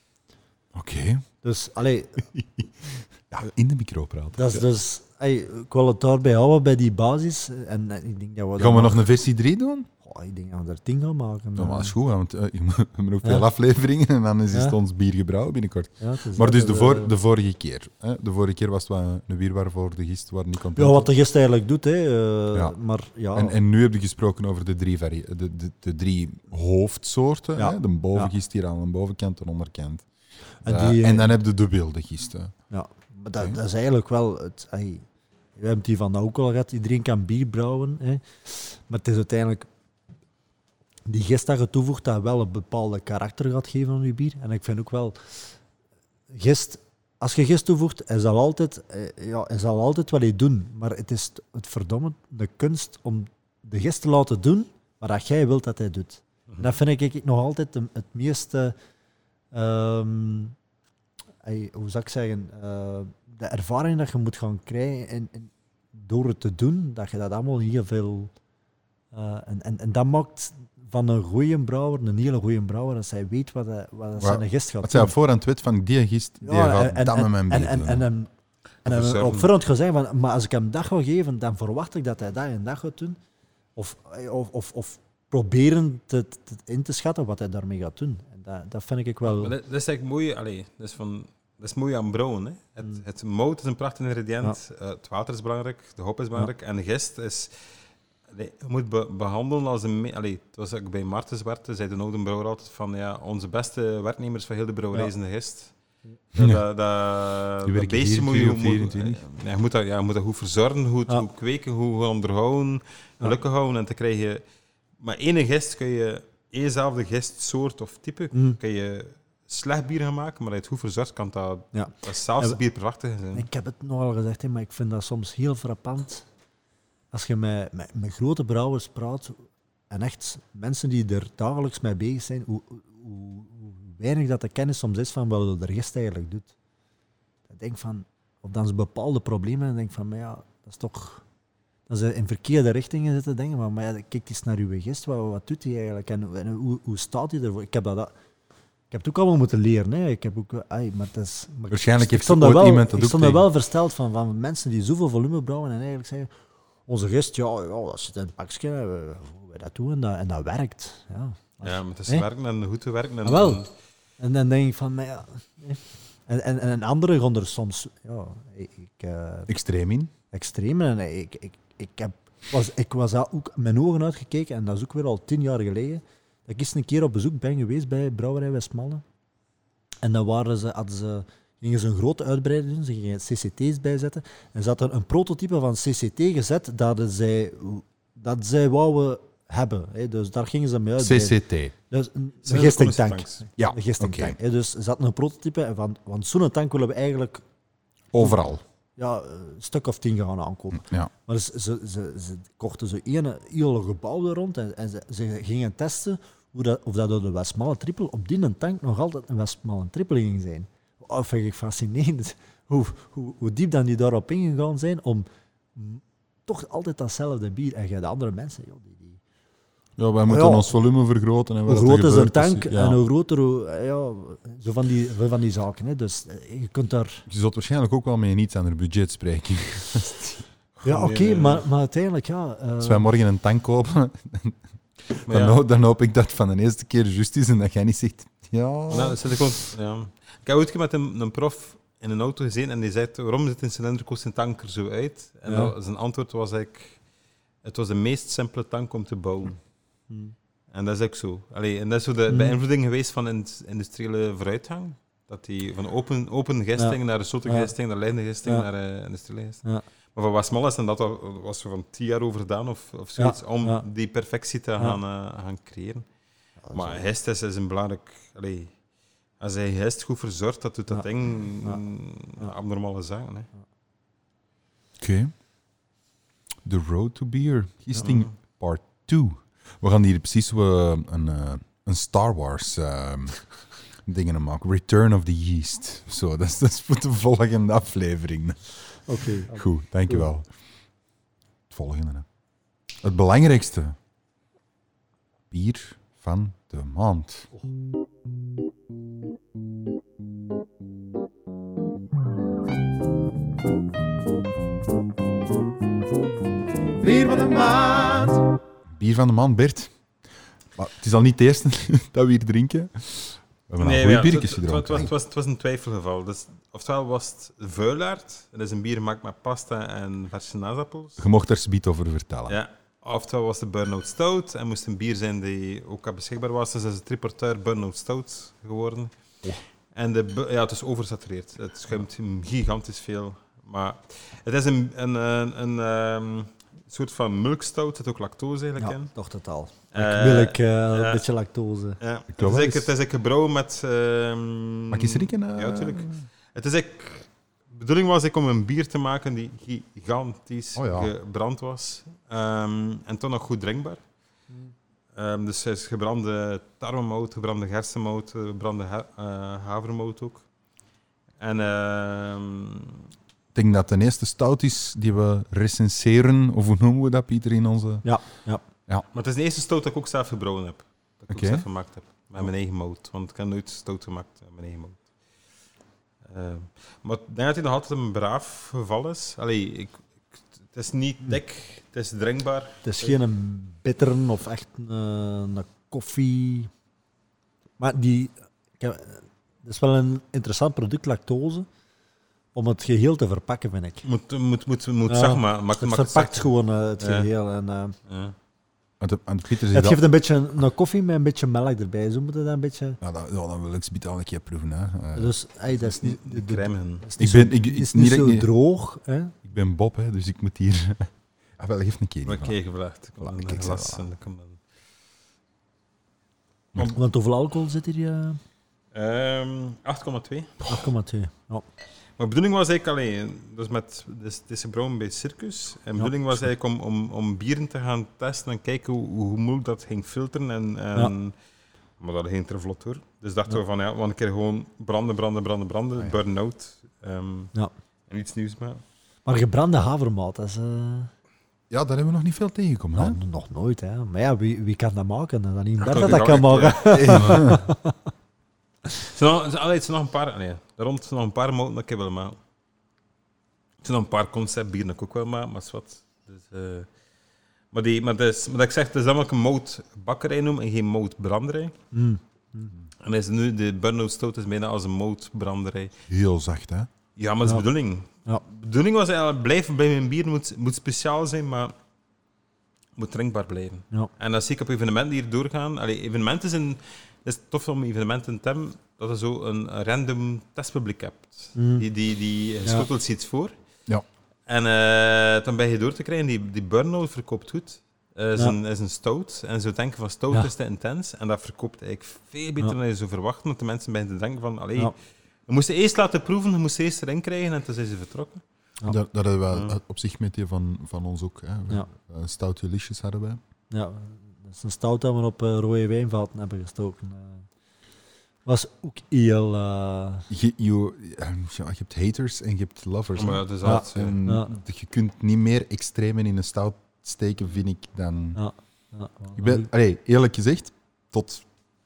Oké. Dus, allee, Ja, in de micro praten. dat is dus... Ey, ik wil het daarbij houden bij die basis. En, en ik denk dat we Gaan dan we nog een versie drie doen? Oh, ik denk dat we er tien gaan maken. Ja, maar dat is goed, want uh, je moet- we hebben ook Ja. veel afleveringen en dan is Ja. het ons bier gebrouwen binnenkort. Ja, het is Maar dus dat, de, eh, voor, de vorige keer. Hè? De vorige keer was het wel een wierwaar voor de gist, waar niet content. Ja, wat de gist eigenlijk doet, hè. eh, Ja. Maar ja... En, en nu heb je gesproken over de drie, vari- de, de, de drie hoofdsoorten. Ja. Hè? De bovengist hier aan de bovenkant en de onderkant. En Eh, die, en dan heb je de wilde gisten. Ja, maar dat, Oké. dat is eigenlijk wel... Het, ey, we hebben het hier van ook al gehad. Iedereen kan bier brouwen. Hè. Maar het is uiteindelijk... Die gist dat je toevoegt, dat wel een bepaalde karakter gaat geven aan je bier. En ik vind ook wel... Gist... Als je gist toevoegt, hij zal altijd, eh, ja, hij zal altijd wel iets doen. Maar het is t- het verdomme de kunst om de gist te laten doen wat dat jij wilt dat hij doet. En dat vind ik nog altijd de- het meeste... ehm, ey, hoe zou ik zeggen? eh, de ervaring dat je moet gaan krijgen en, en door het te doen, dat je dat allemaal heel veel... eh, en, en, en dat maakt van een goede brouwer een hele goede brouwer, als hij weet wat, hij, wat Wat- zijn gist gaat Wat zij doen. op voorhand weet van die gist, die Ja, gaat en- dat en- met mijn bier en, en, doen. en, en, en hem Verzorgen. op voorhand gaan zeggen, van, maar als ik hem dat ga geven, dan verwacht ik dat hij dat en dat gaat doen. Of, of, of, of proberen te, te, in te schatten wat hij daarmee gaat doen. En dat, dat vind ik wel... Maar dat, dat is eigenlijk mooi, allee, dat is van, dat is mooi aan brouwen. Hè. Het, Mm. het mout is een prachtig ingrediënt, eh, het water is belangrijk, de hop is belangrijk en de gist is... allee, je moet be- behandelen als een... me- Allee, het was ook bij Martens werkte, zei de oude brouwer altijd van ja, onze beste werknemers van heel de brouwerij Ja. is de gist. Ja. Dat, dat, dat, Die dat werken beestje moet je, vierentwintig op moet, vierentwintig. ja, je, moet dat, ja, je moet dat goed verzorgen, goed, Ja. goed kweken, goed onderhouden, gelukkig houden. En dan krijg je... Maar één gist kun je, éénzelfde gistsoort of type, Mm. kun je slecht bier gaan maken, maar als je het goed verzorgt, kan dat, Ja. dat is zelfs En- bier prachtig zijn. Ik heb het nogal gezegd, hè, maar ik vind dat soms heel frappant. Als je met, met, met grote brouwers praat, en echt mensen die er dagelijks mee bezig zijn, hoe, hoe, hoe weinig dat de kennis soms is van wat de gist eigenlijk doet. Ik denk van, of dan ze bepaalde problemen, en denk van, maar ja, dat is toch... Dat ze in verkeerde richtingen zitten denken, maar, maar ja, kijk eens naar uw gist, wat, wat doet hij eigenlijk en, en hoe, hoe staat hij ervoor? Ik heb dat, dat- ik heb het ook allemaal moeten leren, hè. Ik heb ook, ai, maar het is, maar Waarschijnlijk ik heeft stond ooit daar wel, iemand dat ik ook stond daar tegen. wel versteld van, van mensen die zoveel volume brouwen en eigenlijk zeggen, onze gist, ja, ja dat zit in het pakje, hè, we, we dat doen en dat, en dat werkt. Ja. Ja, maar het is Hè? werken en goed te werken. En, Ah, wel. en- En dan denk ik van, maar ja... hè. En, en, en anderen gaan er soms ja, ik, ik, eh, Extreem in. extreem en ik, ik, ik, heb, was, ik was daar ook mijn ogen uitgekeken en dat is ook weer al tien jaar geleden, dat ik eens een keer op bezoek ben geweest bij Brouwerij Westmalle. En dan waren ze, hadden ze, gingen ze een grote uitbreiding doen, ze gingen C C T's bijzetten en ze hadden een prototype van C C T gezet dat zij, dat zij wouden hebben. Hè. Dus daar gingen ze mee uitbreiden. C C T. Dus een Zijn een gistingtank. tanks. Ja, Een gistingtank. oké. hè. Dus ze hadden een prototype en van, van zo'n tank willen we eigenlijk Overal. ja, een stuk of tien gaan aankopen. Ja. Maar ze, ze, ze, ze kochten zo een heel gebouw er rond en, en ze, ze gingen testen hoe dat, of dat door de Westmalle trippel op die tank nog altijd een Westmalle trippel ging zijn. Dat vind ik fascinerend. Hoe, hoe, hoe diep dan die daarop ingegaan zijn om mm, toch altijd datzelfde bier. En jij de andere mensen, joh, die, die... Ja, wij moeten Ja. ons volume vergroten. En Hoe wat er groot is een gebeurt, tank dus, ja. en hoe groter, hoe, ja, zo van die, zo van die zaken. Hè. Dus eh, je kunt daar... Je zult waarschijnlijk ook wel met een iets ander budget spreken. Ja, oké, Nee, nee. maar, maar uiteindelijk, ja... eh, Als wij morgen een tank kopen, Maar dan, ja. hoop, dan hoop ik dat het van de eerste keer juist is en dat jij niet zegt... Ja... Nou, dat zit ik, gewoon, ja. Ik heb ooit met een, een prof in een auto gezien en die zei, waarom ziet een cilinderkost tank er zo uit? En Ja. dat, zijn antwoord was eigenlijk, het was de meest simpele tank om te bouwen. Hmm. En dat is ook zo. Allee, en dat is zo de Hmm. beïnvloeding geweest van in- industriële vooruitgang. Dat die van open, open gisting Ja. naar een soort Ja. gisting, naar leidende gisting, Ja. naar uh, industriële gisting. Ja. Maar van wat smal is, en dat wa- was er van tien jaar over gedaan of, of zoiets, Ja. om Ja. die perfectie te Ja. gaan, uh, gaan creëren. Maar gist is, is een belangrijk... Allee, als hij gist goed verzorgt, dat doet dat Ja. ding Ja. mm, Ja. abnormale zaken. Hè. Oké. The Road to Beer. Gisting Ja. Part twee. We gaan hier precies zo, uh, een, uh, een Star Wars uh, dingen maken. Return of the Yeast. Zo, dat is, dat is voor de volgende aflevering. Oké. Goed, dankjewel. Het volgende. Hè. Het belangrijkste. Bier van de maand. Bier van de maand. Bier van de maand, Bert. Maar het is al niet het eerste dat we hier drinken. We hebben al Nee, goede maar ja, biertjes het, het, het, gedronken. was, het, was, het was een twijfelgeval. Dus, oftewel was het vuilaard, dat is een bier gemaakt met pasta en verse sinaasappels. Je mocht er subiet over vertellen. Ja. Oftewel was het Burnout Stout en moest een bier zijn die ook al beschikbaar was. Dus dat is het Triporteur Burnout Stout geworden. Oh. En de, bu- ja, het is oversatureerd. Het schuimt gigantisch veel. Maar het is een, een, een, een, ehm, soort van melkstout. Er zit ook lactose eigenlijk Ja, in. toch totaal. Eh, Milk, uh, ja. een beetje lactose. Ja. Ik Het wil is wel eigenlijk- eens- het is eigenlijk gebrouwen met... ehm, Mag ik eens drinken? uh? Ja, natuurlijk. Het is eigenlijk... De bedoeling was ik om een bier te maken die gigantisch Oh ja. gebrand was. Ehm, en toch nog goed drinkbaar. Ehm, dus het is gebrande tarwemout, gebrande gerstemout, eh, gebrande ha uh, havermout ook. En ehm, Ik denk dat de eerste stout is die we recenseren, of hoe noemen we dat, Pieter, in onze... Ja, ja. maar het is de eerste stout dat ik ook zelf gebrouwen heb. Dat ik Oké. ook zelf gemaakt heb. Met mijn eigen mout. Want ik heb nooit stout gemaakt met mijn eigen mout. Ehm, maar ik denk dat hij nog altijd een braaf geval is. Allee, ik, ik- het is niet dik, het is drinkbaar. Het is geen een bitteren of echt een, een koffie. Maar die... ik heb- Het is wel een interessant product, lactose, om het geheel te verpakken, vind ik. Moet, moet, moet, moet Ja, zeg maar. Maak, Het maak verpakt zacht. gewoon eh, het Ja. geheel. En, eh, Ja. Want de, want Pieter zegt het dat... geeft een beetje een, een koffie met een beetje melk erbij. Zo moet het een beetje... Ja, dat, ja, dat wil ik subiet al een keer proeven. Hè. Uh, Dus hey, dat is niet, de, de- Crème. dat is Ik niet ben- zo, ik- het het is is niet niet zo dat ik- droog. Hè? ik ben Bob, hè, dus ik moet hier... ah, wel, geef een keer. Wat die heb je gevraagd? Ik Voilà, kom kijk, een glas voilà. en dan kom dan. Want hoeveel alcohol zit hier? eh? Ehm, acht komma twee. acht komma twee. Ja. Maar de bedoeling was eigenlijk alleen, dus met, dus het is gebrouwen bij Circus. En de bedoeling was eigenlijk om, om, om bieren te gaan testen en kijken hoe, hoe moeilijk dat ging filteren. En, en, Maar dat ging er vlot hoor. Dus dachten Ja. we van ja, we gaan een keer gewoon branden, branden, branden, branden, Ah, ja. burn-out. ehm, Ja. En iets nieuws maken. Maar gebrande havermout, dat is... eh, Ja, daar hebben we nog niet veel tegengekomen. Hè? nou, nog nooit. Hè. Maar ja, wie, wie kan dat maken? Dan niet Bert dat dat dat kan kan ik, maken. Er zijn nog, er zijn- allee, het zijn nog een paar, nee, daar rond zijn nog een paar mouten dat ik wil maken. Er zijn nog een paar conceptbieren dat ik ook wil maken, maar is wat. Dus, eh, maar, die, maar, dus, maar dat ik zeg, het is dan ook een moutbakkerij noemen en geen moutbranderij. Mm. En is nu, de Burnout Stout is bijna als een moutbranderij. Heel zacht, hè? Ja, maar dat is Ja. de bedoeling. Ja. De bedoeling was eigenlijk, blijven bij mijn bier moet, moet speciaal zijn, maar moet drinkbaar blijven. Ja. En dat zie ik op evenementen die hier doorgaan. Allee, evenementen zijn... Het is tof om evenementen te hebben, dat je zo een, een random testpubliek hebt. Mm. Die, die, die je Ja. schotelt iets voor. Ja. En eh, dan ben je door te krijgen, die, die Burnout verkoopt goed. Eh, is, Ja. een, is een stout. En zo denken van stout Ja. is te intens. En dat verkoopt eigenlijk veel beter Ja. dan je zou verwachten. Want de mensen beginnen te denken van... Allee, Ja. we moesten eerst laten proeven, we moesten eerst erin krijgen en toen zijn ze vertrokken. Ja. Dat, dat hadden we Ja. op zich met die van, van ons ook. Hè. Ja. Uh, Stout Delicious hadden wij. Ja, dat is een stout dat we op uh, rode wijnvaten hebben gestoken. Uh, Was ook heel... Uh... Je, je, ja, je hebt haters en je hebt lovers. Maar hè. ja, dat is Ja. altijd, En Ja. je kunt niet meer extremen in een stout steken, vind ik, dan... Ja. Ja. Ik ben, allee, eerlijk gezegd, tot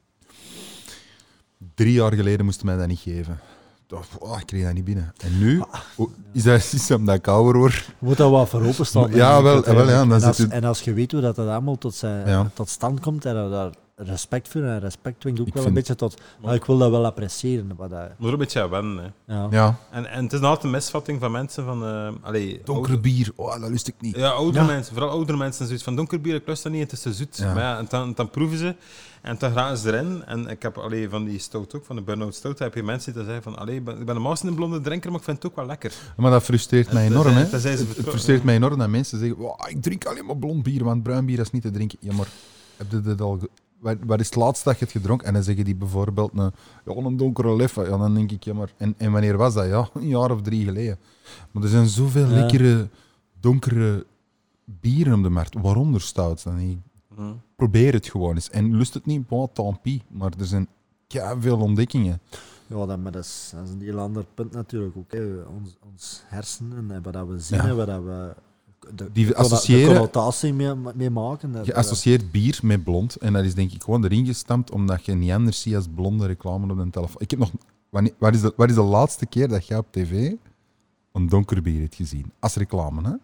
drie jaar geleden moesten mij dat niet geven. Oh, ik kreeg dat niet binnen. En nu oh, is dat is dat omdat ik ouder word. Je moet daar wel voor openstaan. Ja, wel, denk ik, wel, ja, dan en, zit als, het- en als je weet hoe dat, dat allemaal tot, zijn, Ja. tot stand komt, en daar respect voor, en respect dwingt ook Ik wel vind- een beetje tot... Maar ik wil dat wel appreciëren. Wat dat, moet er een beetje aan wennen. Hè. ja. Ja, En, en het is altijd een misvatting van mensen van... Uh, allee, donkere bier, oh, dat lust ik niet. Ja, oudere Ja. mensen, vooral oudere mensen, zoiets van donker bier, ik lust dat niet, het is te zoet. Ja. Maar ja, en dan, dan proeven ze en dan gaan ze erin. En ik heb allee, van die stout ook, van de burn-out stout, heb je mensen die dan zeggen van, allee, ik ben, ik ben een maas in een blonde drinker, maar ik vind het ook wel lekker. Maar dat frustreert mij En enorm, dat- hè. dat zijn ze Het, het vertrouwen, frustreert ja. mij enorm dat mensen zeggen, oh, ik drink alleen maar blond bier, want bruin bier is niet te drinken. Ja, maar heb je dit al... ge- Wat wat is het laatste dat je het gedronken? En dan zeggen die bijvoorbeeld een, ja, een donkere leffe. Ja, dan denk ik, ja, maar... En, en wanneer was dat? Ja, een jaar of drie geleden. Maar er zijn zoveel Ja. lekkere, donkere bieren op de markt. Waaronder stouts. Dan denk ik, Hm. probeer het gewoon eens. En lust het niet, bon, tant pis. Maar er zijn veel ontdekkingen. Ja, dat, maar dat, is, dat is een heel ander punt natuurlijk ook. Hè. Ons, ons hersenen en wat dat we zien Ja. en wat dat we... De, Die de conno- associëren- de connotatie mee, mee maken. Dat, Je associeert bier met blond. En dat is denk ik gewoon erin gestampt omdat je niet anders ziet als blonde reclame op de telefoon. Ik heb nog... Wanneer, wat, is de, wat is de laatste keer dat jij op tv een donker bier hebt gezien? Als reclame, hè?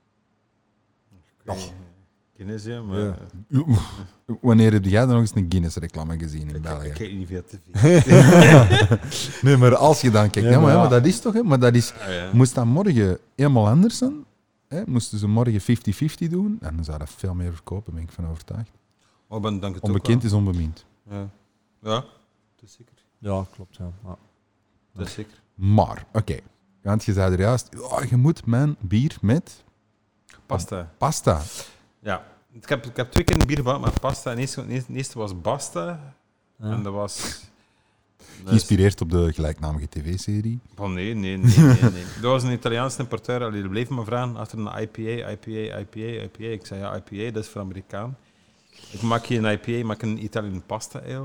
Ja. Guinness, ja, maar... Ja. Wanneer heb jij dan nog eens een Guinness-reclame gezien in Ik, België? ik kijk niet veel tv. Nee, maar als je dan kijkt... Ja, Ja, maar, maar ja, ja. maar dat is toch... Hè? Maar dat is... Ah, ja. Moest dat morgen helemaal anders zijn? Hè? Moesten ze morgen vijftig vijftig doen? En dan zou dat veel meer verkopen, ben ik van overtuigd. Oh, ik ben dank het Onbekend ook is onbemind. wel. Ja. Ja, dat is zeker. Ja, klopt. Ja. Ja. Dat is zeker. Maar, oké. Want je zei er juist... Ja, je moet mijn bier met Pasta. pasta. Ja. Ik heb, ik heb twee keer een bier gebouwd met pasta. En de eerste, de eerste was Basta. Ja. En dat was... Geïnspireerd op de gelijknamige tv-serie. Oh, nee, nee, nee, nee, nee. Dat was een Italiaanse importeur. Allee, die bleef me vragen achter een I P A, I P A, I P A, I P A. Ik zei ja, I P A, dat is voor Amerikaan. Ik maak hier een I P A, ik maak een Italian pasta ale.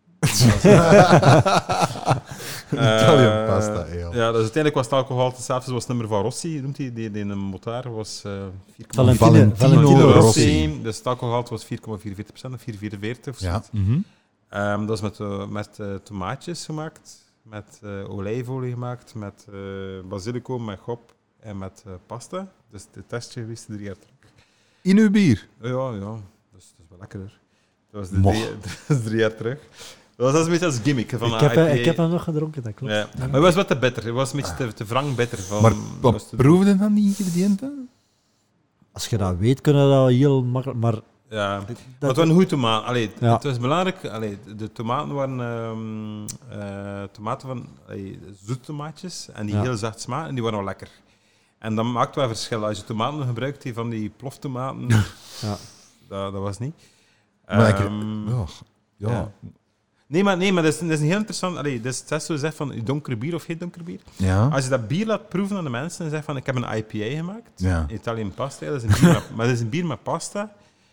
Italian Eh, pasta ale. Ja, dus uiteindelijk was het alcohol hetzelfde zoals het nummer van Rossi, noemt hij, die, die in een motaar was uh, vier komma vier. Valentino, Valentino Valentino Rossi. Rossi. Dus het alcohol was vier komma vierenveertig procent, vier komma vierenveertig of zo. Ja. Mhm. Ehm, dat is met, uh, met uh, tomaatjes gemaakt, met uh, olijfolie gemaakt, met uh, basilicum, met gop en met uh, pasta. Dus de testje geweest drie jaar terug. In uw bier. Ja, ja, dat is, dat is wel lekkerder. Dat was, de Moch. drie, dat is drie jaar terug. Dat was een beetje als gimmick van Ik een heb, I P A. ik heb hem nog gedronken, dat klopt. Ja. Maar het was wat te bitter. Het was een beetje te, te wrang bitter. Van, Maar was wat te- proefde dan die ingrediënten? Als je dat weet, kunnen dat heel makkelijk... Maar Ja. Maar dat, het was een goede tomaat. Allee, Ja. Het was belangrijk. Allee, de tomaten waren ehm, eh, tomaten van allee, zoete tomaatjes en die Ja. heel zacht smaak en die waren wel lekker. En dat maakt wel verschil. Als je tomaten gebruikt, die van die ploftomaten, ja. dat, dat was niet. Maar ik- Ehm, Ja. Ja. ja. Nee, maar, nee, maar dat is, dat is een heel interessant... Allee, dat is, dat is zo gezegd van donker bier of geen donker bier. Ja. Als je dat bier laat proeven aan de mensen en zegt van ik heb een I P A gemaakt, Ja. Italian pasta, dat is een bier met, maar dat is een bier met pasta.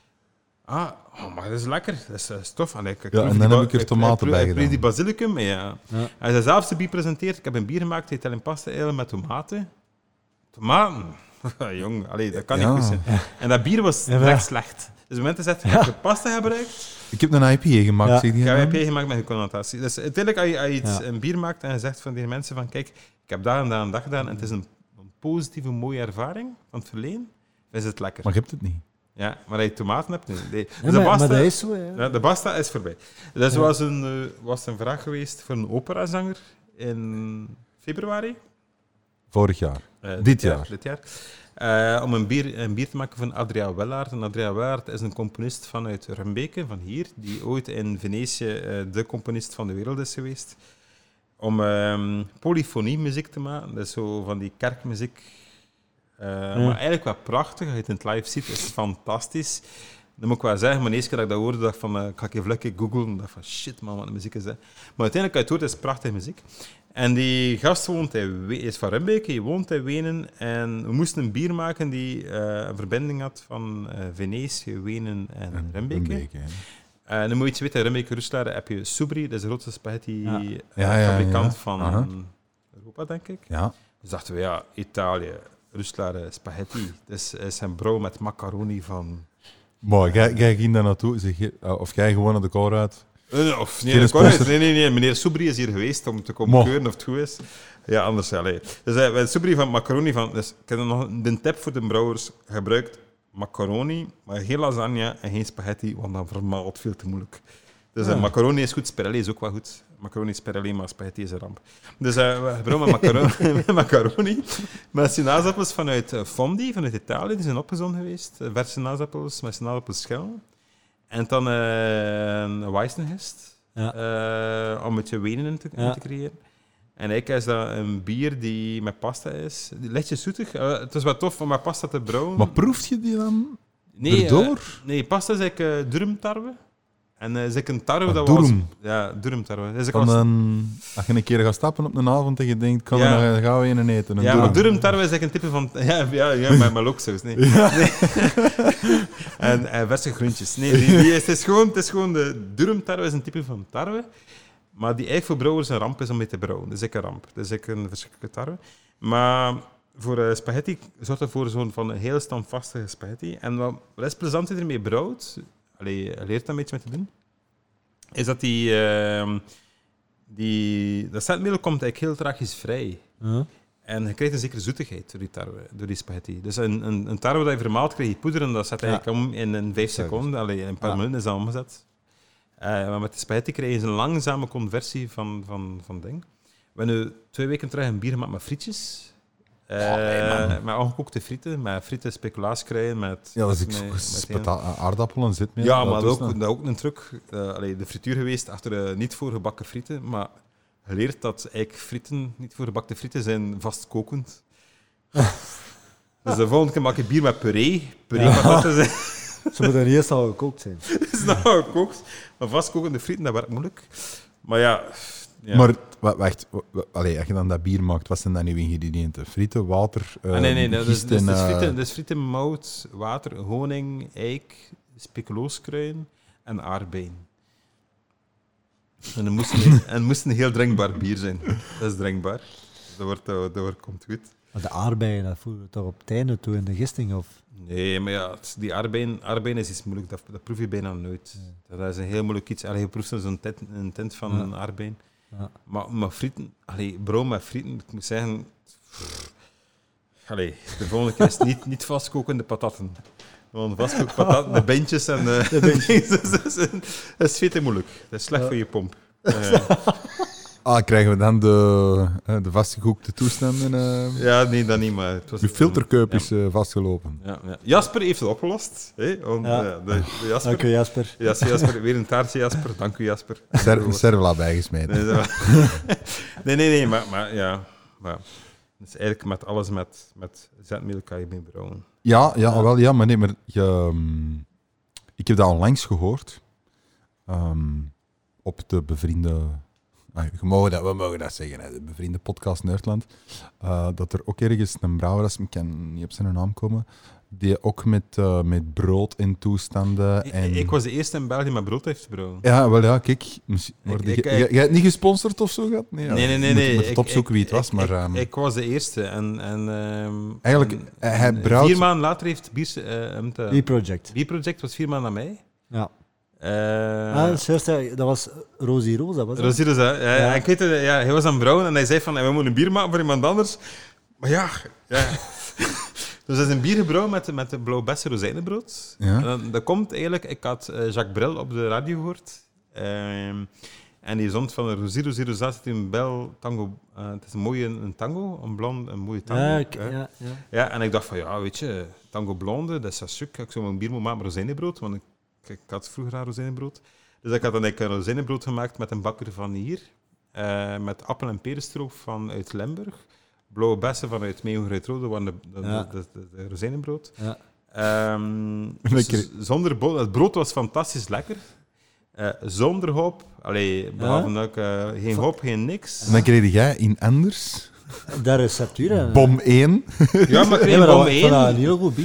Ah, oh, maar dat is lekker, dat is, dat is tof. Allee, ik, ik Ja, proef en die dan ba- heb ik er ik- tomaten ik proef- bij ik proef gedaan. die basilicum, ja. Ja. Als je zelf de bier presenteert, ik heb een bier gemaakt, Italian pasta ale met tomaten. Tomaten? Jong, allee, dat kan Ja. niet goed zijn. En dat bier was Ja, maar- echt slecht. Dus op het moment dat je zegt, ik heb de pasta gebruikt, Ik heb een I P A gemaakt, Ja. zeg die ik heb dan? I P A gemaakt met je connotatie. Dus uiteindelijk, als je, als je iets, Ja. een bier maakt en je zegt van die mensen van kijk, ik heb daar en daar en dat gedaan en het is een, een positieve, mooie ervaring van het verleden, dan is het lekker. Maar je hebt het niet. Ja, maar als je tomaten hebt, nee. nee. Dus Ja, de maar, pasta, maar dat is zo, hè. ja, de pasta is voorbij. Dus Ja. was, een, eh, was een vraag geweest voor een operazanger in februari. Vorig jaar. Eh, Dit jaar. Dit jaar. Eh, om een bier, een bier te maken van Adria Wellaert. En Adria Wellaert is een componist vanuit Rumbeke, van hier, die ooit in Venetië eh, de componist van de wereld is geweest. Om ehm polyfonie muziek te maken, dus zo van die kerkmuziek. Eh, Maar eigenlijk wat prachtig, als je het in het live ziet, is het fantastisch. Dan moet ik wel zeggen, maar de eerste keer dat ik dat hoorde, dacht ik van, uh, ik ga even lekker googlen. Ik dacht van, shit man, wat de muziek is dat. Maar uiteindelijk, als je het hoort, is het prachtige muziek. En die gast woont in, We- is van Rumbeke, hij woont in Wenen. En we moesten een bier maken die uh, een verbinding had van uh, Venetië, Wenen en, En Rumbeke. Rumbeke, hè. En dan moet je iets weten, in Rimwijk Roeselare heb je Subri, dat is de grootste Ja. spaghetti-fabrikant Ja, ja, ja. van Aha. Europa, denk ik. Ja. Dus dachten we, ja, Italië, Roeselare, spaghetti. Dus is een brouw met macaroni van... Maar jij, jij ging daar naartoe, zeg je, uh, of jij gewoon naar de koolruit. Uh, of nee, Geen dat kon niet. sponsor. nee, nee, nee, meneer Subri is hier geweest om te komen Mo. keuren of het goed is. Ja, anders, allee. Dus uh, bij Subri van macaroni van... Dus ik heb nog een tip voor de brouwers gebruikt. Macaroni, maar geen lasagne en geen spaghetti, want dan vermaalt veel te moeilijk. Dus uh, Ja. macaroni is goed, spirelli is ook wel goed. Macaroni is spirelli, maar spaghetti is een ramp. Dus uh, we gebruiken met macaroni, met macaroni. Met sinaasappels vanuit uh, Fondi, vanuit Italië, die zijn opgezonden geweest. Uh, verse sinaasappels met sinaasappelschil. En dan uh, een Weissengist, Ja. uh, om een beetje wenen in te, in Ja. te creëren. En eigenlijk is dat een bier die met pasta is. Lichtjes zoetig. Uh, het is wel tof om met pasta te brouwen. Maar proeft je die dan nee, erdoor? uh, nee, pasta is eigenlijk uh, durumtarwe. En uh, is eigenlijk een tarwe Ah, dat was... durum. Ja, durumtarwe. Dat is Dan, eigenlijk um, als je een keer gaat stappen op een avond en je denkt, kan Ja. er, dan gaan we een eten. Een ja, durum. maar durumtarwe is eigenlijk een type van... Ja, ja, ja met, met loksaus. Nee. Nee. en, en verse groentjes. Nee, die, die is, het, is gewoon, het is gewoon... De durumtarwe is een type van tarwe. Maar die eigenlijk voor brouwers een ramp is om mee te brouwen. Dat is eigenlijk een ramp. Dat is eigenlijk een verschrikkelijke tarwe. Maar voor uh, spaghetti zorgt dat voor zo'n van een heel standvastige spaghetti. En wat, wat is plezant dat je ermee brouwt, allee, je leert dat een beetje mee te doen, is dat die... Uh, die dat zetmeel komt eigenlijk heel tragisch vrij. Huh? En je krijgt een zekere zoetigheid door die tarwe, door die spaghetti. Dus een, een, een tarwe dat je vermaalt, krijg je poeder en dat zet Ja. eigenlijk om in een vijf seconden. Allee, in een paar Ja. minuten is dat omgezet. Uh, maar met de spaghetti krijg je een langzame conversie van, van, van ding. We hebben nu twee weken terug een bier gemaakt met frietjes. Uh, nee, man. met ongekookte frieten, met frieten, speculaaskruiden, met... Ja, dat is met, ik met zo heel- pata- aardappelen zit mee. ja, maar dat ook, dat ook een truc. Uh, allee, de frituur geweest achter uh, niet voorgebakken frieten, maar geleerd dat eigenlijk frieten, niet voorgebakte frieten, zijn vastkokend. Dus de volgende keer maak je bier met puree. Puree Ja. patatten zijn Ze moeten eerst al gekookt zijn. is nou gekookt. Maar vastkokende frieten, dat werkt moeilijk. Maar ja... ja. Maar wa- wacht, wa- wa- allee, als je dan dat bier maakt, wat zijn dan nieuwe ingrediënten? Frieten, water, uh, Ah, nee, nee, dat is, gist dus, en, dus eh, frieten, dus frieten, mout, water, honing, eik, speculooskruiden en aardbeien. En het moest een, en het moest een heel drinkbaar bier zijn. Dat is drinkbaar. Dat, wordt, dat, dat wordt, komt goed. Maar de aardbeien, dat voeren we toch op het einde toe in de gisting? Of... Nee, maar ja, het- die aardbeien, aardbeien is iets moeilijk. Dat, dat proef je bijna nooit. Dat is een heel moeilijk iets. Allee, je proeft zo'n tint, een tint van Ja. een aardbeien. Ja. Maar, maar frieten, allee, brouw met frieten, ik moet zeggen... Allee, de volgende keer is het niet, niet vastkokende patatten. Want vastkokende patatten, de bentjes en de... De beentjes. dat, is, dat is veel te moeilijk. Dat is slecht Ja. voor je pomp. Eh, Ah, krijgen we dan de, eh, de vastgekookte toestanden? eh ja, nee, dat niet, maar... Het was, de filterkeup ja. is eh, vastgelopen. Ja, ja. Jasper heeft het opgelost. Hè? Want, Ja. ja, de, de Jasper, Dank u, Jasper. Ja, Jasper, weer een taartje, Jasper. Dank u, Jasper. Ser- Een servela bijgesmeten. Nee, dat- nee, nee, nee, maar, maar ja. Maar, dus eigenlijk met alles met, met zetmeel kan je mee brouwen. Ja, ja, Ja. wel, ja, maar nee, maar je, ehm, ik heb dat onlangs gehoord. Ehm, op de bevriende... ah, je mogen dat, we mogen dat zeggen, hè, de bevriende podcast Nerdland. eh, dat er ook ergens een brouwer is, ik kan niet op zijn naam komen, die ook met, eh, met brood in toestanden... Ik, En... ik was de eerste in België die met brood heeft brouwen. Ja, wel ja, kijk. misschien- Ik- word ik- je- ik- jij- Jij hebt niet gesponsord of zo gehad? Nee, ja, Nee, nee, nee. je moet- nee. Je moet het Ik- opzoeken wie het ik- was, ik- maar... ik, ehm, ik was de eerste. En, en, ehm, Eigenlijk, en- hij en brouwt- Vier maanden later heeft Bier... eh, hem te- B-Project. Bierproject was vier maanden na mij. Ja. Eh, Ah, dat is juist, ja, dat was Rosie Rosa, was dat? Rosie dus, hè. Ja, Ja. en ik weet het, ja, hij was aan het brouwen en hij zei van, we moeten een bier maken voor iemand anders. Maar ja, ja. Dus dat is een bier gebrouwen met, met de blauw-bessen rozijnenbrood. Ja. En dan- dat komt eigenlijk... Ik had eh, Jacques Brel op de radio gehoord. Ehm, en die zond van Rosie, Rosie, Rosa zit in Bel tango. eh, het is een mooie een tango, een blond, een mooie tango. Ja, ik- hè. ja, ja. Ja, en ik dacht van, ja, weet je, tango blonde, dat is zo stuk. Ik zou een bier moeten maken met rozijnenbrood, want ik, ik had vroeger aan rozijnenbrood. Dus ik had dan eigenlijk een rozijnenbrood gemaakt met een bakker van hier, eh, met appel- en perenstroop van uit Limburg, blauwe bessen vanuit Meeuwen-Gruitrode, waren de, de, Ja. de, de, de rozijnenbrood. Ja. Ehm, dus Lekker. zonder bo- het brood was fantastisch lekker. Eh, zonder hoop, allee, behalve dat ik, eh, geen hoop, geen niks. En dan kreeg jij in Anders, Dat receptuur. hè. bom één. Ja, maar ik Nee, kreeg maar bom dat, ik vond dat een één. heel goed bier.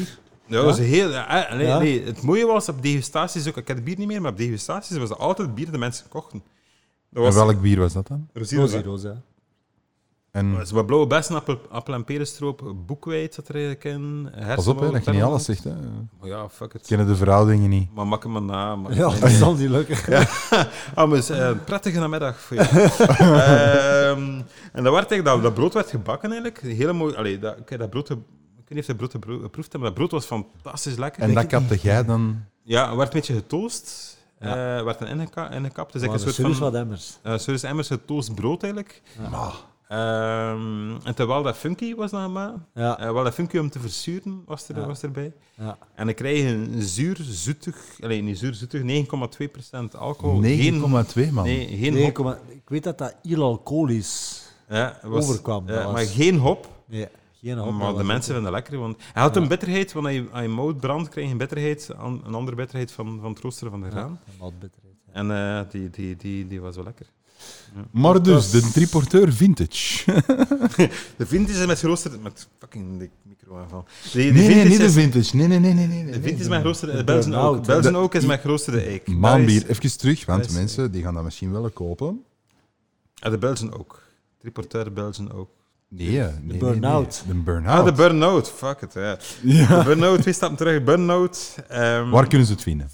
Ja, dat was een heel... eh, nee, Ja. nee, het mooie was op degustaties ook... Ik heb het bier niet meer, maar op degustaties was het altijd bier dat mensen kochten. Dat En was welk bier was dat dan? Rosino, Rosie hè. Rosa. En Dat is wat blauwe bessen, appel, appel en perenstroop, boekwijd zat er eigenlijk in. pas op, hè, dat je niet alles zegt. Hè. Oh ja, fuck it. Kennen de verhoudingen niet. Maar maak hem maar na. Maar Ja, nee, dat nee. zal niet lukken. Ah, maar het is, eh, een prettige namiddag voor jou. Ehm, en dat, werd eigenlijk, dat, dat brood werd gebakken eigenlijk. Hele mooi. Allee, dat, kijk, dat brood, ge- ik weet niet of dat brood gebro- geproefd hebben, maar dat brood was fantastisch lekker. En dat kapte jij dan... Ja, het werd een beetje getoost. Ja. Eh werd dan ingeka- ingekapt. Dus Maar eigenlijk de een serieus soort van... wat emmers. Uh, Sorry, emmers getoast brood eigenlijk. Ah, Ehm, en terwijl dat funky was dan maar. Ja, Uh, wel dat funky om te verzuren was, er, Ja. was erbij. ja. En dan krijg je een zuur, zoetig, alleen niet zuur, zoetig, negen komma twee procent alcohol. negen komma twee, man. Nee, geen Nee, hop. kom maar, ik weet dat dat heel alcoholisch Ja, het was- overkwam. ja, Dat was- maar geen hop. Nee, geen hop. maar dat de was mensen ook- vinden dat lekker. Want hij had Ja. een bitterheid, want als je, als je mout brandt, krijg je een bitterheid, an- een andere bitterheid van, van het roosteren van de graan. Ja, maltbitterheid, ja. En uh, die, die, die, die was wel lekker. Maar dus, de triporteur vintage. De vintage is met geroosterd... Met fucking de micro aanval. De, de Nee, nee, vintage niet de is- vintage. Nee, nee, nee. nee, nee. De vintage is met geroosterde... de Belgian Burnout, Oak. hè. Belgian De- Oak is met geroosterde eik. Maanbier, Dat is- even terug, want dat is- mensen die gaan dat misschien willen kopen. Ah, de Belgian Oak. Triporteur Belgian Oak. Nee, nee, nee, Burnout. nee. De Ah, burn-out. de Burnout. Fuck it, ja. Ja. De Burnout, twee stappen terug. Burnout. ehm, Waar kunnen ze het vinden?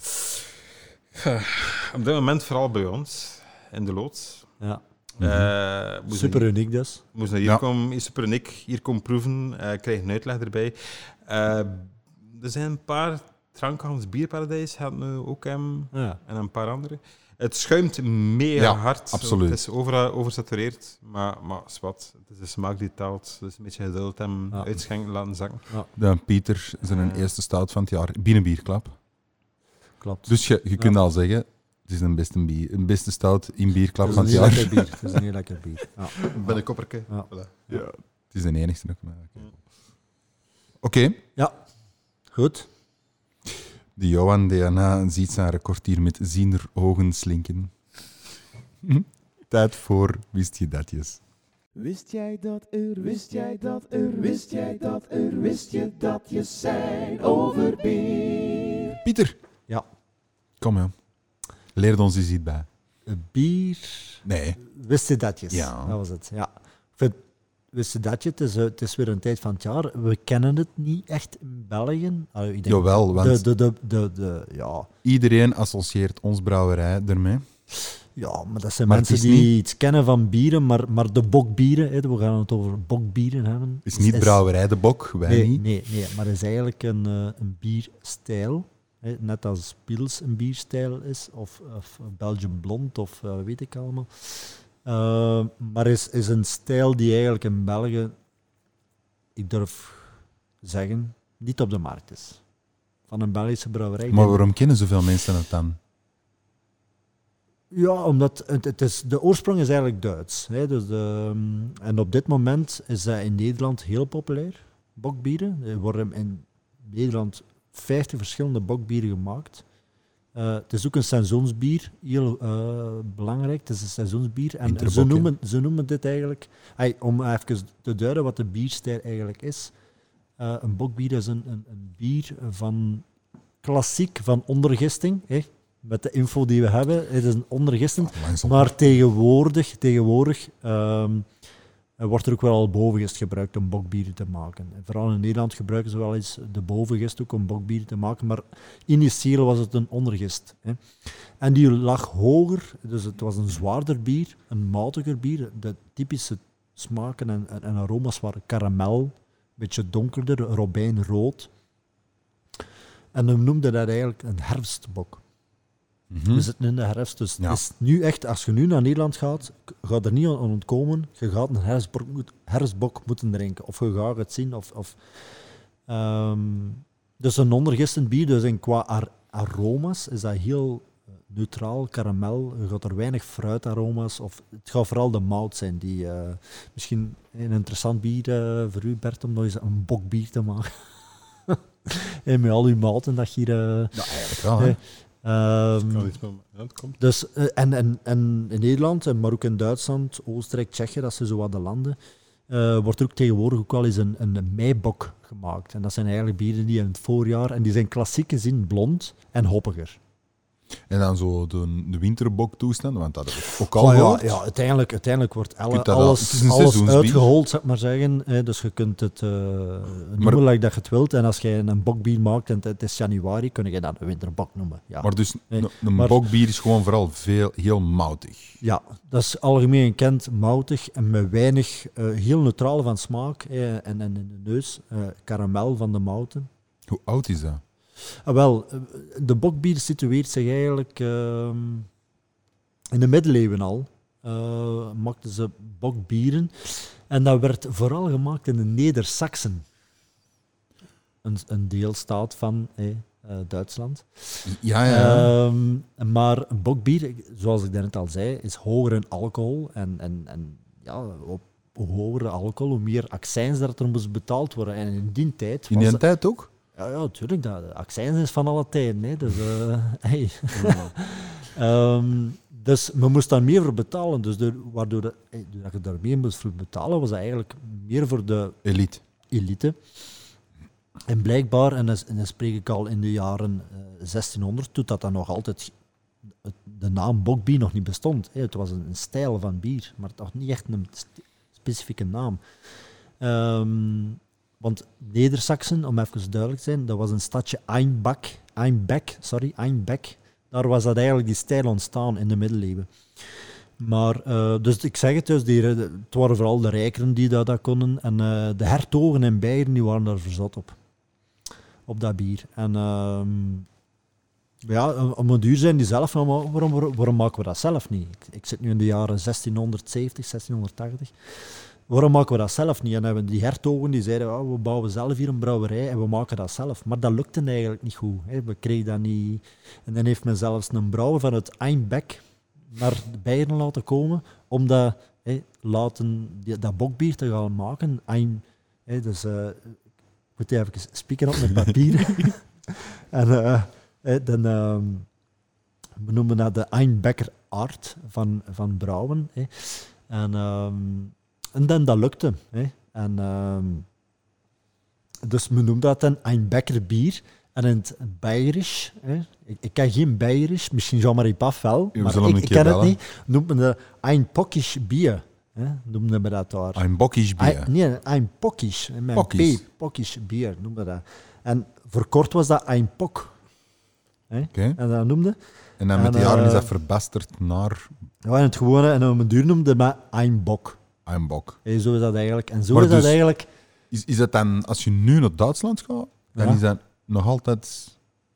Op dit moment vooral bij ons, in de loods. Ja, Eh, moest super naar- uniek dus. Moest naar hier Ja. komen, is super uniek. Hier komen proeven, eh krijg een uitleg erbij. Eh, er zijn een paar... Trankhandels Bierparadijs gaat nu ook hem Ja. en een paar andere. Het schuimt mega Ja, hard. absoluut. Het is over, oversatureerd, maar, maar zwart. Het is de smaak die telt. Dus een beetje geduld hem Ja. uitschenken, laten zakken. De Pieter zijn Ja. eerste stout van het jaar. Binnenbierklap. Klopt. Dus je, je kunt Ja. al zeggen, het is een beste, bier, een beste stout in bierklap Het van is het een jaar. heel lekker bier. Het is een heel lekker bier. Ja. Bij de kopperke. Ja. Voilà. Ja. Het is de enigste ook. maar oké. Oké, Ja, goed. de Johan D N A ziet zijn record hier met ziener ogen slinken. Tijd voor wist je datjes. Wist jij dat er, wist jij dat er, wist jij dat er, wist je dat je zijn over bier? Pieter. Ja. Kom ja. Leer ons eens iets bij. Een bier. Nee. Wist je datjes? Ja. Dat was het. Ja. Ik vind, wist je datje? Het is, eh, het is weer een tijd van het jaar. We kennen het niet echt in België. Allee, ik denk Jawel, want de, de, de, de, de, ja. iedereen associeert ons brouwerij ermee. ja, maar dat zijn Maar het mensen is die niet- iets kennen van bieren, maar, maar de bokbieren, hè, we gaan het over bokbieren hebben. Het is niet brouwerij de Bok, wij nee, niet. Nee, nee, maar het is eigenlijk een, eh, een bierstijl. Hè, net als Pils een bierstijl is, of, of Belgian Blond, of uh, weet ik allemaal. Uh, maar is, is een stijl die eigenlijk in België, ik durf zeggen, niet op de markt is. Van een Belgische brouwerij. Maar waarom kennen zoveel mensen het dan? Ja, omdat het, het is, de oorsprong is eigenlijk Duits. Hè, dus de, en op dit moment is dat in Nederland heel populair, bokbieren. Er worden in Nederland vijftig verschillende bokbieren gemaakt. Uh, het is ook een seizoensbier, heel uh, belangrijk. Het is een seizoensbier. En Interbok, ze noemen, ze noemen dit eigenlijk, ay, om even te duiden wat de bierstijl eigenlijk is. Uh, een bokbier is een, een, een bier van klassiek, van ondergisting. Hè. Met de info die we hebben, het is een ondergisting. Langzaam. Maar tegenwoordig, tegenwoordig um, wordt er ook wel al bovengist gebruikt om bokbieren te maken. En vooral in Nederland gebruiken ze wel eens de bovengist ook om bokbieren te maken, maar initieel was het een ondergist. Hè. En die lag hoger, dus het was een zwaarder bier, een moutiger bier. De typische smaken en, en, en aroma's waren karamel, een beetje donkerder, robijnrood. En we noemden dat eigenlijk een herfstbok. Mhm. We zitten in de herfst, dus Ja. het is nu echt, als je nu naar Nederland gaat, ga er niet aan ontkomen. Je gaat een herfstbok, moet- herfstbok moeten drinken. Of je gaat het zien. Of, of, ehm, dus een ondergistend bier, dus en qua ar- aroma's is dat heel eh, neutraal, karamel. Je gaat er weinig fruitaroma's. Of, het gaat vooral de mout zijn. Die, eh, misschien een interessant bier eh, voor u, Bert, om nog eens een bokbier te maken. En met al uw mouten dat je hier... eh, Ja, eigenlijk wel. Hè. Nee. ehm, Kan iets met ja, het komt. dus, eh, en, en, en in Nederland, en maar ook in Duitsland, Oostenrijk, Tsjechië, dat zijn zo wat de landen, uh, wordt er ook tegenwoordig ook wel eens een, een meibok gemaakt. En dat zijn eigenlijk bieren die in het voorjaar... En die zijn klassiek gezien blond en hoppiger. En dan zo de, de winterbok-toestand, want dat is ook al Oh, ja, gehoord. ja, uiteindelijk, uiteindelijk wordt alle, kunt dat al- alles, het is een alles seizoensbier. uitgehold, zou ik maar zeggen. Hè, dus je kunt het uh, noemen Maar- like dat je het wilt. En als je een bokbier maakt en het is januari, kun je dat een winterbok noemen. Ja, Maar dus Nee, een, een maar- bokbier is gewoon vooral veel, heel moutig. ja, dat is algemeen gekend, moutig en met weinig, uh, heel neutraal van smaak. Eh, en, en in de neus, uh, karamel van de mouten. Hoe oud is dat? Ah, wel, de bokbier situeert zich eigenlijk uh, in de middeleeuwen al. Uh, maakten ze bokbieren. En dat werd vooral gemaakt in de Neder-Saxen. Een, een deelstaat van eh, uh, Duitsland. Ja, ja. Um, maar bokbier, zoals ik daarnet al zei, is hoger in alcohol. En, en, en ja, op hoe hoger alcohol, hoe meer accijns dat er moest betaald worden. En in die tijd... in was die dat- tijd ook? ja, ja, natuurlijk. Dat, accijns is van alle tijden. Hè. Dus, uh, hey. um, dus men moest daar meer voor betalen. Dus door, waardoor de, hey, doordat je daar meer moest voor betalen, was dat eigenlijk meer voor de Elite. elite. En blijkbaar, en dat, en dat spreek ik al in de jaren uh, zestienhonderd, toen dat dan nog altijd het, de naam bokbier nog niet bestond. Hè. Het was een, een stijl van bier, maar toch niet echt een st- specifieke naam. Um, Want Neder-Saxen, om even duidelijk te zijn, dat was een stadje Einbeck, Einbeck, sorry, Einbeck. Daar was dat eigenlijk die stijl ontstaan in de middeleeuwen. Maar, uh, dus ik zeg het, dus, die, het waren vooral de rijkeren die dat, dat konden. En uh, de hertogen en beieren die waren daar verzot op. Op dat bier. En uh, ja, om een duur zijn die zelf, van, waarom, waarom, waarom maken we dat zelf niet? Ik, ik zit nu in de jaren zestienhonderdzeventig, zestienhonderdtachtig. Waarom maken we dat zelf niet? En hebben die hertogen die zeiden, oh, we bouwen zelf hier een brouwerij en we maken dat zelf. Maar dat lukte eigenlijk niet goed. Hè. We kregen dat niet. En dan heeft men zelfs een brouwer van het Einbeck naar de Beieren laten komen om dat, hè, laten, die, dat bokbier te gaan maken. Ein, hè, dus, uh, ik moet even spieken op met papier. en uh, hè, dan uh, we noemen dat de Einbecker art van, van brouwen. Hè. En... Um, En dan dat lukte. Hè. En, uh, dus men noemt dat een Einbecker bier. En in het Bayerisch, hè, ik, ik ken geen Bayerisch, misschien Jean-Marie Paf wel, we maar zullen ik, hem ik een ken keer het bellen. niet, noemt men de Einpockisch bier. Hè, noemden we dat daar. Een bokkisch bier. Ein, nee, Einpockisch. Met Pockisch. P, Pockisch bier noemen we dat. En voor kort was dat Einpock. Hè, Oké. en dat noemde. En dan met de en, jaren is uh, dat verbasterd naar Ja, in het gewone, en om een duur noemde maar Einbock. een bok. Hey, zo is dat eigenlijk. En zo Maar is dat dus- eigenlijk... Is, is dat dan, als je nu naar Duitsland gaat, dan Ja. is dat nog altijd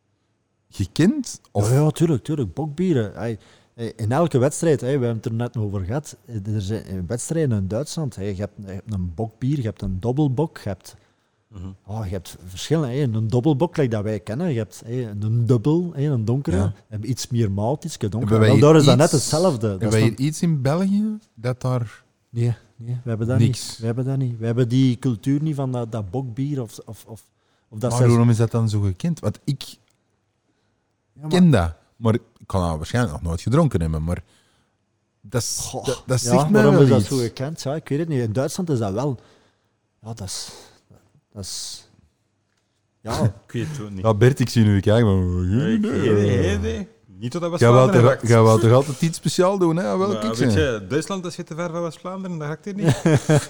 gekend? Of Ja, ja, tuurlijk, tuurlijk. Bokbieren. Hey, hey, in elke wedstrijd, hey, we hebben het er net nog over gehad, er zijn wedstrijden in Duitsland. Hey, je, hebt, je hebt een bokbier, je hebt een dobbelbok, je hebt, Mhm. oh, je hebt verschillen. Hey. Een dobbelbok, like dat wij kennen, je hebt hey, een dubbel, hey, een donkere, Ja. je hebt iets meer mout, iets donkerder. Hebben wij Wel, daar is dat iets- net hetzelfde. Dat hebben is wij dan- hier iets in België dat daar... Nee, nee, we hebben dat Niks. niet. We hebben dat niet. We hebben die cultuur niet van dat, dat bokbier of, of, of, of dat Maar zelfs- waarom is dat dan zo gekend? Want ik Ja, maar- ken dat, maar ik kan dat waarschijnlijk nog nooit gedronken hebben, maar dat, is, Goh, dat, dat ja, zegt mij waarom wel is dat iets. zo gekend? Ja, ik weet het niet. In Duitsland is dat wel... Ja, dat is... Dat is... Ja, Ik weet het ook niet. Ja, Bert, ik zie nu kijken, maar... Nee, nee, nee. Niet tot dat Jij wou West-Vlaanderen toch, jij wou toch altijd iets speciaals doen, hè? Welke Nou, ik weet zijn? je, Duitsland is weer te ver van West-Vlaanderen, dat ga ik hier niet.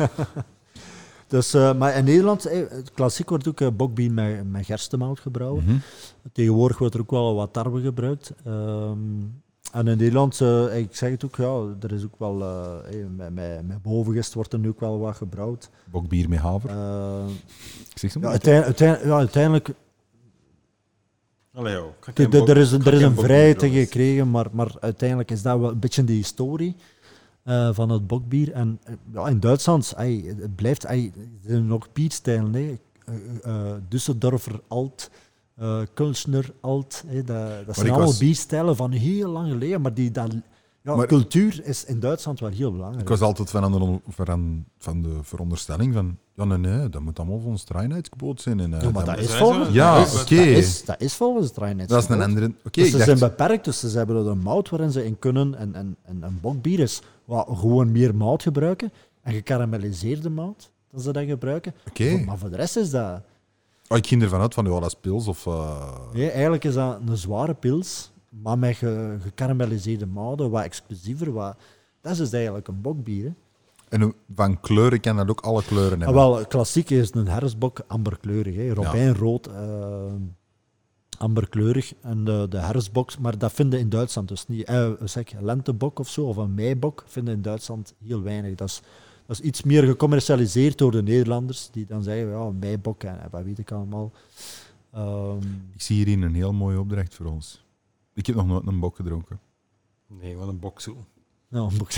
dus, uh, maar in Nederland, eh, het klassiek wordt ook uh, bokbier met, met gerstemout gebrouwen. Mhm. Tegenwoordig wordt er ook wel wat tarwe gebruikt. Um, en in Nederland, uh, ik zeg het ook, ja, er is ook wel... Uh, eh, met, met, met bovengist wordt er nu ook wel wat gebrouwd. Bokbier met haver. Uh, Ik zeg zo ja, maar. uiteindelijk, uiteindelijk, ja, uiteindelijk Allee, joh. Kan ik De- geen de- bok- er is, kan er ik is geen een bok vrijheid doen, in trouwens. gekregen, maar, maar uiteindelijk is dat wel een beetje de historie uh, van het bokbier. En uh, ja, in Duitsland, ey, het blijft, ey, er zijn nog bierstijlen. Hè. Uh, uh, Düsseldorfer Alt, uh, Kulsner Alt. Hè. Dat, dat zijn ik allemaal was- bierstijlen van heel lang geleden, maar die... Dat, ja, Maar- cultuur is in Duitsland wel heel belangrijk. Ik was altijd van, de, van, van de veronderstelling van... Ja, nee, nee, dat moet allemaal volgens het reinheidsgebod zijn. En, uh, Ja, maar dat is is hij volgens... zo? Ja, dat is- oké. Dat is, dat is volgens het reinheidsgebod. Dat is een andere... Oké, Dus ik ze dacht... zijn beperkt, dus ze hebben er een mout waarin ze in kunnen. En, en, en een bokbier is wat, gewoon meer mout gebruiken. en gekarameliseerde mout, dat ze dat gebruiken. Oké. Voor- Maar voor de rest is dat... Oh, ik ging ervan uit van, ja, dat is pils of... Uh... Nee, eigenlijk is dat een zware pils, maar met ge, gekarameliseerde mouten, wat exclusiever. Wat, dat is dus eigenlijk een bokbier. Hè. En van kleuren kan dat ook alle kleuren Ah, hebben. wel, klassiek is een herfstbok amberkleurig. Hè. Robijnrood, uh, amberkleurig. En de, de herfstbok, maar dat vinden in Duitsland dus niet. Uh, zeg, lentebok of zo, of een meibok, vinden in Duitsland heel weinig. Dat is, dat is iets meer gecommercialiseerd door de Nederlanders, die dan zeggen, ja, meibok en wat weet ik allemaal. Um, Ik zie hierin een heel mooie opdracht voor ons. Ik heb nog nooit een bok gedronken. Nee, wat een bokzoel. Nou, een boek.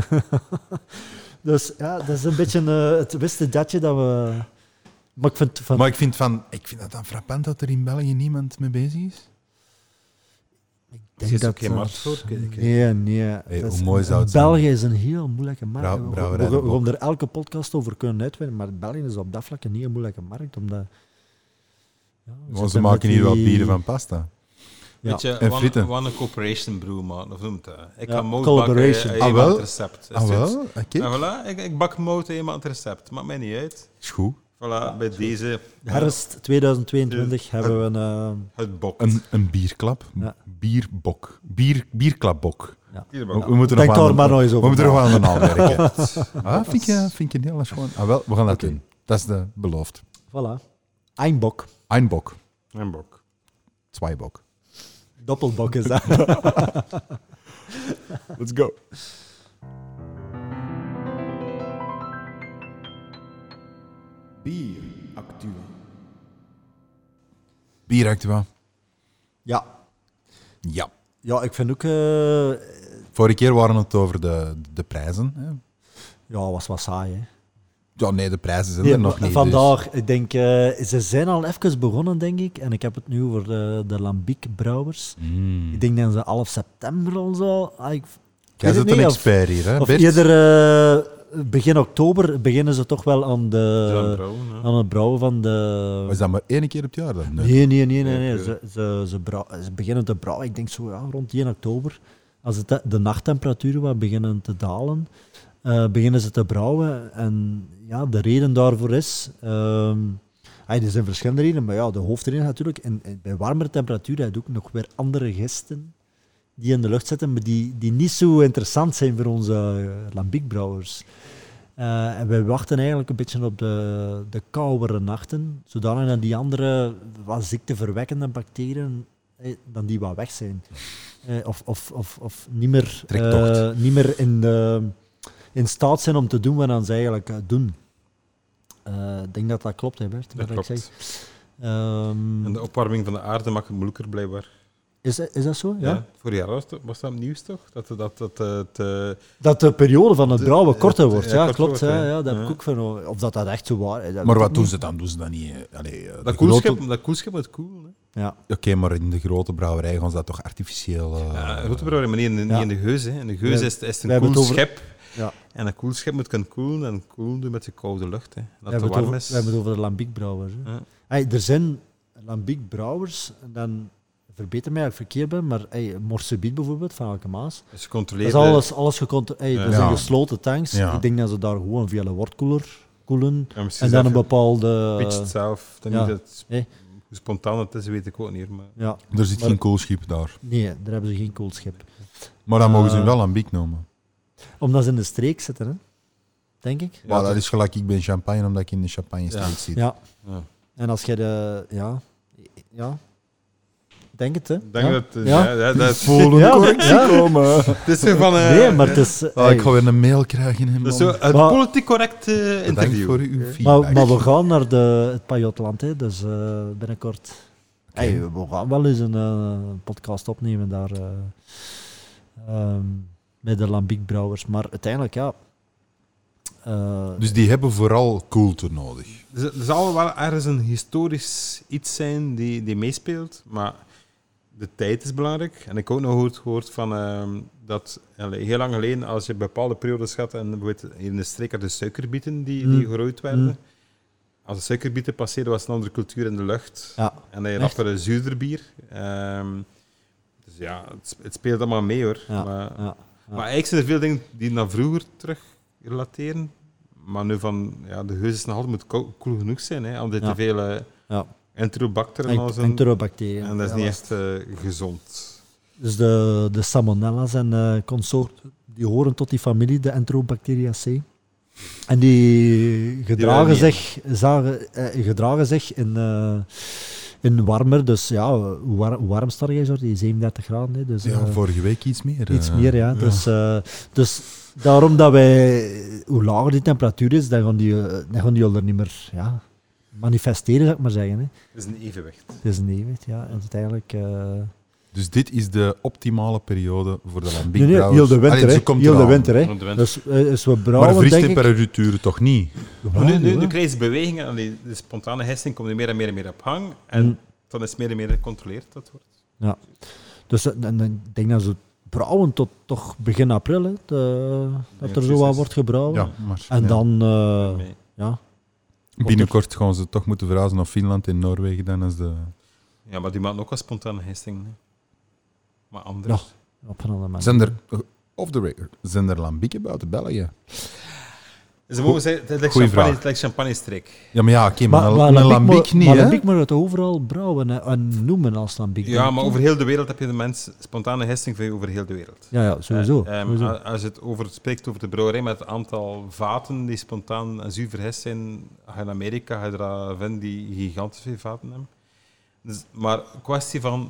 Dus ja, dat is een beetje uh, het beste datje dat we... Maar ik vind, van... Maar ik vind, van, ik vind het dan frappant dat er in België niemand mee bezig is. Ik Er is ook geen markt voor. Kijk, Nee, nee. Hey, Dat hoe is- mooi zou het zijn? België is een heel moeilijke markt. Brouw- We- brouwerij we, de we, we Bok. gaan er elke podcast over kunnen uitweiden, maar België is op dat vlak een heel moeilijke markt. Omdat, ja, we Want ze zitten maken met hier wel die- bieren van pasta. Ja. Weet je, En one, frieten. one corporation brew, man. Of noemt dat? Ik Ja, ga mout collaboration. bakken, Ah, ah, wel? het recept. Ah, wel? Oké. En voilà, ik, ik bak mout eenmaal het recept. Maakt mij niet uit. Is goed. Voilà, bij deze Herfst tweeduizend tweeëntwintig hebben we een... uh, het bok. Een, een bierklap. Ja. Bierbok. Bier, bierklapbok. Hier, We, bok. we moeten Denk nog daar aan maar de- nog eens we over moeten nog na. aan de naam werken. Ah, vind je, vind je heel schoon? Ah, wel, we gaan dat Oké. doen. Dat is de beloofd. Voilà. Einbok. Einbok. Een bok. Zweibok. Doppelbok is dat. Let's go. Bier Actua. Bieractua. Ja. Ja. Ja, ik vind ook... uh, Vorige keer waren het over de, de prijzen. Hè? ja, was wat saai, hè. Ja, nee, de prijzen zijn Nee, er nog maar niet. vandaag, ik denk, uh, ze zijn al even begonnen, denk ik. En ik heb het nu over de, de Lambic Brouwers. Dus. Mm. Ik denk dat ze half september al zo... Ah, ik, Jij weet bent het een niet, of- expert hier, hè, Of Bert? eerder uh, begin oktober beginnen ze toch wel aan, Zo'n de, brouwen, hè. aan het brouwen van Maar de... is dat maar één keer op het jaar dan? Nee. Nee, nee, nee. nee, nee. Oké. Ze, ze, ze, brouw- ze beginnen te brouwen, ik denk zo ja, rond één oktober. Als het, de nachttemperaturen wat beginnen te dalen, uh, beginnen ze te brouwen. En ja, de reden daarvoor is... Um, ah, er zijn verschillende redenen, maar ja, de hoofdreden natuurlijk. En, en bij warmere temperaturen heb je ook nog weer andere gisten die in de lucht zitten, maar die, die niet zo interessant zijn voor onze uh, Lambic-brouwers. Uh, en wij wachten eigenlijk een beetje op de, de koudere nachten, zodanig dat die andere wat ziekteverwekkende bacteriën eh, dan die wat weg zijn. Eh, of, of, of, of niet meer, Trektocht. uh, niet meer in, de, in staat zijn om te doen wat dan ze eigenlijk uh, doen. Uh, ik denk dat dat klopt, hè Bert? Dat wat ik klopt. zeg. Um, En de opwarming van de aarde maakt het moeilijker, blijkbaar. is, is dat zo? Ja? Ja? Vorig jaar was, het- was dat nieuws, toch? Dat, dat, dat, het, eh, Dat de periode van het De- brouwen ja, korter het- wordt. ja, Ja, korter klopt. wordt, Ja, ja. ja, dat heb ik Ja. ook van. Of dat dat echt zo waar is. dat Maar weet wat ik doen niet. ze dan? Doen ze dat niet? eh, Allee, eh, de dat, grote- koelschip, dat koelschip moet koelen. Hè. Ja. Oké, maar in de grote brouwerij gaan ze dat toch artificieel... eh, Ja, een grote brouwerij, maar niet in, de- Ja. niet in de geus. Hè. In de geus We- is, het- is het we een hebben het over- koelschep. Ja. En een koelschip moet kunnen koelen en koelen doe met de koude lucht. Hè. Dat We het hebben, te het warm over, is. we hebben het over de Lambic-brouwers. hè. Ja. Hey, er zijn Lambic-brouwers, en dan verbeter mij als ik verkeerd ben, maar hey, Morsebiet bijvoorbeeld, van Elke Maas, Dus je dat controleert... is alles, alles gecontroleerd. Hey, Ja. dat zijn Ja. gesloten tanks. Ja. Ik denk dat ze daar gewoon via de wortkoeler koelen. Ja, misschien En dan een zelf bepaalde... pitcht zelf. Dan ja. niet dat, Hey. hoe spontaan het is, weet ik ook niet. Maar Ja, Er zit Maar- geen koelschip daar. nee, daar hebben ze geen koelschip. Maar dan mogen ze Eh, wel aan biek noemen. Omdat ze in de streek zitten, hè? Denk ik. Maar dat toch. is gelijk, ik ben champagne omdat ik in de champagne-streek Ja. zit. Ja. Ja. En als je de... Ja. Ja. Denk het, hè? Ik denk ja. dat... eh, Ja. Ja. Ja, dat Voel een Ja, correctie ja. komen. het is zo van... eh, Nee, maar het is... Oh, hey, ik ga weer een mail krijgen. Hè, dat is man. zo het Maar- politiek correcte Bedankt interview. voor uw feedback. maar, maar we gaan naar de, het Pajotland, hè? Dus uh, binnenkort... Oké. Hey, we gaan wel eens een uh, podcast opnemen daar... Uh, um, met de Lambic-brouwers. Maar uiteindelijk, ja... Uh, Dus die hebben vooral koelte nodig. Er er zal wel ergens een historisch iets zijn die, die meespeelt, maar de tijd is belangrijk. En ik heb ook nog gehoord, gehoord van ehm, dat allee, heel lang geleden, als je bepaalde periodes had, en bijvoorbeeld hier in de streek had je suikerbieten die, die Mm. gerooid werden. Mm. Als de suikerbieten passeerden, was het een andere cultuur in de lucht. ja. En dan je Echt? rapper zuurder bier. Ehm, dus ja, het, sp- het speelt allemaal mee hoor. Ja, Maar, ja, ja. maar eigenlijk zijn er veel dingen die naar vroeger terug relateren. maar nu van, ja, de geus is nog altijd moet koel cool genoeg zijn, hè, omdat Ja. te veel uh, Ja. enterobacter en al En- zo'n... Enterobacteriën. En dat is Ja, niet dat- echt uh, gezond. Dus de, de salmonella's en uh, consorten, die horen tot die familie, de Enterobacteriaceae. En die gedragen, niet, zich, zagen, eh, gedragen zich in, uh, in warmer, dus ja, hoe, war, hoe warm sta jij, Jordi? zevenendertig graden. Hè? Dus, Ja, uh, vorige week iets meer. iets eh. meer, ja. Dus, uh, dus daarom dat wij, hoe lager die temperatuur is, dan gaan die, uh, dan gaan die al er niet meer ja, manifesteren, zou ik maar zeggen. Hè. Het is een evenwicht. Het is een eeuwig, ja. En uiteindelijk... Uh, Dus dit is de optimale periode voor de lambic nee, nee, brouwers. heel de winter, Allee, hè. zo komt Heel het de aan. winter, hè. Want de winter- Dus, uh, dus we Maar brouwen, de denk ik... vriestemperaturen toch niet? Maar nu, nu, Ja, nu krijg je bewegingen, allee, de spontane hesting komt er meer en meer en meer op hang. En Mm. dan is het meer en meer gecontroleerd dat wordt. Ja. Dus en, en ik denk dat ze brouwen tot toch begin april, hè, de- dat er het zo is- wat is- wordt gebrouwen. Ja, maar En ja. dan, uh, Nee. ja, binnenkort gaan ze toch moeten verhuizen naar Finland en Noorwegen. Dan is de... Ja, maar die maken ook wel spontane hesting. Hè. Maar anders. op een andere manier. Zijn er, uh, off the record, zijn er lambieken buiten België? Ze mogen zeggen, het lijkt Goeie champagne, vraag. het lijkt champagne-streek. Ja, maar ja, oké, maar, Maar, een, maar een lambiek lambiek mo- niet, maar hè? lambiek moet het overal brouwen hè, en noemen als lambiek. Ja, denk maar ik. over heel de wereld heb je de mens spontane hesting van over heel de wereld. Ja, ja, sowieso. Eh, ehm, sowieso. a- Als je het over, spreekt over de brouwerij met het aantal vaten die spontaan en zuiver hest zijn, ga je in Amerika ga je er vinden die gigantisch veel vaten hebben. Dus, maar kwestie van,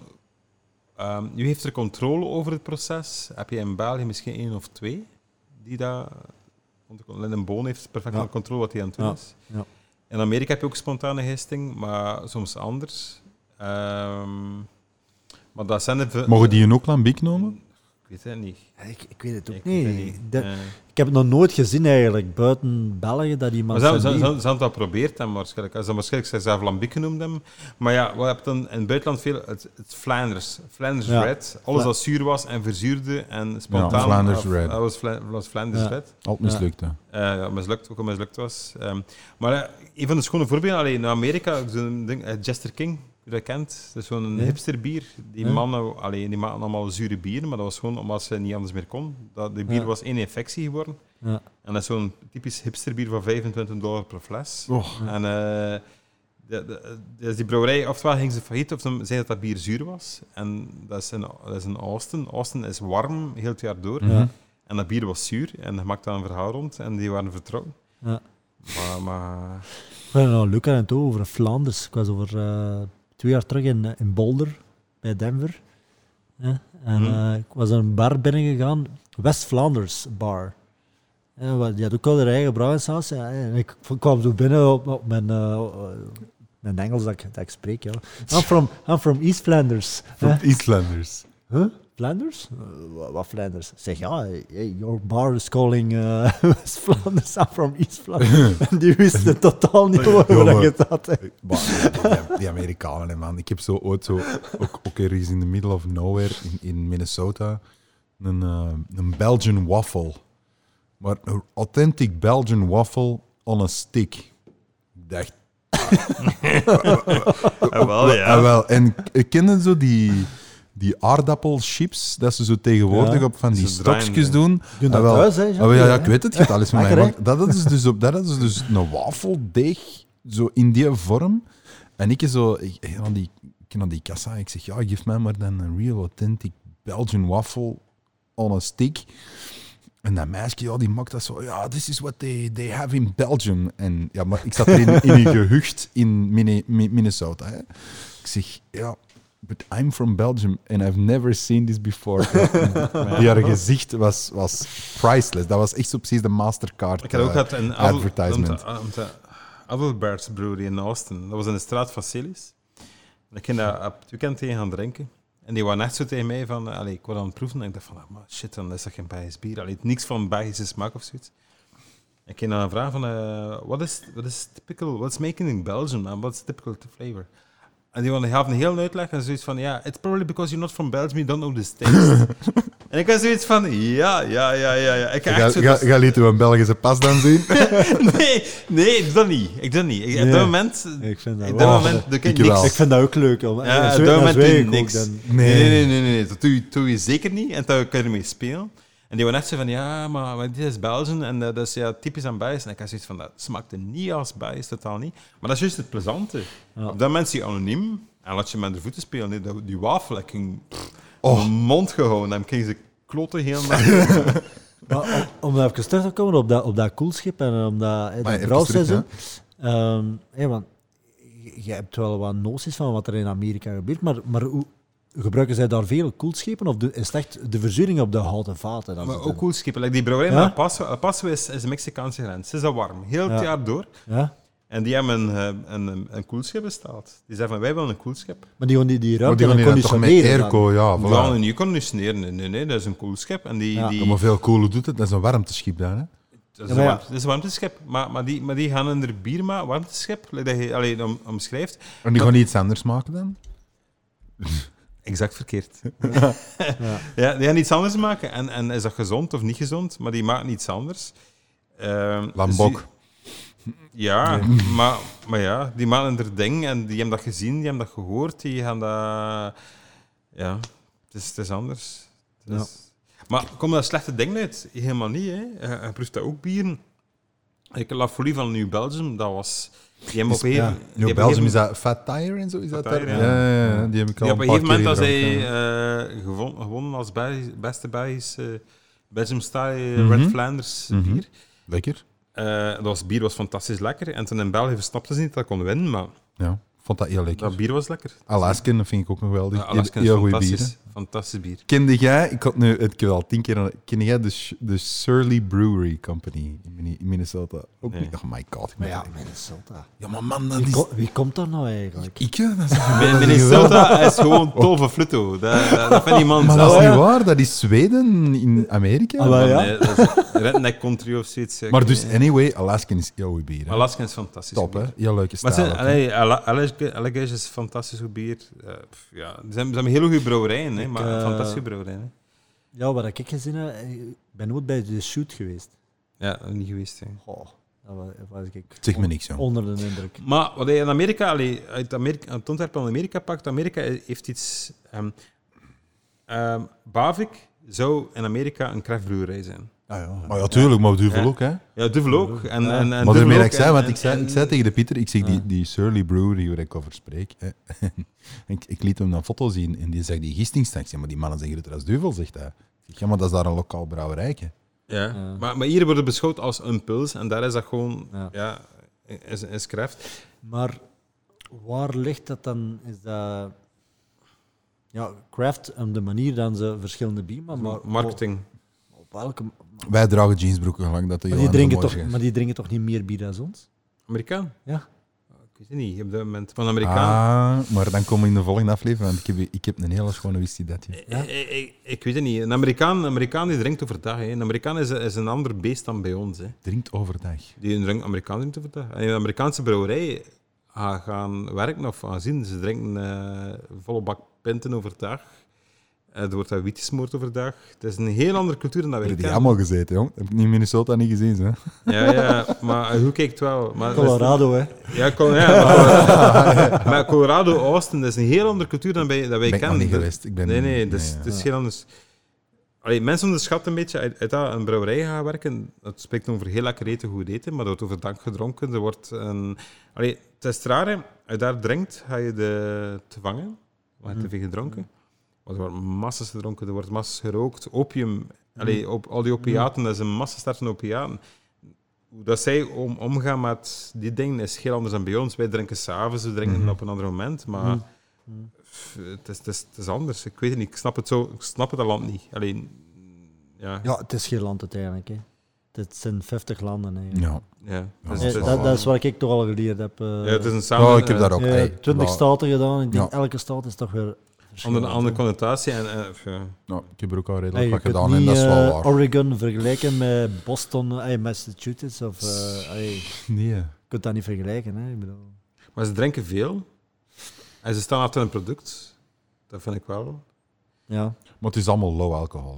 um, wie heeft er controle over het proces? Heb je in België misschien één of twee die dat... Lennon Boon heeft perfect Ja. controle wat hij aan het doen Ja. is. Ja. In Amerika heb je ook spontane hesting, maar soms anders. Ehm, maar dat zijn er... Mogen die een ook lambiek noemen? Ik weet het niet. Ja, ik, ik weet het ook Ik niet. weet het niet. De- Eh. ik heb het nog nooit gezien eigenlijk, buiten België, dat iemand... Maar ze, ze, zijn ze, bier- ze hadden het wel geprobeerd, hè, waarschijnlijk. Ze hebben waarschijnlijk zichzelf lambiek genoemd hebben. Maar ja, wat heb je dan in het buitenland veel? Het, het Flanders. Flanders Ja. Red. Alles Fla- dat zuur was en verzuurde en spontaan. Ja, Flanders af- Red. Dat was, Fla- was Flanders Ja. Red. Al mislukt, hè? Eh, ja, mislukt, ook al mislukt was. Ehm, maar eh, een van de schone voorbeelden, alleen in Amerika, zo'n ding, eh, Jester King, wie dat kent, dat is zo'n Nee. hipsterbier. Die Ja. mannen, allee, die maken allemaal zure bieren, maar dat was gewoon omdat ze niet anders meer kon. Dat, die bier Ja. was één infectie geworden. Ja. En dat is zo'n typisch hipsterbier van vijfentwintig dollar per fles. Oh. En eh, de, de, dus die brouwerij, oftewel ging ze failliet, of ze zei dat dat bier zuur was. En dat is in, dat is in Austin. Austin is warm, heel het jaar door. Ja. En dat bier was zuur. En je maakte daar een verhaal rond. En die waren vertrokken. Ja. Maar... maar Ik ben nou Luc aan het doen over Flanders. Ik was over uh, twee jaar terug in, in Boulder, bij Denver. Ja, en Hmm. uh, ik was in een bar binnengegaan, West Flanders Bar. Ja, wat- die had ook al haar eigen brouwingshuis. Ja, en ik kwam zo binnen op, op mijn, uh, mijn Engels dat ik, dat ik spreek. Ja. I'm, from, I'm from East Flanders. From Ja. Eastlanders. Huh? Flanders? Uh, wa- wat Flanders? Ik zeg, ja, hey, your bar is calling uh, West Flanders. I'm from East Flanders. En die wisten totaal niet waar Ja, dat maar- je zat. hè. Maar, die, die Amerikanen, hè, man. Ik heb zo ooit zo, ook, ook ergens in the middle of nowhere in, in Minnesota een, uh, een Belgian waffle. Maar een authentic Belgian waffle on a stick. Ik dacht... ja, wel, Ah, wel. En ik kende zo die, die aardappelchips, dat ze zo tegenwoordig Ja. op van die Ze draaien, stokjes hè. doen. Doe Ah, dat wel. thuis, hè? Ah, wel, ja, ja, ik weet het, je hebt alles van mij Lekker, hè? gemaakt. Dat is dus, op, dat is dus een wafeldeeg, zo in die vorm. En ik zo, ik, ik aan die, ik aan die kassa, ik zeg, ja, geef mij maar dan een real authentic Belgian waffle on a stick. En dat meisje, ja, die maakt dat zo, ja, this is what they, they have in Belgium. En ja, maar ik zat er in, in een gehucht in Minne- Mi- Minnesota. Hè. Ik zeg, ja, but I'm from Belgium and I've never seen this before. Die haar gezicht was, was priceless. Dat was echt zo precies de Mastercard ik had ook eh, gehad een advertisement. Adelbert's Brewery in Austin. Dat was in de straat van Celis. En ik ging daar op het weekend tegen gaan drinken. En die waren echt zo tegen mij van... Allee, ik was aan het proeven en ik dacht van... Ah, maar shit, dan is dat geen Belgisch bier. Allee, niks van Belgische smaak of zoiets. Ik ging dan een vraag van... Uh, what is, what is typical... What's making in Belgium? And what's typical to flavor? En die gaven een heel uitleg en zoiets van... Ja, it's probably because you're not from Belgium, you don't know this taste. En ik was zoiets van... Ja, ja, ja, ja. ja. Ik Ga, echt zo... ga, ga liet u een Belgische pas dan zien? nee, nee, ik doe dat niet. Ik doe dat niet. Ik, Op Nee. dat moment... Ik vind dat Op wel. dat moment doe ik ik niks. wel. Ik vind dat ook leuk. Om, Ja, en op zo- dat en moment zo doe je ik ook niks. dan. Nee, nee, nee, nee, nee. Dat doe je, doe je zeker niet. En dan kan je ermee spelen. En die waren echt zo van, ja, maar, maar dit is België en uh, dat is ja, typisch aan Belgisch. En ik had zoiets van, dat smaakte niet als Belgisch, totaal niet. Maar dat is juist het plezante. Ja. Op dat moment zie je anoniem en laat je met de voeten spelen. Nee, dat, die wafel, ik ging pff, Oh. mijn mond gehouden. En ik ging ze kloten helemaal. Maar om, om even terug te komen op dat, op dat koelschip en om dat, hè, Maar dat even brouwseizoen. terug, Ehm, hè, want je hebt wel wat noties van wat er in Amerika gebeurt, maar, maar hoe, gebruiken zij daar veel koelschepen? Of de, is het echt de verzuring op de houten vaten? Dat Maar is ook het, koelschepen. Like die brouwerij Ja? naar Paso, El Paso is, is de Mexicaanse grens. Het is al warm, heel het Ja. jaar door. ja? En die hebben een, eh, een, een, een koelschip bestaat. Die zeggen van, wij willen een koelschip. Maar die, die, die Maar ruimte die dan gaan hier dan toch met conditioneren. dan. airco, ja. We gaan Voilà. het niet conditioneren. Nee, nee, nee, dat is een koelschip. En die, Ja. die, Ja, maar veel kolen doet het, dat is een warmteschip dan, hè? dat, is Ja, een maar ja. warmte, dat is een warmteschip. Maar, maar, die, maar die gaan in de bierma, warmteschip, like dat je alleen om, omschrijft. En die gaan niet iets anders maken dan? Exact verkeerd. Ja. Ja, die gaan iets anders maken. En, en is dat gezond of niet gezond? Maar die maken iets anders. Ehm, Lambok. dus die- ja, maar, maar ja, die maken er ding en die hebben dat gezien, die hebben dat gehoord, die gaan dat... Ja, het is, het is anders. Het is- Maar komt dat slechte ding uit? Helemaal niet, hè. Je, je proeft dat ook bieren. Ik La Folie van New Belgium, dat was... Die hebben op een Ja. gegeven die New op een Belgium, gegeven- is dat Fat Tire en zo? Is dat Fat daar? Tire, ja. ja. Ja, ja, die heb ik al Die op een een paar gegeven moment, keer als hij gedronken. eh, gewon- gewonnen als Belgisch- beste Belgische Belgium Style Mhm. Red Flanders Mhm. bier. Lekker. Eh, dat was, bier was fantastisch lekker. En toen in België versnapten ze niet dat ik kon winnen, maar Ja, ik vond dat heel lekker. dat bier was lekker. Alaskan, dat vind ik ook nog wel. Die, Ja, Alaskan is heel goede fantastisch. bieren. Fantastisch bier. Kende jij, ik had nu het ik heb al tien keer, ken jij de, Sh- de Surly Brewery Company in Mini- in Minnesota? Ook Nee. niet. Oh my god. ik Maar ben ja, er- Minnesota. ja, maar man, dat Wie, is... ko- wie komt daar nou eigenlijk? Ik, hè, dat is, Min- dat is Minnesota is gewoon tolve flutto. Dat, dat, dat vindt die man Maar zelf. dat is ja. niet waar, dat is Zweden in Amerika. Ah, wel, ja. Nee, dat is redneck country of zoiets. Ik Maar weet dus, niet. anyway, Alaskan is heel goed bier. Hè? Alaska is fantastisch. Top, hè? bier. Heel leuke Maar stijl. het ook, zijn, hè. allee, Ala- Alaska Alaska is fantastisch goed bier. Eh, pff, ja, ze hebben, ze hebben hele goede brouwerijen, hè, Ik, maar eh, fantastische brouwerijen. Hè. Ja, wat ik gezien heb, ik ben nooit bij de shoot geweest. Ja, niet geweest. Hè. Goh, dat was, was ik Zeg me niks, jong. onder de indruk. Maar wat je in Amerika, allee, uit Amerika, uit Antwerpen aan Amerika pakt, Amerika heeft iets. Um, um, Bavik zou in Amerika een craftbrouwerij zijn. Ah, ja. Maar ja, tuurlijk, maar Duvel Ja. ook, hè. Ja, Duvel ook. En, Ja. en, en Maar Duvel daarmee dat ook. ik zei, En- want en- ik zei, en- ik zei tegen de Pieter, ik zeg Ja. die, die Surly Brewery waar ik over spreek. Hè. ik, ik liet hem een foto zien en die zegt die gistingstaks. Ja, maar die mannen zeggen het er als duvel, zegt hij. Ik zeg, ja, maar dat is daar een lokaal brouwerijtje. Ja. Ja. Maar, maar hier wordt het beschouwd als een pils en daar is dat gewoon. Ja. Ja, is, is craft. Maar waar ligt dat dan? Is dat... Ja, craft op de manier dat ze verschillende bieren, maar Marketing. Op, op welke... Wij dragen jeansbroeken lang dat de Maar die, Johan drinken zo mooi toch, zegt. maar die drinken toch niet meer bier dan ons? Amerikaan? Ja. Ik weet het niet, op dat moment. Van Amerikaan. Ah, maar dan komen we in de volgende aflevering, want ik heb, ik heb een hele schone whisky dat je. Ja? Ik, ik, ik weet het niet. Een Amerikaan, een Amerikaan die drinkt overdag. Hè. Een Amerikaan is, is een ander beest dan bij ons. Hè. Drinkt overdag. Die drinkt, Amerikaan drinkt overdag. En in de Amerikaanse brouwerij ah, gaan werken of gaan zien. Ze drinken eh, volle bak pinten overdag. Uh, er wordt daar wiet gesmoord overdag. Het is een heel andere cultuur dan dat We wij hebben die kennen. allemaal gezeten, jong. Heb ik niet in Minnesota niet gezien, hè? Ja, ja, maar hoe kijkt het wel? Maar dat is- Colorado, hè? Ja, Col- ja maar, maar Colorado, Austin, dat is een heel andere cultuur dan wij, dat wij Ben ik nog kennen. niet geweest. Ik ben, Nee, nee, dat is, ja. dat is heel anders. Allee, mensen onderschatten een beetje, uit, uit dat een brouwerij gaan werken, dat spreekt over heel lekker eten, goed eten, maar er wordt overdag gedronken. Er wordt een... Allee, het is raar, hè. Als je daar drinkt, ga je de te vangen. Maar je te veel gedronken. Maar er wordt massas gedronken, er wordt massas gerookt. Opium, allee, op, al die opiaten, dat is een massastart van opiaten. Hoe dat zij om, omgaan met die dingen is heel anders dan bij ons. Wij drinken s'avonds, we drinken Mhm. op een ander moment, maar... Pff, Het is, het, is, het is anders. Ik weet het niet. Ik snap het, zo, ik snap het dat land niet. Alleen, ja. Ja, het is geen land uiteindelijk. Hè. Het zijn vijftig landen. Hè. Ja. ja. Ja, Het Eh, is, dat het dat, is- dat is wat ik toch al geleerd heb. eh, ja, het is een samen... Oh, ik heb daar ook. eh, Hey, twintig maar- staten gedaan. Ik denk Ja. elke staat is toch weer Onder verschillend. een andere connotatie. En, eh, ja. Ja, ik heb er ook al Hey, redelijk je wat kunt gedaan niet en dat is wel eh, waar. Oregon vergelijken met Boston, eh, Massachusetts. Of, eh, hey, je Nee. kunt dat niet vergelijken. Hè. Ik bedoel. Maar ze drinken veel. En ze staan achter een product. Dat vind ik wel. Ja. Maar het is allemaal low alcohol, hè.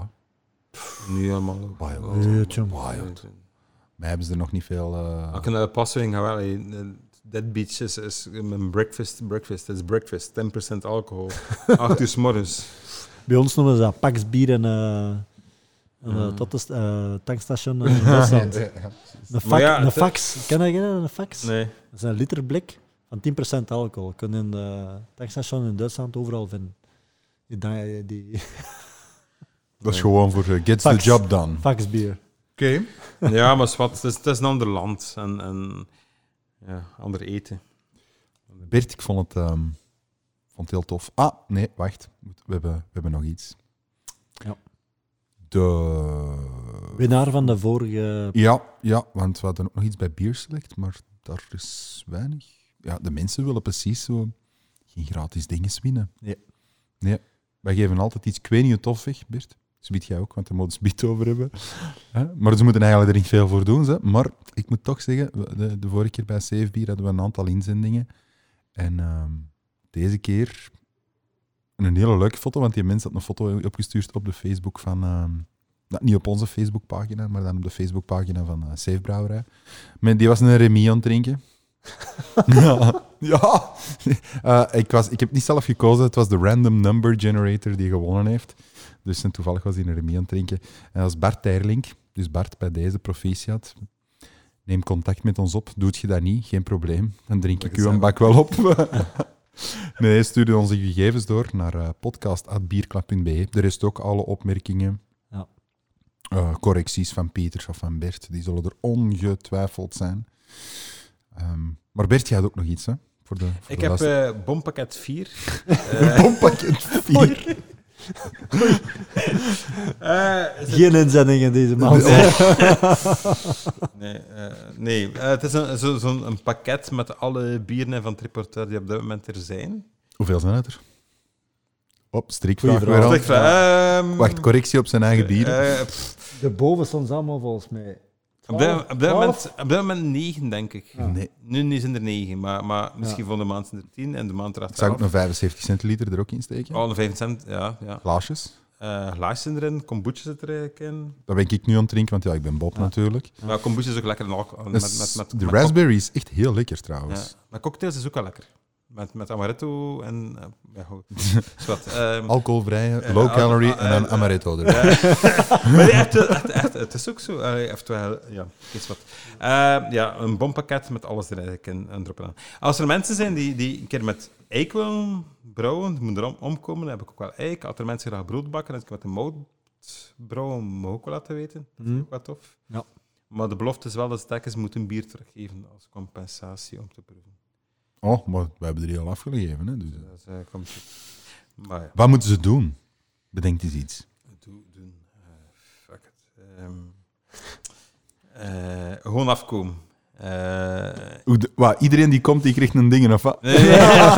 Nu helemaal... Wild. Nee, tjong. Wild. Mij hebben ze er nog niet veel... eh, Als ik naar de passing ga, wel... eh, That Beach is, is mijn breakfast. Breakfast. Het is breakfast. tien procent alcohol. Acht uur 's morgens. Bij ons noemen ze dat Pax bier en, eh, Een uh, Ja. tot het uh, tankstation uh, in Duitsland. Een, fa- Maar ja, een het- fax. Ken je dat? Een fax? Nee. Dat is een liter blik van tien procent alcohol. Kun je in de tankstation in Duitsland overal vinden. Die, die, die Dat is gewoon voor uh, gets Fax. the job done. Oké. faxbier. Ja, maar zwart, het is, het is een ander land en, en ja, ander eten. Bert, ik vond het, um, vond het heel tof. Ah, nee, wacht. We hebben, we hebben nog iets. Ja. De... Winnaar van de vorige... Ja, ja, want we hadden ook nog iets bij Beer Select, maar daar is weinig. Ja, de mensen willen precies zo geen gratis dingen winnen. Nee. Nee. Wij geven altijd iets, ik weet niet hoe tof weg, Bert. Zbiet jij ook, want daar moeten ze het over hebben. Hè? Maar ze moeten eigenlijk er niet veel voor doen. Ze. Maar ik moet toch zeggen, de, de vorige keer bij Safe Beer hadden we een aantal inzendingen. En ehm, deze keer een hele leuke foto, want die mens had een foto opgestuurd op de Facebook van... ehm, nou, niet op onze Facebookpagina, maar dan op de Facebookpagina van uh, Safe Brouwerij. Maar die was een Remy aan het drinken. ja. ja. Uh, ik, was, ik heb niet zelf gekozen, het was de random number generator die gewonnen heeft. Dus en toevallig was hij een Remy aan het drinken. En dat is Bart Teirlink. Dus Bart, bij deze proficiat. Neem contact met ons op. Doet je dat niet, geen probleem. Dan drink ik u een bak wel op. Nee, stuur onze gegevens door naar uh, podcast punt bierklap punt b e. Er is ook alle opmerkingen, Ja. uh, correcties van Pieters of van Bert. Die zullen er ongetwijfeld zijn. Um, maar Bert, jij had ook nog iets, hè? Voor de, voor Ik de heb luister- uh, bompakket vier. Bompakket vier. Uh, Geen inzendingen deze maand. Nee, uh, nee. Uh, het is een, zo, zo'n een pakket met alle bieren van Triporteur die op dit moment er zijn. Hoeveel zijn het er? Op, strikvraag Goeie weer vraag. al. Ik vraag, um, Wacht, correctie op zijn eigen bieren. uh, pff, De boven stonden ze allemaal volgens mij. op, dit, op, dit moment, op dit moment negen, denk ik. Ja. Nee, Nu niet zijn er negen, maar, maar misschien Ja. volgende maand zijn er tien en de maand ik erachter zou ook een vijfenzeventig centiliter er ook in steken. Oh, een vijf cent, ja. ja. Glaasjes. Uh, glaasjes zijn erin, kombucha zit er eigenlijk in. Dat ben ik nu aan het drinken, want ja, ik ben Bob Ja. natuurlijk. Maar kombucha is ook lekker in alcohol. Met, Dus met, met, de met raspberry is echt heel lekker cock- trouwens. ja. Maar cocktails is ook wel lekker. Met, met amaretto en... Uh, ja, goed. Is wat. Um, Alcoholvrije, Eh, low al- calorie al- en dan eh, amaretto erbij. maar nee, echt, echt, echt, het is ook zo. Uh, eventueel, ja, is wat. Uh, ja, een bompakket met alles er eigenlijk in, en erop en aan. Als er mensen zijn die, die een keer met eik willen brouwen, die moeten erom omkomen, dan heb ik ook wel eik. Als er mensen graag brood bakken, dan met een mout brouwen, mag ik ook wel laten weten. Dat is Mhm. ook wel tof. Ja. Maar de belofte is wel dat stekkers moeten bier teruggeven als compensatie om te proeven. Oh, maar we hebben er heel afgegeven. Hè, dus. Dus dat uh, komt goed. Maar ja. Wat moeten ze doen? Bedenkt eens iets. Doe, doen. Uh, fuck it. Um, uh, gewoon afkomen. Uh, Hoe de- wat, iedereen die komt, die krijgt een ding of wat? nee,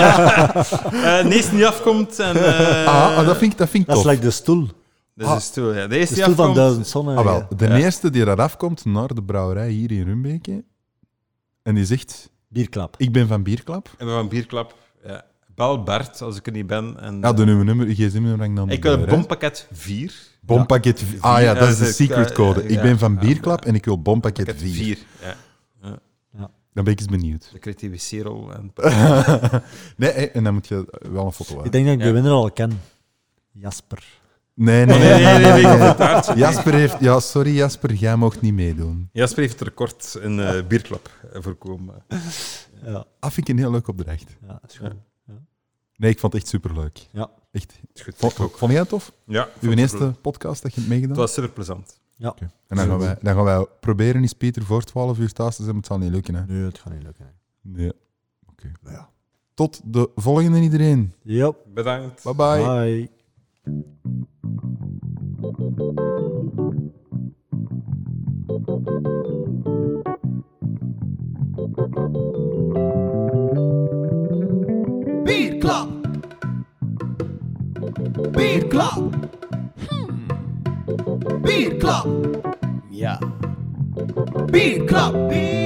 uh, nee, is niet afkomt. En, uh, Ah, ah, dat vind ik, dat vind ik Dat is tof. like de stoel. Dat is een stoel, ja. De eerste De die stoel van afkomt... Duizend Zonnen. Ah, wel, de Ja. eerste die daar afkomt naar de brouwerij hier in Rumbeke en die zegt, Bierklap. ik ben van Bierklap. En we van Bierklap. Ja. Bel Bart, als ik er niet ben. En, Ja, de nummer, nummer, gsm-nummer hangt dan ik op wil de een rij. bompakket vier. Bompakket vier. Ah ja, dat is de Ja, secret code. ja, Ik ben van ja, Bierklap ja. en ik wil bompakket Pakket vier. vier. Ja. Dan ben ik eens benieuwd. Dan krijgt hij wc-rol. En... Nee, hé, en dan moet je wel een foto Ik hebben. denk dat ik de Ja. winnaar al ken. Jasper. Nee, Nee, nee, nee, nee, nee, nee, taartje. Jasper heeft... Ja, sorry Jasper, jij mocht niet meedoen. Jasper heeft het record in uh, Bierklap uh, voorkomen. Ja, Ah, vind ik een heel leuk opdracht. ja is goed. Nee, ik vond het echt superleuk. Ja. Echt. Is goed. Vond, vond jij het tof? Ja, Uw vond het eerste goed. podcast dat je hebt meegedaan? Het was super plezant. Ja. Oké. En dan gaan, wij, dan gaan wij proberen eens Pieter voor twaalf uur thuis te zijn, maar het zal niet lukken. Hè? Nee, het gaat niet lukken. Nee. Oké. Nou ja. Tot de volgende iedereen. Yep. Bedankt. Bye bye. Bye. Bierklap. Bierklap. Bierklap. Ja. Bierklap. Bierklap.